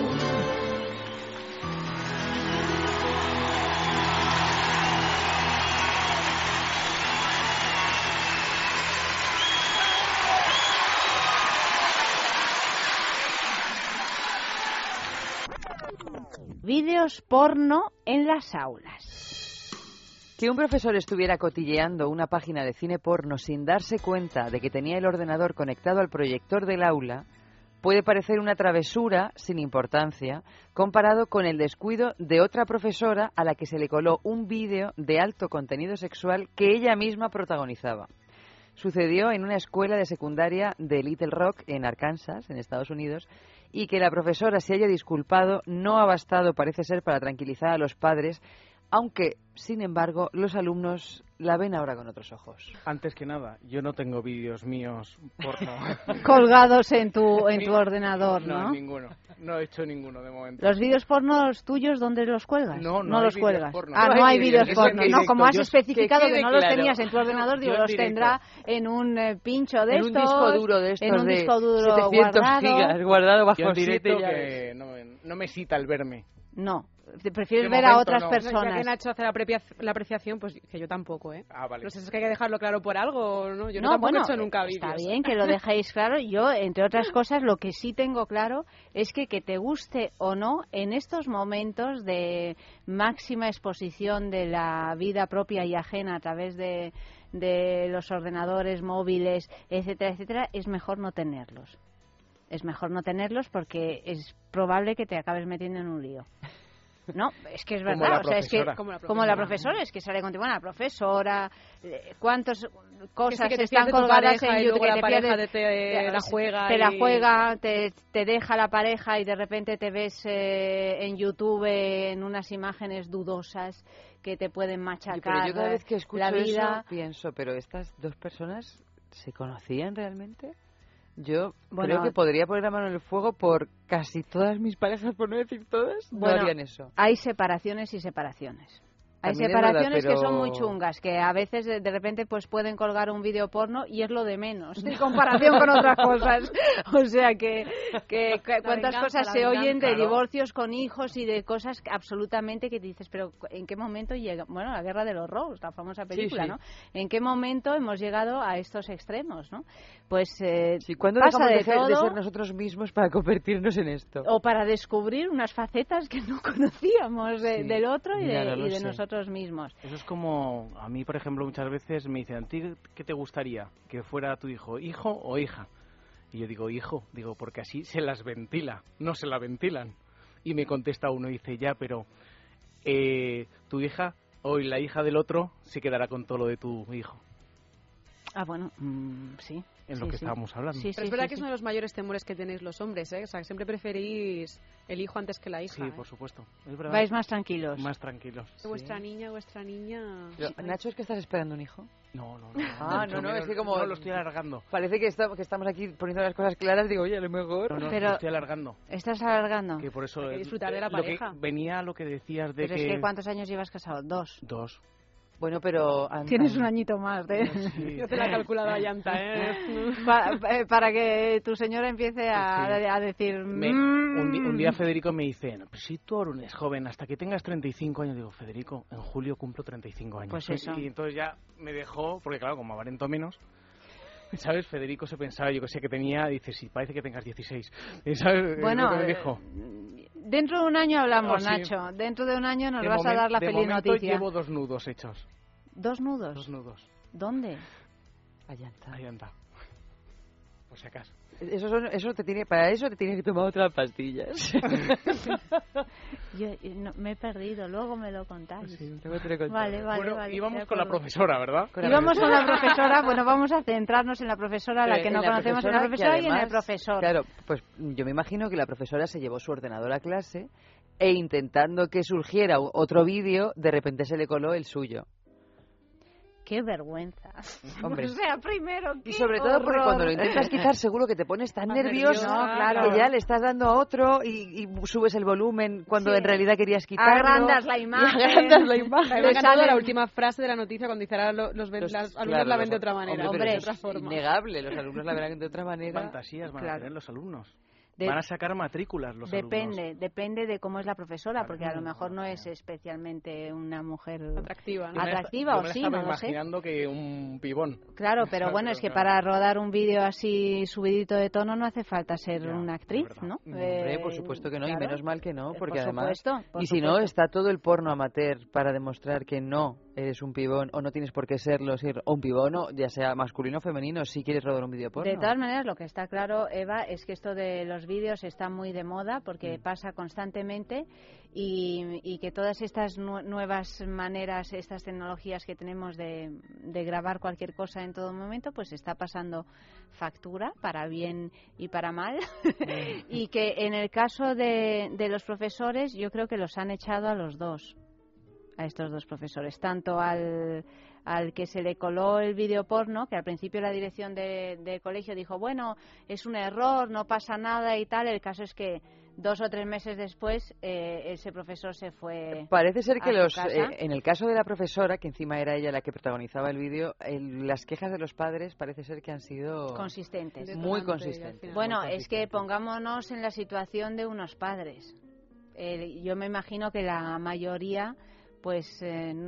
Vídeos porno en las aulas. Que un profesor estuviera cotilleando una página de cine porno sin darse cuenta de que tenía el ordenador conectado al proyector del aula puede parecer una travesura sin importancia comparado con el descuido de otra profesora a la que se le coló un vídeo de alto contenido sexual que ella misma protagonizaba. Sucedió en una escuela de secundaria de Little Rock, en Arkansas, en Estados Unidos, y que la profesora se haya disculpado no ha bastado, parece ser, para tranquilizar a los padres, aunque, sin embargo, los alumnos la ven ahora con otros ojos. Antes que nada, yo no tengo vídeos míos porno colgados en tu ordenador, ¿no? No, ninguno. No he hecho ninguno de momento. ¿Los vídeos pornos tuyos dónde los cuelgas? No los cuelgas. Porno. Ah, no hay vídeos porno. No, como has especificado que no los claro. tenías en tu ordenador, digo, los tendrá en un pincho de estos. En un disco duro de estos. En un disco duro 700 gigas guardado bajo yo 7 que no me excita el verme. No. Te prefieres ver a otras personas. Ya que Nacho hace la apreciación, pues que yo tampoco, ¿eh? Ah, vale. No sé si es que hay que dejarlo claro por algo, ¿no? Yo tampoco he hecho nunca vídeos. Está bien que lo dejéis claro. Yo, entre otras cosas, lo que sí tengo claro es que te guste o no, en estos momentos de máxima exposición de la vida propia y ajena a través de los ordenadores móviles, etcétera, etcétera, es mejor no tenerlos. Es mejor no tenerlos porque es probable que te acabes metiendo en un lío. No, es que es verdad, o sea, es que como la profesora, es que sale contigo, bueno, la profesora, cuántas cosas que están colgadas en YouTube, que la te pareja te la juega, la juega, te deja la pareja y de repente te ves en YouTube en unas imágenes dudosas que te pueden machacar pero yo cada vez que escucho la vida. Eso pienso, pero estas dos personas ¿se conocían realmente? Yo creo que podría poner la mano en el fuego por casi todas mis parejas, por no decir todas, no harían eso. Hay separaciones y separaciones. Hay separaciones que son muy chungas, que a veces de repente pues pueden colgar un vídeo porno y es lo de menos en comparación con otras cosas. O sea que cuántas cosas se oyen de divorcios con hijos y de cosas absolutamente que dices, pero ¿en qué momento llega? Bueno, la Guerra de los Rose, la famosa película, ¿no? ¿En qué momento hemos llegado a estos extremos, no? Pues ¿cuándo pasa dejamos de ser nosotros mismos para convertirnos en esto? O para descubrir unas facetas que no conocíamos del otro y de nosotros mismos. Eso es como, a mí por ejemplo muchas veces me dicen, ¿a ti qué te gustaría? ¿Que fuera tu hijo o hija? Y yo digo hijo, porque así se las ventila, no se la ventilan. Y me contesta uno y dice, ya, pero tu hija o la hija del otro se quedará con todo lo de tu hijo. Ah, bueno, sí. En lo que estábamos hablando. Pero es verdad que es uno de los mayores temores que tenéis los hombres, ¿eh? O sea, que siempre preferís el hijo antes que la hija. Sí, por supuesto. Es verdad. Vais más tranquilos. Más tranquilos. Vuestra niña. Nacho, ¿es que estás esperando un hijo? No. No, es que como... No, lo estoy alargando. Parece que estamos aquí poniendo las cosas claras, digo, oye, a lo mejor... No, pero lo estoy alargando. ¿Estás alargando? Que por eso... Hay que disfrutar de la pareja. Venía lo que decías de pero es que ¿cuántos años llevas casado? 2. 2. Bueno, pero... Tienes un añito más, ¿eh? Sí. Yo te la he calculado a llanta, ¿eh? Para que tu señora empiece a decir... Un día Federico me dice, no, pero si tú eres joven, hasta que tengas 35 años, digo, Federico, en julio cumplo 35 años. Pues eso. Y entonces ya me dejó, porque claro, como aparento menos... ¿Sabes? Federico se pensaba, yo que sé, que tenía... Dice, sí, parece que tengas 16. ¿Sabes? Bueno, me dijo. Dentro de un año hablamos, Nacho. Dentro de un año nos vas a dar la feliz noticia. Llevo 2 nudos hechos. ¿2 nudos? 2 nudos. ¿Dónde? Allanta. Por si acaso. Para eso te tienes que tomar otras pastillas. Yo me he perdido, luego me lo contáis. Sí, tengo que contar. Vale. Íbamos con la profesora, ¿verdad? Íbamos con la profesora, bueno, vamos a centrarnos en la profesora, la que no conocemos, en la profesora además, y en el profesor. Claro, pues yo me imagino que la profesora se llevó su ordenador a clase e intentando que surgiera otro vídeo, de repente se le coló el suyo. ¡Qué vergüenza! Hombre. O sea, primero, y sobre todo porque cuando lo intentas quitar seguro que te pones tan nervioso claro. que ya le estás dando a otro y subes el volumen cuando en realidad querías quitarlo. Agrandas la imagen. Me ha encantado la última frase de la noticia cuando dice los alumnos la ven de otra manera. Hombre, de otra forma. Innegable, los alumnos la verán de otra manera. Fantasías van a tener los alumnos. Van a sacar matrículas los alumnos. Depende de cómo es la profesora, porque a lo mejor no es especialmente una mujer atractiva, ¿no? Atractiva, o sí, no lo sé. Me estaba imaginando que un pibón. Claro, pero bueno, es que para rodar un vídeo así subidito de tono no hace falta ser una actriz, ¿no? Hombre, por supuesto que no, y menos mal que no, porque además... Y si no, está todo el porno amateur para demostrar que no eres un pibón o no tienes por qué serlo, o un pibón, ya sea masculino o femenino, si quieres rodar un vídeo porno. De todas maneras, lo que está claro, Eva, es que esto de los vídeos está muy de moda porque pasa constantemente y que todas estas nuevas maneras, estas tecnologías que tenemos de grabar cualquier cosa en todo momento, pues está pasando factura para bien y para mal y que en el caso de los profesores yo creo que los han echado a los dos. A estos dos profesores, tanto al que se le coló el vídeo porno, que al principio la dirección del colegio dijo, bueno, es un error, no pasa nada y tal. El caso es que 2 o 3 meses después ese profesor se fue. Parece ser que casa. En el caso de la profesora, que encima era ella la que protagonizaba el vídeo, las quejas de los padres parece ser que han sido consistentes, muy consistentes. Bueno, es que pongámonos en la situación de unos padres. Yo me imagino que la mayoría pues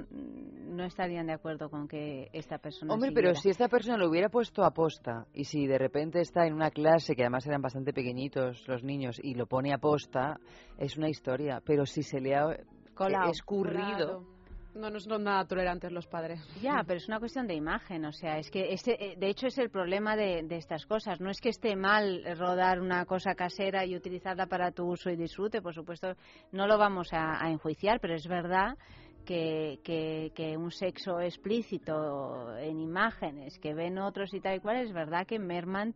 no estarían de acuerdo con que esta persona Hombre, siguiera. pero si esta persona lo hubiera puesto a posta y si de repente está en una clase que además eran bastante pequeñitos los niños y lo pone a posta, es una historia, pero si se le ha escurrido... No son nada tolerantes los padres. Ya, pero es una cuestión de imagen, o sea, es que de hecho es el problema de estas cosas. No es que esté mal rodar una cosa casera y utilizarla para tu uso y disfrute, por supuesto, no lo vamos a enjuiciar, pero es verdad que un sexo explícito en imágenes que ven otros y tal y cual, es verdad que merman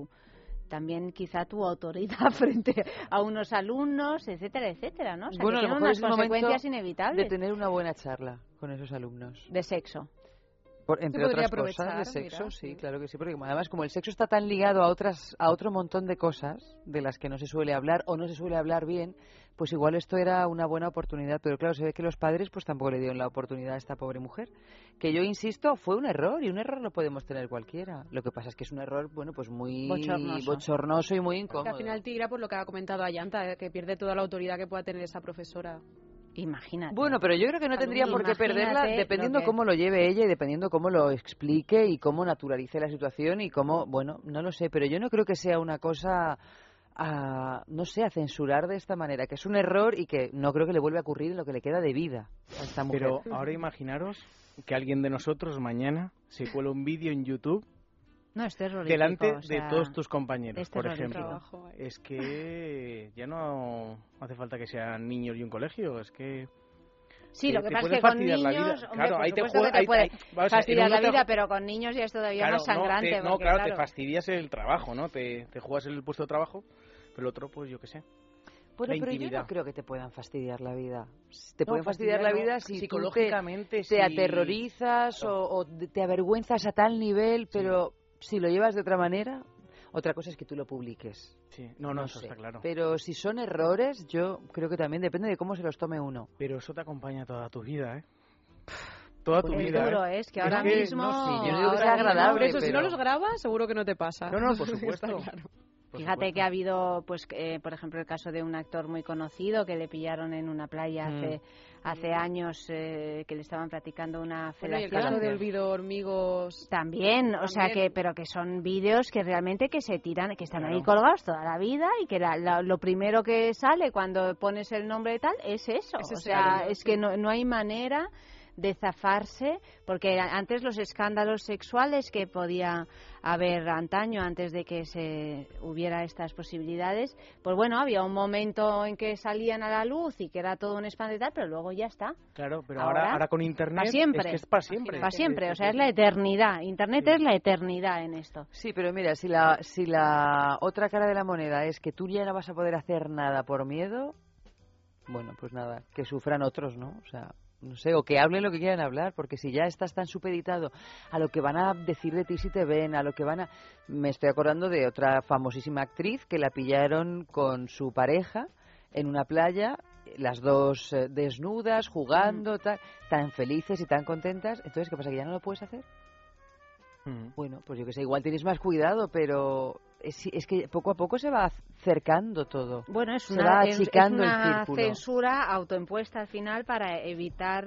también quizá tu autoridad frente a unos alumnos, etcétera, etcétera, ¿no? O sea, bueno, que tiene unas consecuencias inevitables. De tener una buena charla con esos alumnos. De sexo. Entre otras cosas, de sexo, mira, sí, claro que sí, porque además como el sexo está tan ligado a otro montón de cosas de las que no se suele hablar o no se suele hablar bien, pues igual esto era una buena oportunidad, pero claro, se ve que los padres pues tampoco le dieron la oportunidad a esta pobre mujer, que yo insisto, fue un error, y un error lo podemos tener cualquiera. Lo que pasa es que es un error, bueno, pues muy bochornoso y muy incómodo. Que al final tira por lo que ha comentado Ayanta, que pierde toda la autoridad que pueda tener esa profesora. Imagínate. Bueno, pero yo creo que no tendría por qué perderla dependiendo cómo lo lleve ella y dependiendo cómo lo explique y cómo naturalice la situación y cómo, bueno, no lo sé, pero yo no creo que sea una cosa a censurar de esta manera, que es un error y que no creo que le vuelva a ocurrir en lo que le queda de vida a esta mujer. Pero ahora imaginaros que alguien de nosotros mañana se cuela un vídeo en YouTube. No, es terrorífico, delante de todos tus compañeros, por ejemplo. Es que ya no hace falta que sean niños y un colegio, es que... Sí, lo que pasa es que con niños, claro, ahí te puede fastidiar la vida, pero con niños ya es todavía más sangrante. Claro, te fastidias el trabajo, ¿no? Te juegas el puesto de trabajo, pero el otro, pues yo qué sé. Bueno, pero yo no creo que te puedan fastidiar la vida. Te pueden fastidiar la vida si psicológicamente te aterrorizas o te avergüenzas a tal nivel, pero... Si lo llevas de otra manera, otra cosa es que tú lo publiques. Sí, no, eso está claro. Pero si son errores, yo creo que también depende de cómo se los tome uno. Pero eso te acompaña toda tu vida, ¿eh? Toda tu vida. Duro, es que ahora mismo... No, yo no digo que sea agradable, por eso, pero... si no los grabas, seguro que no te pasa. No, por supuesto. Claro. Fíjate que ha habido, pues, por ejemplo, el caso de un actor muy conocido que le pillaron en una playa hace años que le estaban practicando una felación. Bueno, y el caso de Olvido Hormigos también, o sea pero que son vídeos que realmente que se tiran, que están ahí colgados toda la vida y que lo primero que sale cuando pones el nombre y tal es eso. O sea, es que no hay manera de zafarse, porque antes los escándalos sexuales que podía haber antaño, antes de que se hubiera estas posibilidades, pues bueno, había un momento en que salían a la luz y que era todo un espanto y tal, pero luego ya está. Claro, pero ahora con Internet es que es para siempre. Para siempre, o sea, es la eternidad. Internet es la eternidad en esto. Sí, pero mira, si la otra cara de la moneda es que tú ya no vas a poder hacer nada por miedo, bueno, pues nada, que sufran otros, ¿no? O sea... No sé, o que hablen lo que quieran hablar, porque si ya estás tan supeditado a lo que van a decir de ti si te ven, a lo que van a... Me estoy acordando de otra famosísima actriz que la pillaron con su pareja en una playa, las dos desnudas, jugando, tan felices y tan contentas. Entonces, ¿qué pasa? ¿Que ya no lo puedes hacer? Bueno, pues yo que sé, igual tienes más cuidado, pero es que poco a poco se va acercando todo. Bueno, es una censura autoimpuesta al final para evitar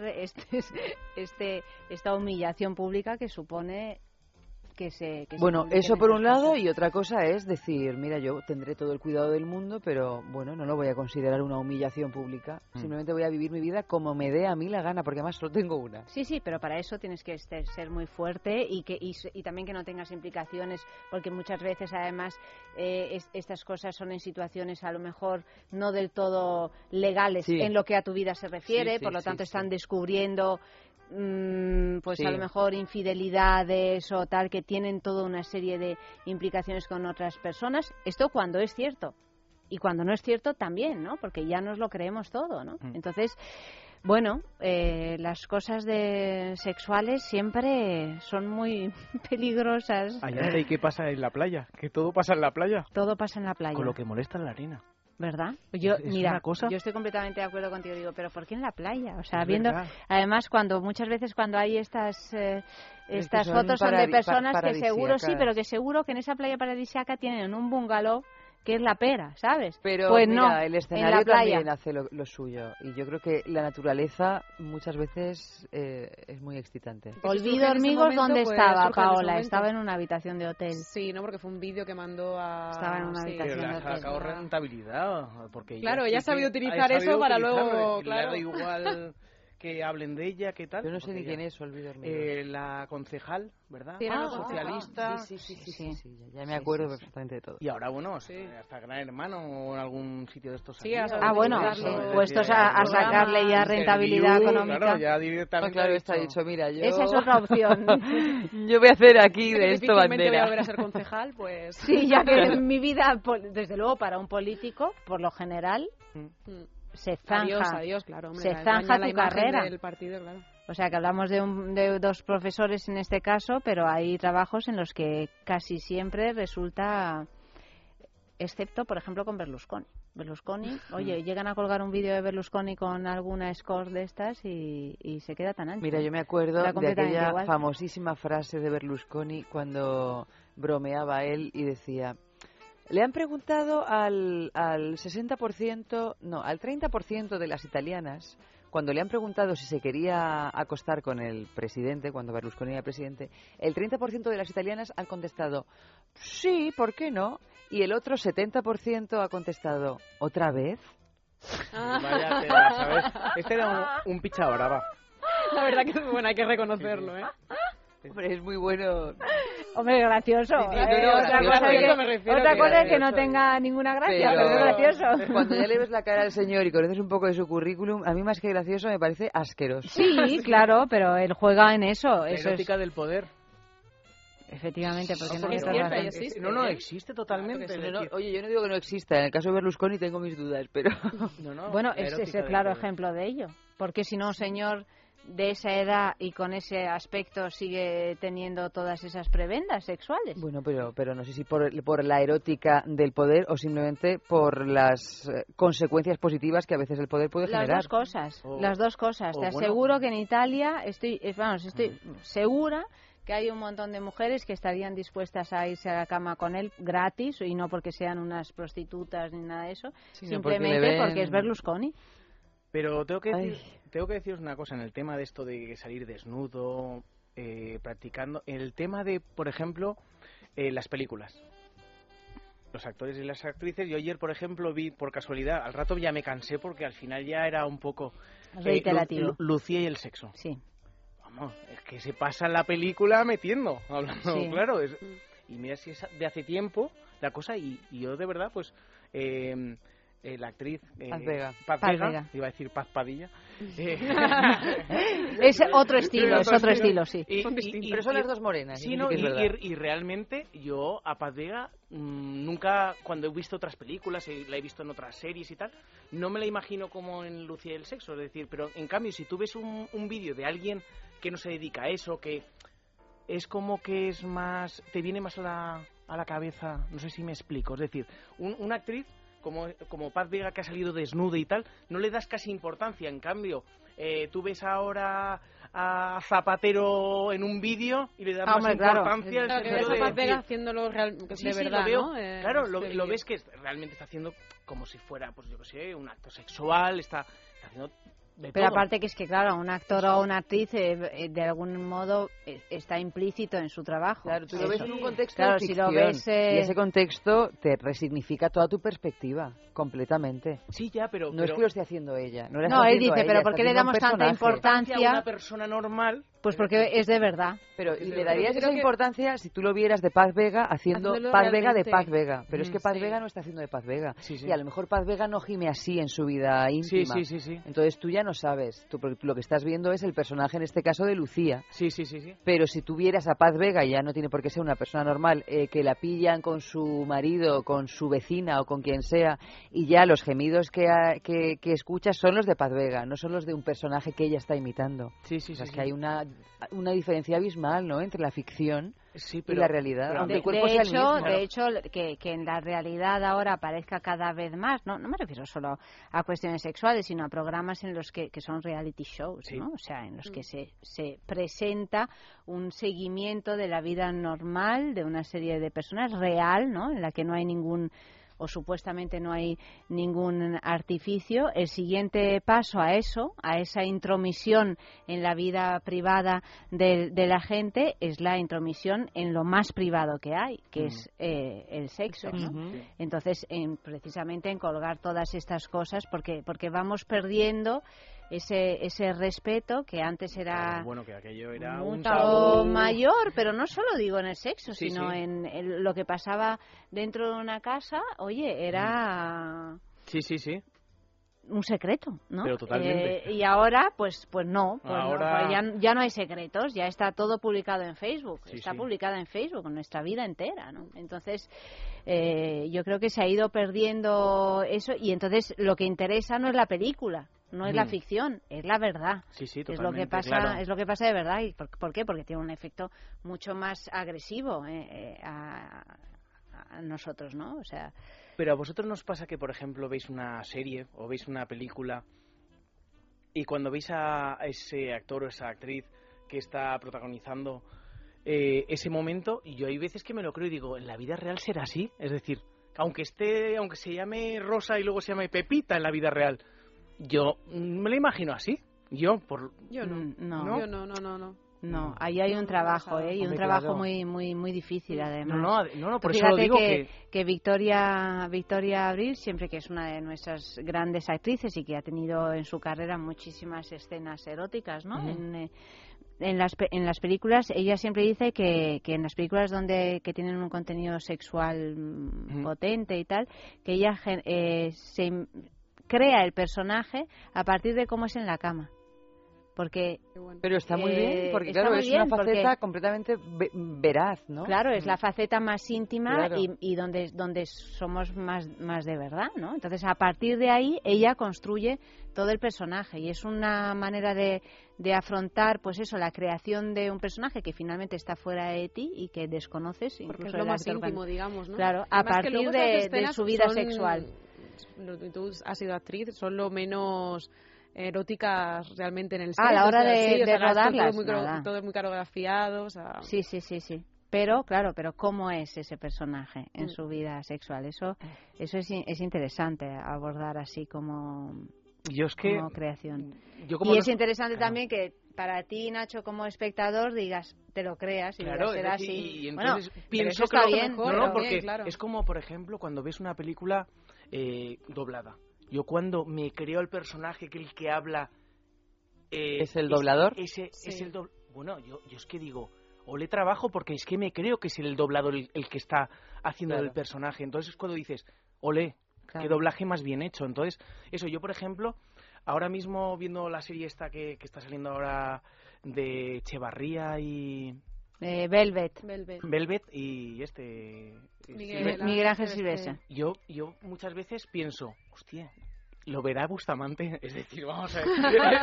esta humillación pública que supone bueno, eso por un lado, y otra cosa es decir, mira, yo tendré todo el cuidado del mundo, pero bueno, no lo voy a considerar una humillación pública. Simplemente voy a vivir mi vida como me dé a mí la gana, porque además solo tengo una. Sí, pero para eso tienes que ser muy fuerte y también que no tengas implicaciones, porque muchas veces además estas cosas son en situaciones a lo mejor no del todo legales en lo que a tu vida se refiere, por lo tanto están descubriendo a lo mejor infidelidades o tal, que tienen toda una serie de implicaciones con otras personas. Esto cuando es cierto, y cuando no es cierto también, ¿no? Porque ya nos lo creemos todo, ¿no? Entonces, bueno, las cosas sexuales siempre son muy peligrosas. ¿Y qué pasa en la playa? Que todo pasa en la playa. Todo pasa en la playa. Con lo que molesta en la arena. ¿Verdad? Yo estoy completamente de acuerdo contigo, digo, pero ¿por qué en la playa? O sea, además muchas veces cuando hay estas fotos son de personas que seguro pero que seguro que en esa playa paradisíaca tienen un bungalow que es la pera, ¿sabes? Pero pues mira, no, el escenario también hace lo suyo, y yo creo que la naturaleza muchas veces es muy excitante. Olvido Hormigos, ¿dónde estaba Paola? Estaba en una habitación de hotel. Sí, no, porque fue un vídeo que mandó a... Estaba en una habitación de hotel. Pero le ha sacado rentabilidad, porque claro, ella ha sabido utilizar eso para luego... Claro, igual... que hablen de ella, ¿qué tal? Yo no sé ni quién es, olvídame. La concejal, ¿verdad? Sí, socialista. Sí, ya me acuerdo perfectamente de todo. Y ahora, bueno, hasta Gran Hermano o en algún sitio de estos. Sí, puestos a sacarle ya rentabilidad económica. Claro, ya directamente. Claro, está dicho, mira, yo... Esa es otra opción. Yo voy a hacer aquí de esto bandera. Voy a volver a ser concejal, pues... Sí, ya que en mi vida, desde luego, para un político, por lo general... se zanja, adiós, claro, hombre, se zanja tu carrera. Del partido, claro. O sea, que hablamos de dos profesores en este caso, pero hay trabajos en los que casi siempre resulta, excepto, por ejemplo, con Berlusconi. Oye, llegan a colgar un vídeo de Berlusconi con alguna score de estas y se queda tan ancho. Mira, yo me acuerdo de aquella famosísima frase de Berlusconi cuando bromeaba él y decía... Le han preguntado al 60%, no, al 30% de las italianas, cuando le han preguntado si se quería acostar con el presidente, cuando Berlusconi era presidente, el 30% de las italianas han contestado, sí, ¿por qué no? Y el otro 70% ha contestado, ¿otra vez? Vaya tela, ¿sabes? Este era un picha brava. La verdad que es bueno, hay que reconocerlo, ¿eh? Hombre, es muy bueno. Hombre, gracioso. Otra cosa es que no tenga ninguna gracia, pero es gracioso. Cuando ya le ves la cara al señor y conoces un poco de su currículum, a mí más que gracioso me parece asqueroso. Sí, claro, pero él juega en eso. La erótica del poder. Efectivamente, porque no existe. No, existe totalmente. Oye, yo no digo que no exista. En el caso de Berlusconi tengo mis dudas, pero... Bueno, ese es el claro ejemplo de ello. Porque si no, un señor de esa edad y con ese aspecto sigue teniendo todas esas prebendas sexuales. Bueno, pero no sé si por la erótica del poder o simplemente por las consecuencias positivas que a veces el poder puede generar. Las dos cosas. Te aseguro que en Italia estoy segura que hay un montón de mujeres que estarían dispuestas a irse a la cama con él gratis, y no porque sean unas prostitutas ni nada de eso, simplemente porque es Berlusconi. Pero tengo que deciros una cosa en el tema de esto de salir desnudo, practicando, en el tema de, por ejemplo, las películas. Los actores y las actrices. Yo ayer, por ejemplo, vi por casualidad, al rato ya me cansé porque al final ya era un poco reiterativo. Lucía y el sexo. Sí. Vamos, es que se pasa la película hablando, claro. Y mira si es de hace tiempo la cosa, y yo de verdad, pues... la actriz Paz Vega, iba a decir Paz Padilla. Es otro estilo, sí. Pero son las dos morenas. Sí, y realmente yo a Paz Vega nunca, cuando he visto otras películas, la he visto en otras series y tal, no me la imagino como en Lucía y el sexo. Es decir, pero en cambio, si tú ves un vídeo de alguien que no se dedica a eso, que es como que es más, te viene más a la cabeza, no sé si me explico. Es decir, una actriz como Paz Vega, que ha salido desnuda y tal, no le das casi importancia. En cambio, tú ves ahora a Zapatero en un vídeo y le das más importancia. Claro, que ves a Paz Vega haciéndolo de verdad, lo veo, claro, lo ves que realmente está haciendo como si fuera, pues yo qué sé, un acto sexual, está haciendo... Pero aparte que es que, claro, un actor o una actriz de algún modo está implícito en su trabajo. Claro, tú lo ves en un contexto de ficción, si lo ves, y ese contexto te resignifica toda tu perspectiva, completamente. Sí, ya, pero... No es que lo esté haciendo ella. No, él dice, pero ¿por qué le damos tanta importancia a una persona normal? Pues porque es de verdad. Pero y le darías esa importancia si tú lo vieras de Paz Vega haciendo Paz Vega de Paz Vega. Pero es que Paz Vega no está haciendo de Paz Vega. Y a lo mejor Paz Vega no gime así en su vida íntima. Sí. Entonces tú ya no sabes. Tú lo que estás viendo es el personaje, en este caso, de Lucía. Sí. Pero si tú vieras a Paz Vega, y ya no tiene por qué ser una persona normal, que la pillan con su marido, con su vecina o con quien sea, y ya los gemidos que escuchas son los de Paz Vega, no son los de un personaje que ella está imitando. Es que hay una diferencia abismal, ¿no?, entre la ficción y la realidad, aunque el cuerpo sea el mismo. De hecho, que en la realidad ahora aparezca cada vez más, no me refiero solo a cuestiones sexuales, sino a programas en los que son reality shows, ¿no? O sea, en los que se presenta un seguimiento de la vida normal de una serie de personas real, ¿no?, en la que no hay o supuestamente no hay ningún artificio. El siguiente paso a esa intromisión en la vida privada de la gente, es la intromisión en lo más privado que hay, que es el sexo, ¿no? Entonces, precisamente en colgar todas estas cosas, porque vamos perdiendo ese respeto que antes era, bueno, que aquello era un tabú mayor, pero no solo digo en el sexo, sí, sino en lo que pasaba dentro de una casa. Oye, era sí un secreto, ¿no? Pero totalmente. Y ahora, pues no, ahora... pues ya no hay secretos, ya está todo publicado en Facebook, sí, publicada en Facebook, nuestra vida entera, ¿no? Entonces, yo creo que se ha ido perdiendo eso, y entonces lo que interesa no es la película, no es la ficción, es la verdad. Sí, es lo que pasa, claro. Es lo que pasa de verdad. ¿Y por qué? Porque tiene un efecto mucho más agresivo a nosotros, ¿no? O sea... Pero a vosotros nos pasa que, por ejemplo, veis una serie o veis una película y cuando veis a ese actor o esa actriz que está protagonizando ese momento, y yo hay veces que me lo creo y digo, ¿en la vida real será así? Es decir, aunque se llame Rosa y luego se llame Pepita en la vida real, yo me lo imagino así. Yo no. No, ahí hay un trabajo, y un trabajo muy difícil, además. No, por eso lo digo que Victoria Abril, siempre que es una de nuestras grandes actrices y que ha tenido en su carrera muchísimas escenas eróticas, ¿no? En las películas, ella siempre dice que en las películas que tienen un contenido sexual potente y tal, que ella se crea el personaje a partir de cómo es en la cama. Pero está muy bien, porque claro, es una faceta completamente veraz, ¿no? Claro, es la faceta más íntima, claro. y donde somos más de verdad, ¿no? Entonces, a partir de ahí, ella construye todo el personaje, y es una manera de afrontar, pues eso, la creación de un personaje que finalmente está fuera de ti y que desconoces. Porque es lo más íntimo, digamos, ¿no? Claro, a partir de su vida sexual. Tú has sido actriz, son lo menos... eróticas realmente en el set. A la hora de rodarlas, todo muy coreografiado, o sea... Sí. Pero ¿cómo es ese personaje en su vida sexual? Eso es interesante abordar así como creación. Y es interesante también que para ti, Nacho, como espectador, digas, te lo creas y claro, será así. Y entonces pienso que está bien, porque es como, por ejemplo, cuando ves una película doblada. Yo cuando me creo el personaje que habla... ¿Es el doblador? Es el bueno, yo es que digo, ole trabajo, porque es que me creo que es el doblador el que está haciendo el personaje. Entonces es cuando dices, ole, qué doblaje más bien hecho. Entonces, eso, yo por ejemplo, ahora mismo viendo la serie esta que está saliendo ahora de Echevarría y... Velvet y Miguel Ángel Silvestre. Yo muchas veces pienso, hostia, ¿lo verá Bustamante? Es decir, vamos a ver.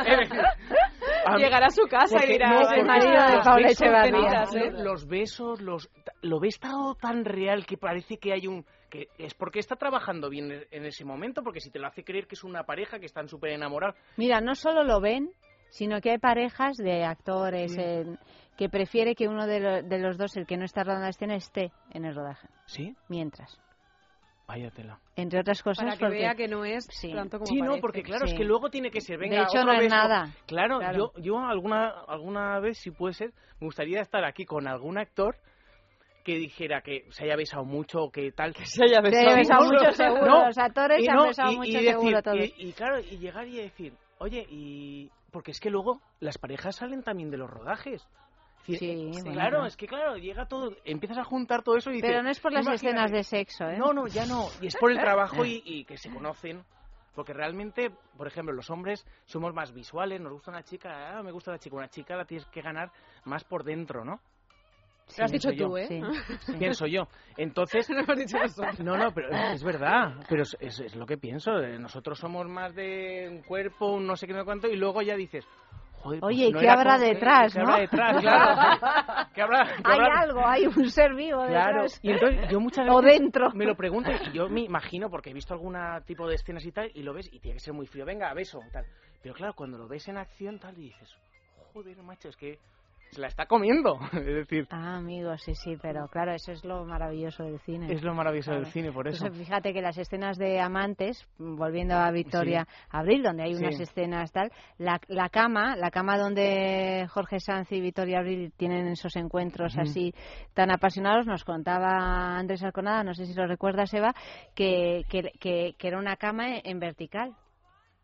Llegará a su casa y dirá, el marido de Paula Echevarría. Los besos, lo ves todo tan real que parece que hay que es porque está trabajando bien en ese momento, porque si te lo hace creer que es una pareja que están súper enamorados. Mira, no solo lo ven, sino que hay parejas de actores que prefiere que uno de los dos, el que no está rodando la escena, esté en el rodaje. ¿Sí? Mientras. Váyatela. Entre otras cosas, para que vea que no es tanto como parece. No, porque claro, es que luego tiene que ser, venga, de hecho no es nada. Claro. Yo alguna vez, si puede ser, me gustaría estar aquí con algún actor que dijera que se haya besado mucho o que tal. Que se haya besado mucho, seguro. Los actores se han besado mucho, seguro, todos. Y claro, y llegar y decir, oye, porque es que luego las parejas salen también de los rodajes. Sí, claro, bueno. Es que claro, llega todo, empiezas a juntar todo eso y dices... Pero no es por las escenas de sexo, ¿eh? No, ya no, y es por el trabajo y que se conocen, porque realmente, por ejemplo, los hombres somos más visuales, nos gusta una chica, me gusta la chica, una chica la tienes que ganar más por dentro, ¿no? Lo has dicho tú, ¿eh? Sí. Pienso yo. Entonces... No hemos dicho nosotros. No, pero es verdad. Pero es lo que pienso. Nosotros somos más de un cuerpo, un no sé qué, no sé cuánto, y luego ya dices... Joder, oye, pues ¿qué habrá detrás, ¿qué no? habrá detrás, claro. Hay algo, hay un ser vivo detrás. Y entonces yo muchas veces o dentro. Me lo pregunto y yo me imagino, porque he visto algún tipo de escenas y tal, y lo ves y tiene que ser muy frío. Venga, beso, tal. Pero claro, cuando lo ves en acción, tal, y dices, joder, macho, es que se la está comiendo, es decir... amigos, sí, pero claro, eso es lo maravilloso del cine. Es lo maravilloso del cine, por eso. Entonces, fíjate que las escenas de amantes, volviendo a Victoria Abril, donde hay unas escenas tal, la cama donde Jorge Sanz y Victoria Abril tienen esos encuentros así tan apasionados, nos contaba Andrés Alconada, no sé si lo recuerdas, Eva, que era una cama en vertical.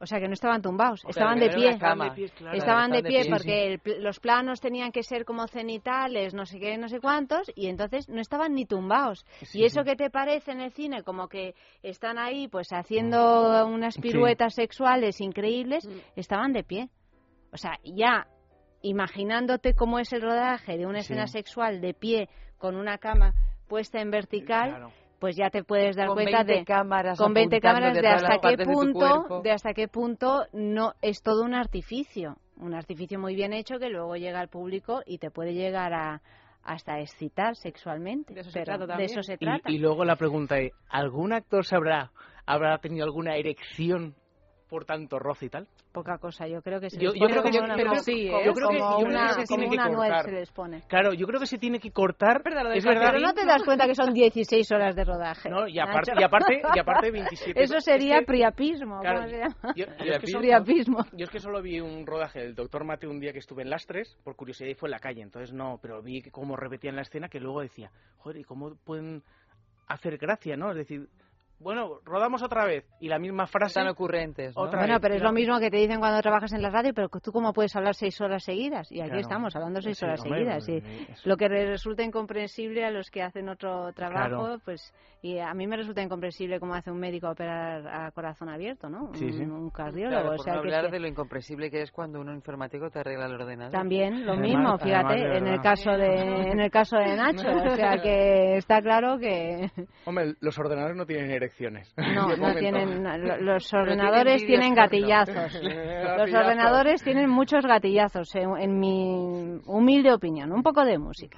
O sea, que no estaban tumbados, estaban de pie. Estaban de pie porque los planos tenían que ser como cenitales, no sé qué, no sé cuántos, y entonces no estaban ni tumbados. Y eso que te parece en el cine, como que están ahí pues haciendo unas piruetas sexuales increíbles, estaban de pie. O sea, ya imaginándote cómo es el rodaje de una escena sexual de pie con una cama puesta en vertical, pues ya te puedes dar cuenta de con 20 cámaras de hasta qué punto no es todo un artificio muy bien hecho que luego llega al público y te puede llegar hasta excitar sexualmente. De eso se trata. Y luego la pregunta es, ¿algún actor habrá tenido alguna erección por tanto roce y tal? Poca cosa, yo creo que se les pone como una nuez se les pone. Claro, yo creo que se tiene que cortar. Es verdad, pero no te das cuenta que son 16 horas de rodaje. No, y aparte 27. Eso sería priapismo. Claro, yo es que solo vi un rodaje del Doctor Mateo un día que estuve en Lastres, por curiosidad, y fue en la calle, entonces no, pero vi cómo repetían la escena que luego decía, joder, ¿y cómo pueden hacer gracia, no? Es decir, bueno, rodamos otra vez y la misma frase. Tan ocurrentes, ¿no? Bueno, pero es lo mismo que te dicen cuando trabajas en la radio, pero tú cómo puedes hablar 6 horas seguidas. Y aquí estamos hablando 6 horas seguidas. Y lo que resulta incomprensible a los que hacen otro trabajo, pues, y a mí me resulta incomprensible cómo hace un médico operar a corazón abierto, ¿no? Un cardiólogo. Claro, por no hablar de lo incomprensible que es cuando un informático te arregla el ordenador. También lo mismo, fíjate, en el caso de Nacho. O sea que está claro que. Hombre, los ordenadores no tienen erecciones. No tienen. Los ordenadores tienen gatillazos. Los ordenadores tienen muchos gatillazos, en mi humilde opinión. Un poco de música.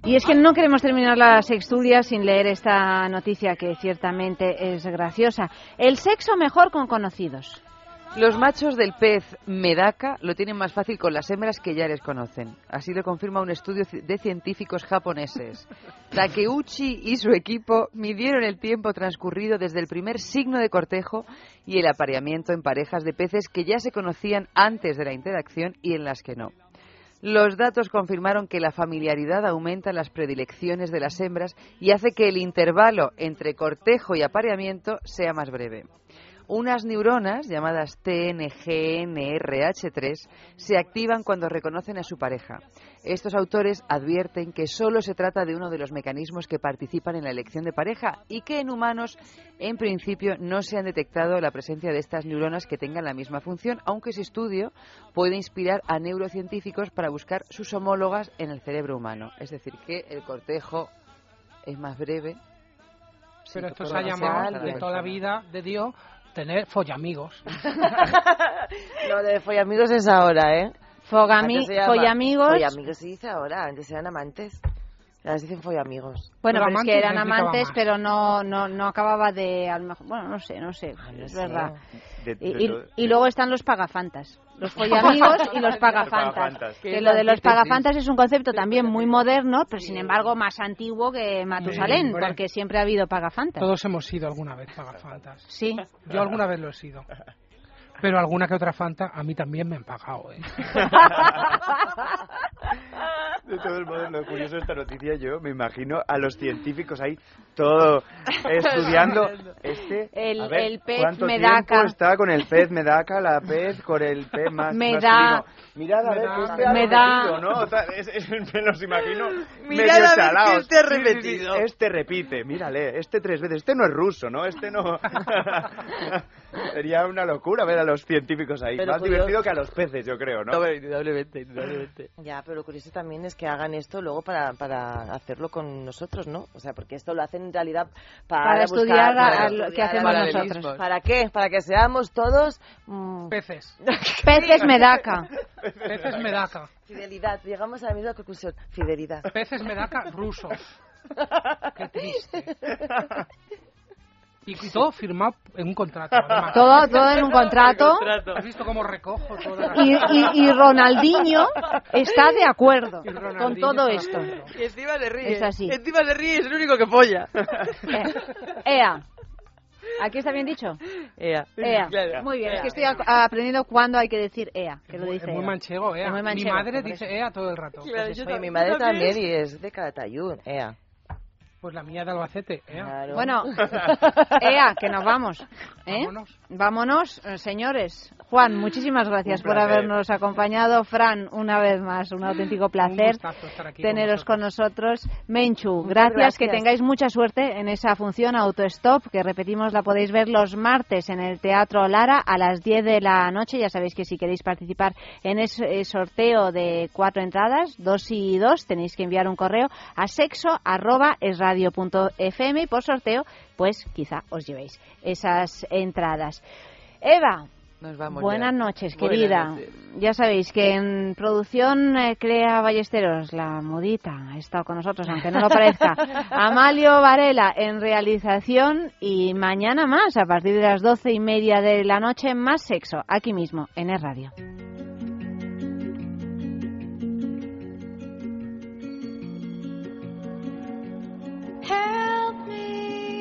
Y es que no queremos terminar la sextulia sin leer esta noticia que ciertamente es graciosa. El sexo mejor con conocidos. Los machos del pez Medaka lo tienen más fácil con las hembras que ya les conocen. Así lo confirma un estudio de científicos japoneses. Takeuchi y su equipo midieron el tiempo transcurrido desde el primer signo de cortejo y el apareamiento en parejas de peces que ya se conocían antes de la interacción y en las que no. Los datos confirmaron que la familiaridad aumenta las predilecciones de las hembras y hace que el intervalo entre cortejo y apareamiento sea más breve. Unas neuronas, llamadas TNGNRH3, se activan cuando reconocen a su pareja. Estos autores advierten que solo se trata de uno de los mecanismos que participan en la elección de pareja y que en humanos, en principio, no se han detectado la presencia de estas neuronas que tengan la misma función, aunque ese estudio puede inspirar a neurocientíficos para buscar sus homólogas en el cerebro humano. Es decir, que el cortejo es más breve. Pero esto se ha llamado de toda la vida de Dios tener follamigos. Lo de follamigos es ahora, ¿eh? Follamigos. Follamigos se dice ahora, antes eran amantes. Ahora se dicen follamigos. Bueno, pero es que eran amantes, pero no acababa de... A lo mejor, bueno, no sé, es verdad. Y luego están los pagafantas. Los follamigos y los pagafantas. Que lo de los pagafantas es un concepto también muy moderno, pero sin embargo más antiguo que Matusalén, porque siempre ha habido pagafantas. Todos hemos sido alguna vez pagafantas. Sí. Yo alguna vez lo he sido. Pero alguna que otra fanta a mí también me han pagado, ¿eh? De todos modos, lo curioso de esta noticia, yo me imagino a los científicos ahí todo estudiando el pez ¿cuánto Medaka tiempo está con el pez Medaka, la pez con el pez más masculino? Mirad a ver que repetido, ¿no? Me los imagino medio salados. Este repetido. Sí, este repite, mírale, este 3 veces. Este no es ruso, ¿no? Este no... Sería una locura ver a los científicos ahí. Pero más divertido que a los peces, yo creo, ¿no? Indudablemente. Ya, pero lo curioso también es que hagan esto luego para hacerlo con nosotros, ¿no? O sea, porque esto lo hacen en realidad para estudiar buscar, lo que hacemos nosotros. ¿Para qué? Para que seamos todos... Peces. Peces Medaka. Peces Medaka. Fidelidad. Llegamos a la misma conclusión. Fidelidad. Peces Medaka rusos. Qué triste. Y todo firmado en un contrato. Además. Todo en un contrato. ¿Has visto cómo recojo toda y Ronaldinho está de acuerdo con todo esto. Y encima le ríe. Es así. Encima le ríe, es el único que folla. Ea. ¿Aquí está bien dicho? Ea. Claro. Muy bien, es que estoy aprendiendo cuándo hay que decir ea, que lo dice es muy manchego, ea. Mi madre dice ea todo el rato. Claro, pues mi madre también y es de Calatayud, ea. Pues la mía de Albacete, ¿eh? Claro. Bueno, que nos vamos. Vámonos, señores. Juan, muchísimas gracias por habernos acompañado. Fran, una vez más, un auténtico placer teneros con nosotros. Menchu, gracias, que tengáis mucha suerte en esa función Autostop, que repetimos, la podéis ver los martes en el Teatro Lara a las 10 de la noche. Ya sabéis que si queréis participar en ese sorteo de 4 entradas, 2 y 2, tenéis que enviar un correo a sexo@esradio.fm y por sorteo, pues quizá os llevéis esas entradas. Eva, nos vamos buenas ya. Noches, querida. Buenas noches. Ya sabéis que en producción Clea Ballesteros, la mudita, ha estado con nosotros, aunque no lo parezca. Amalio Varela en realización y mañana más, a partir de las 12:30 de la noche, más sexo, aquí mismo, en Es Radio. Help me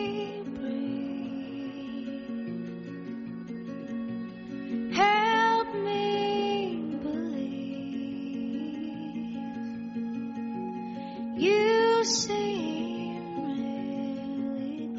breathe. Help me believe. You see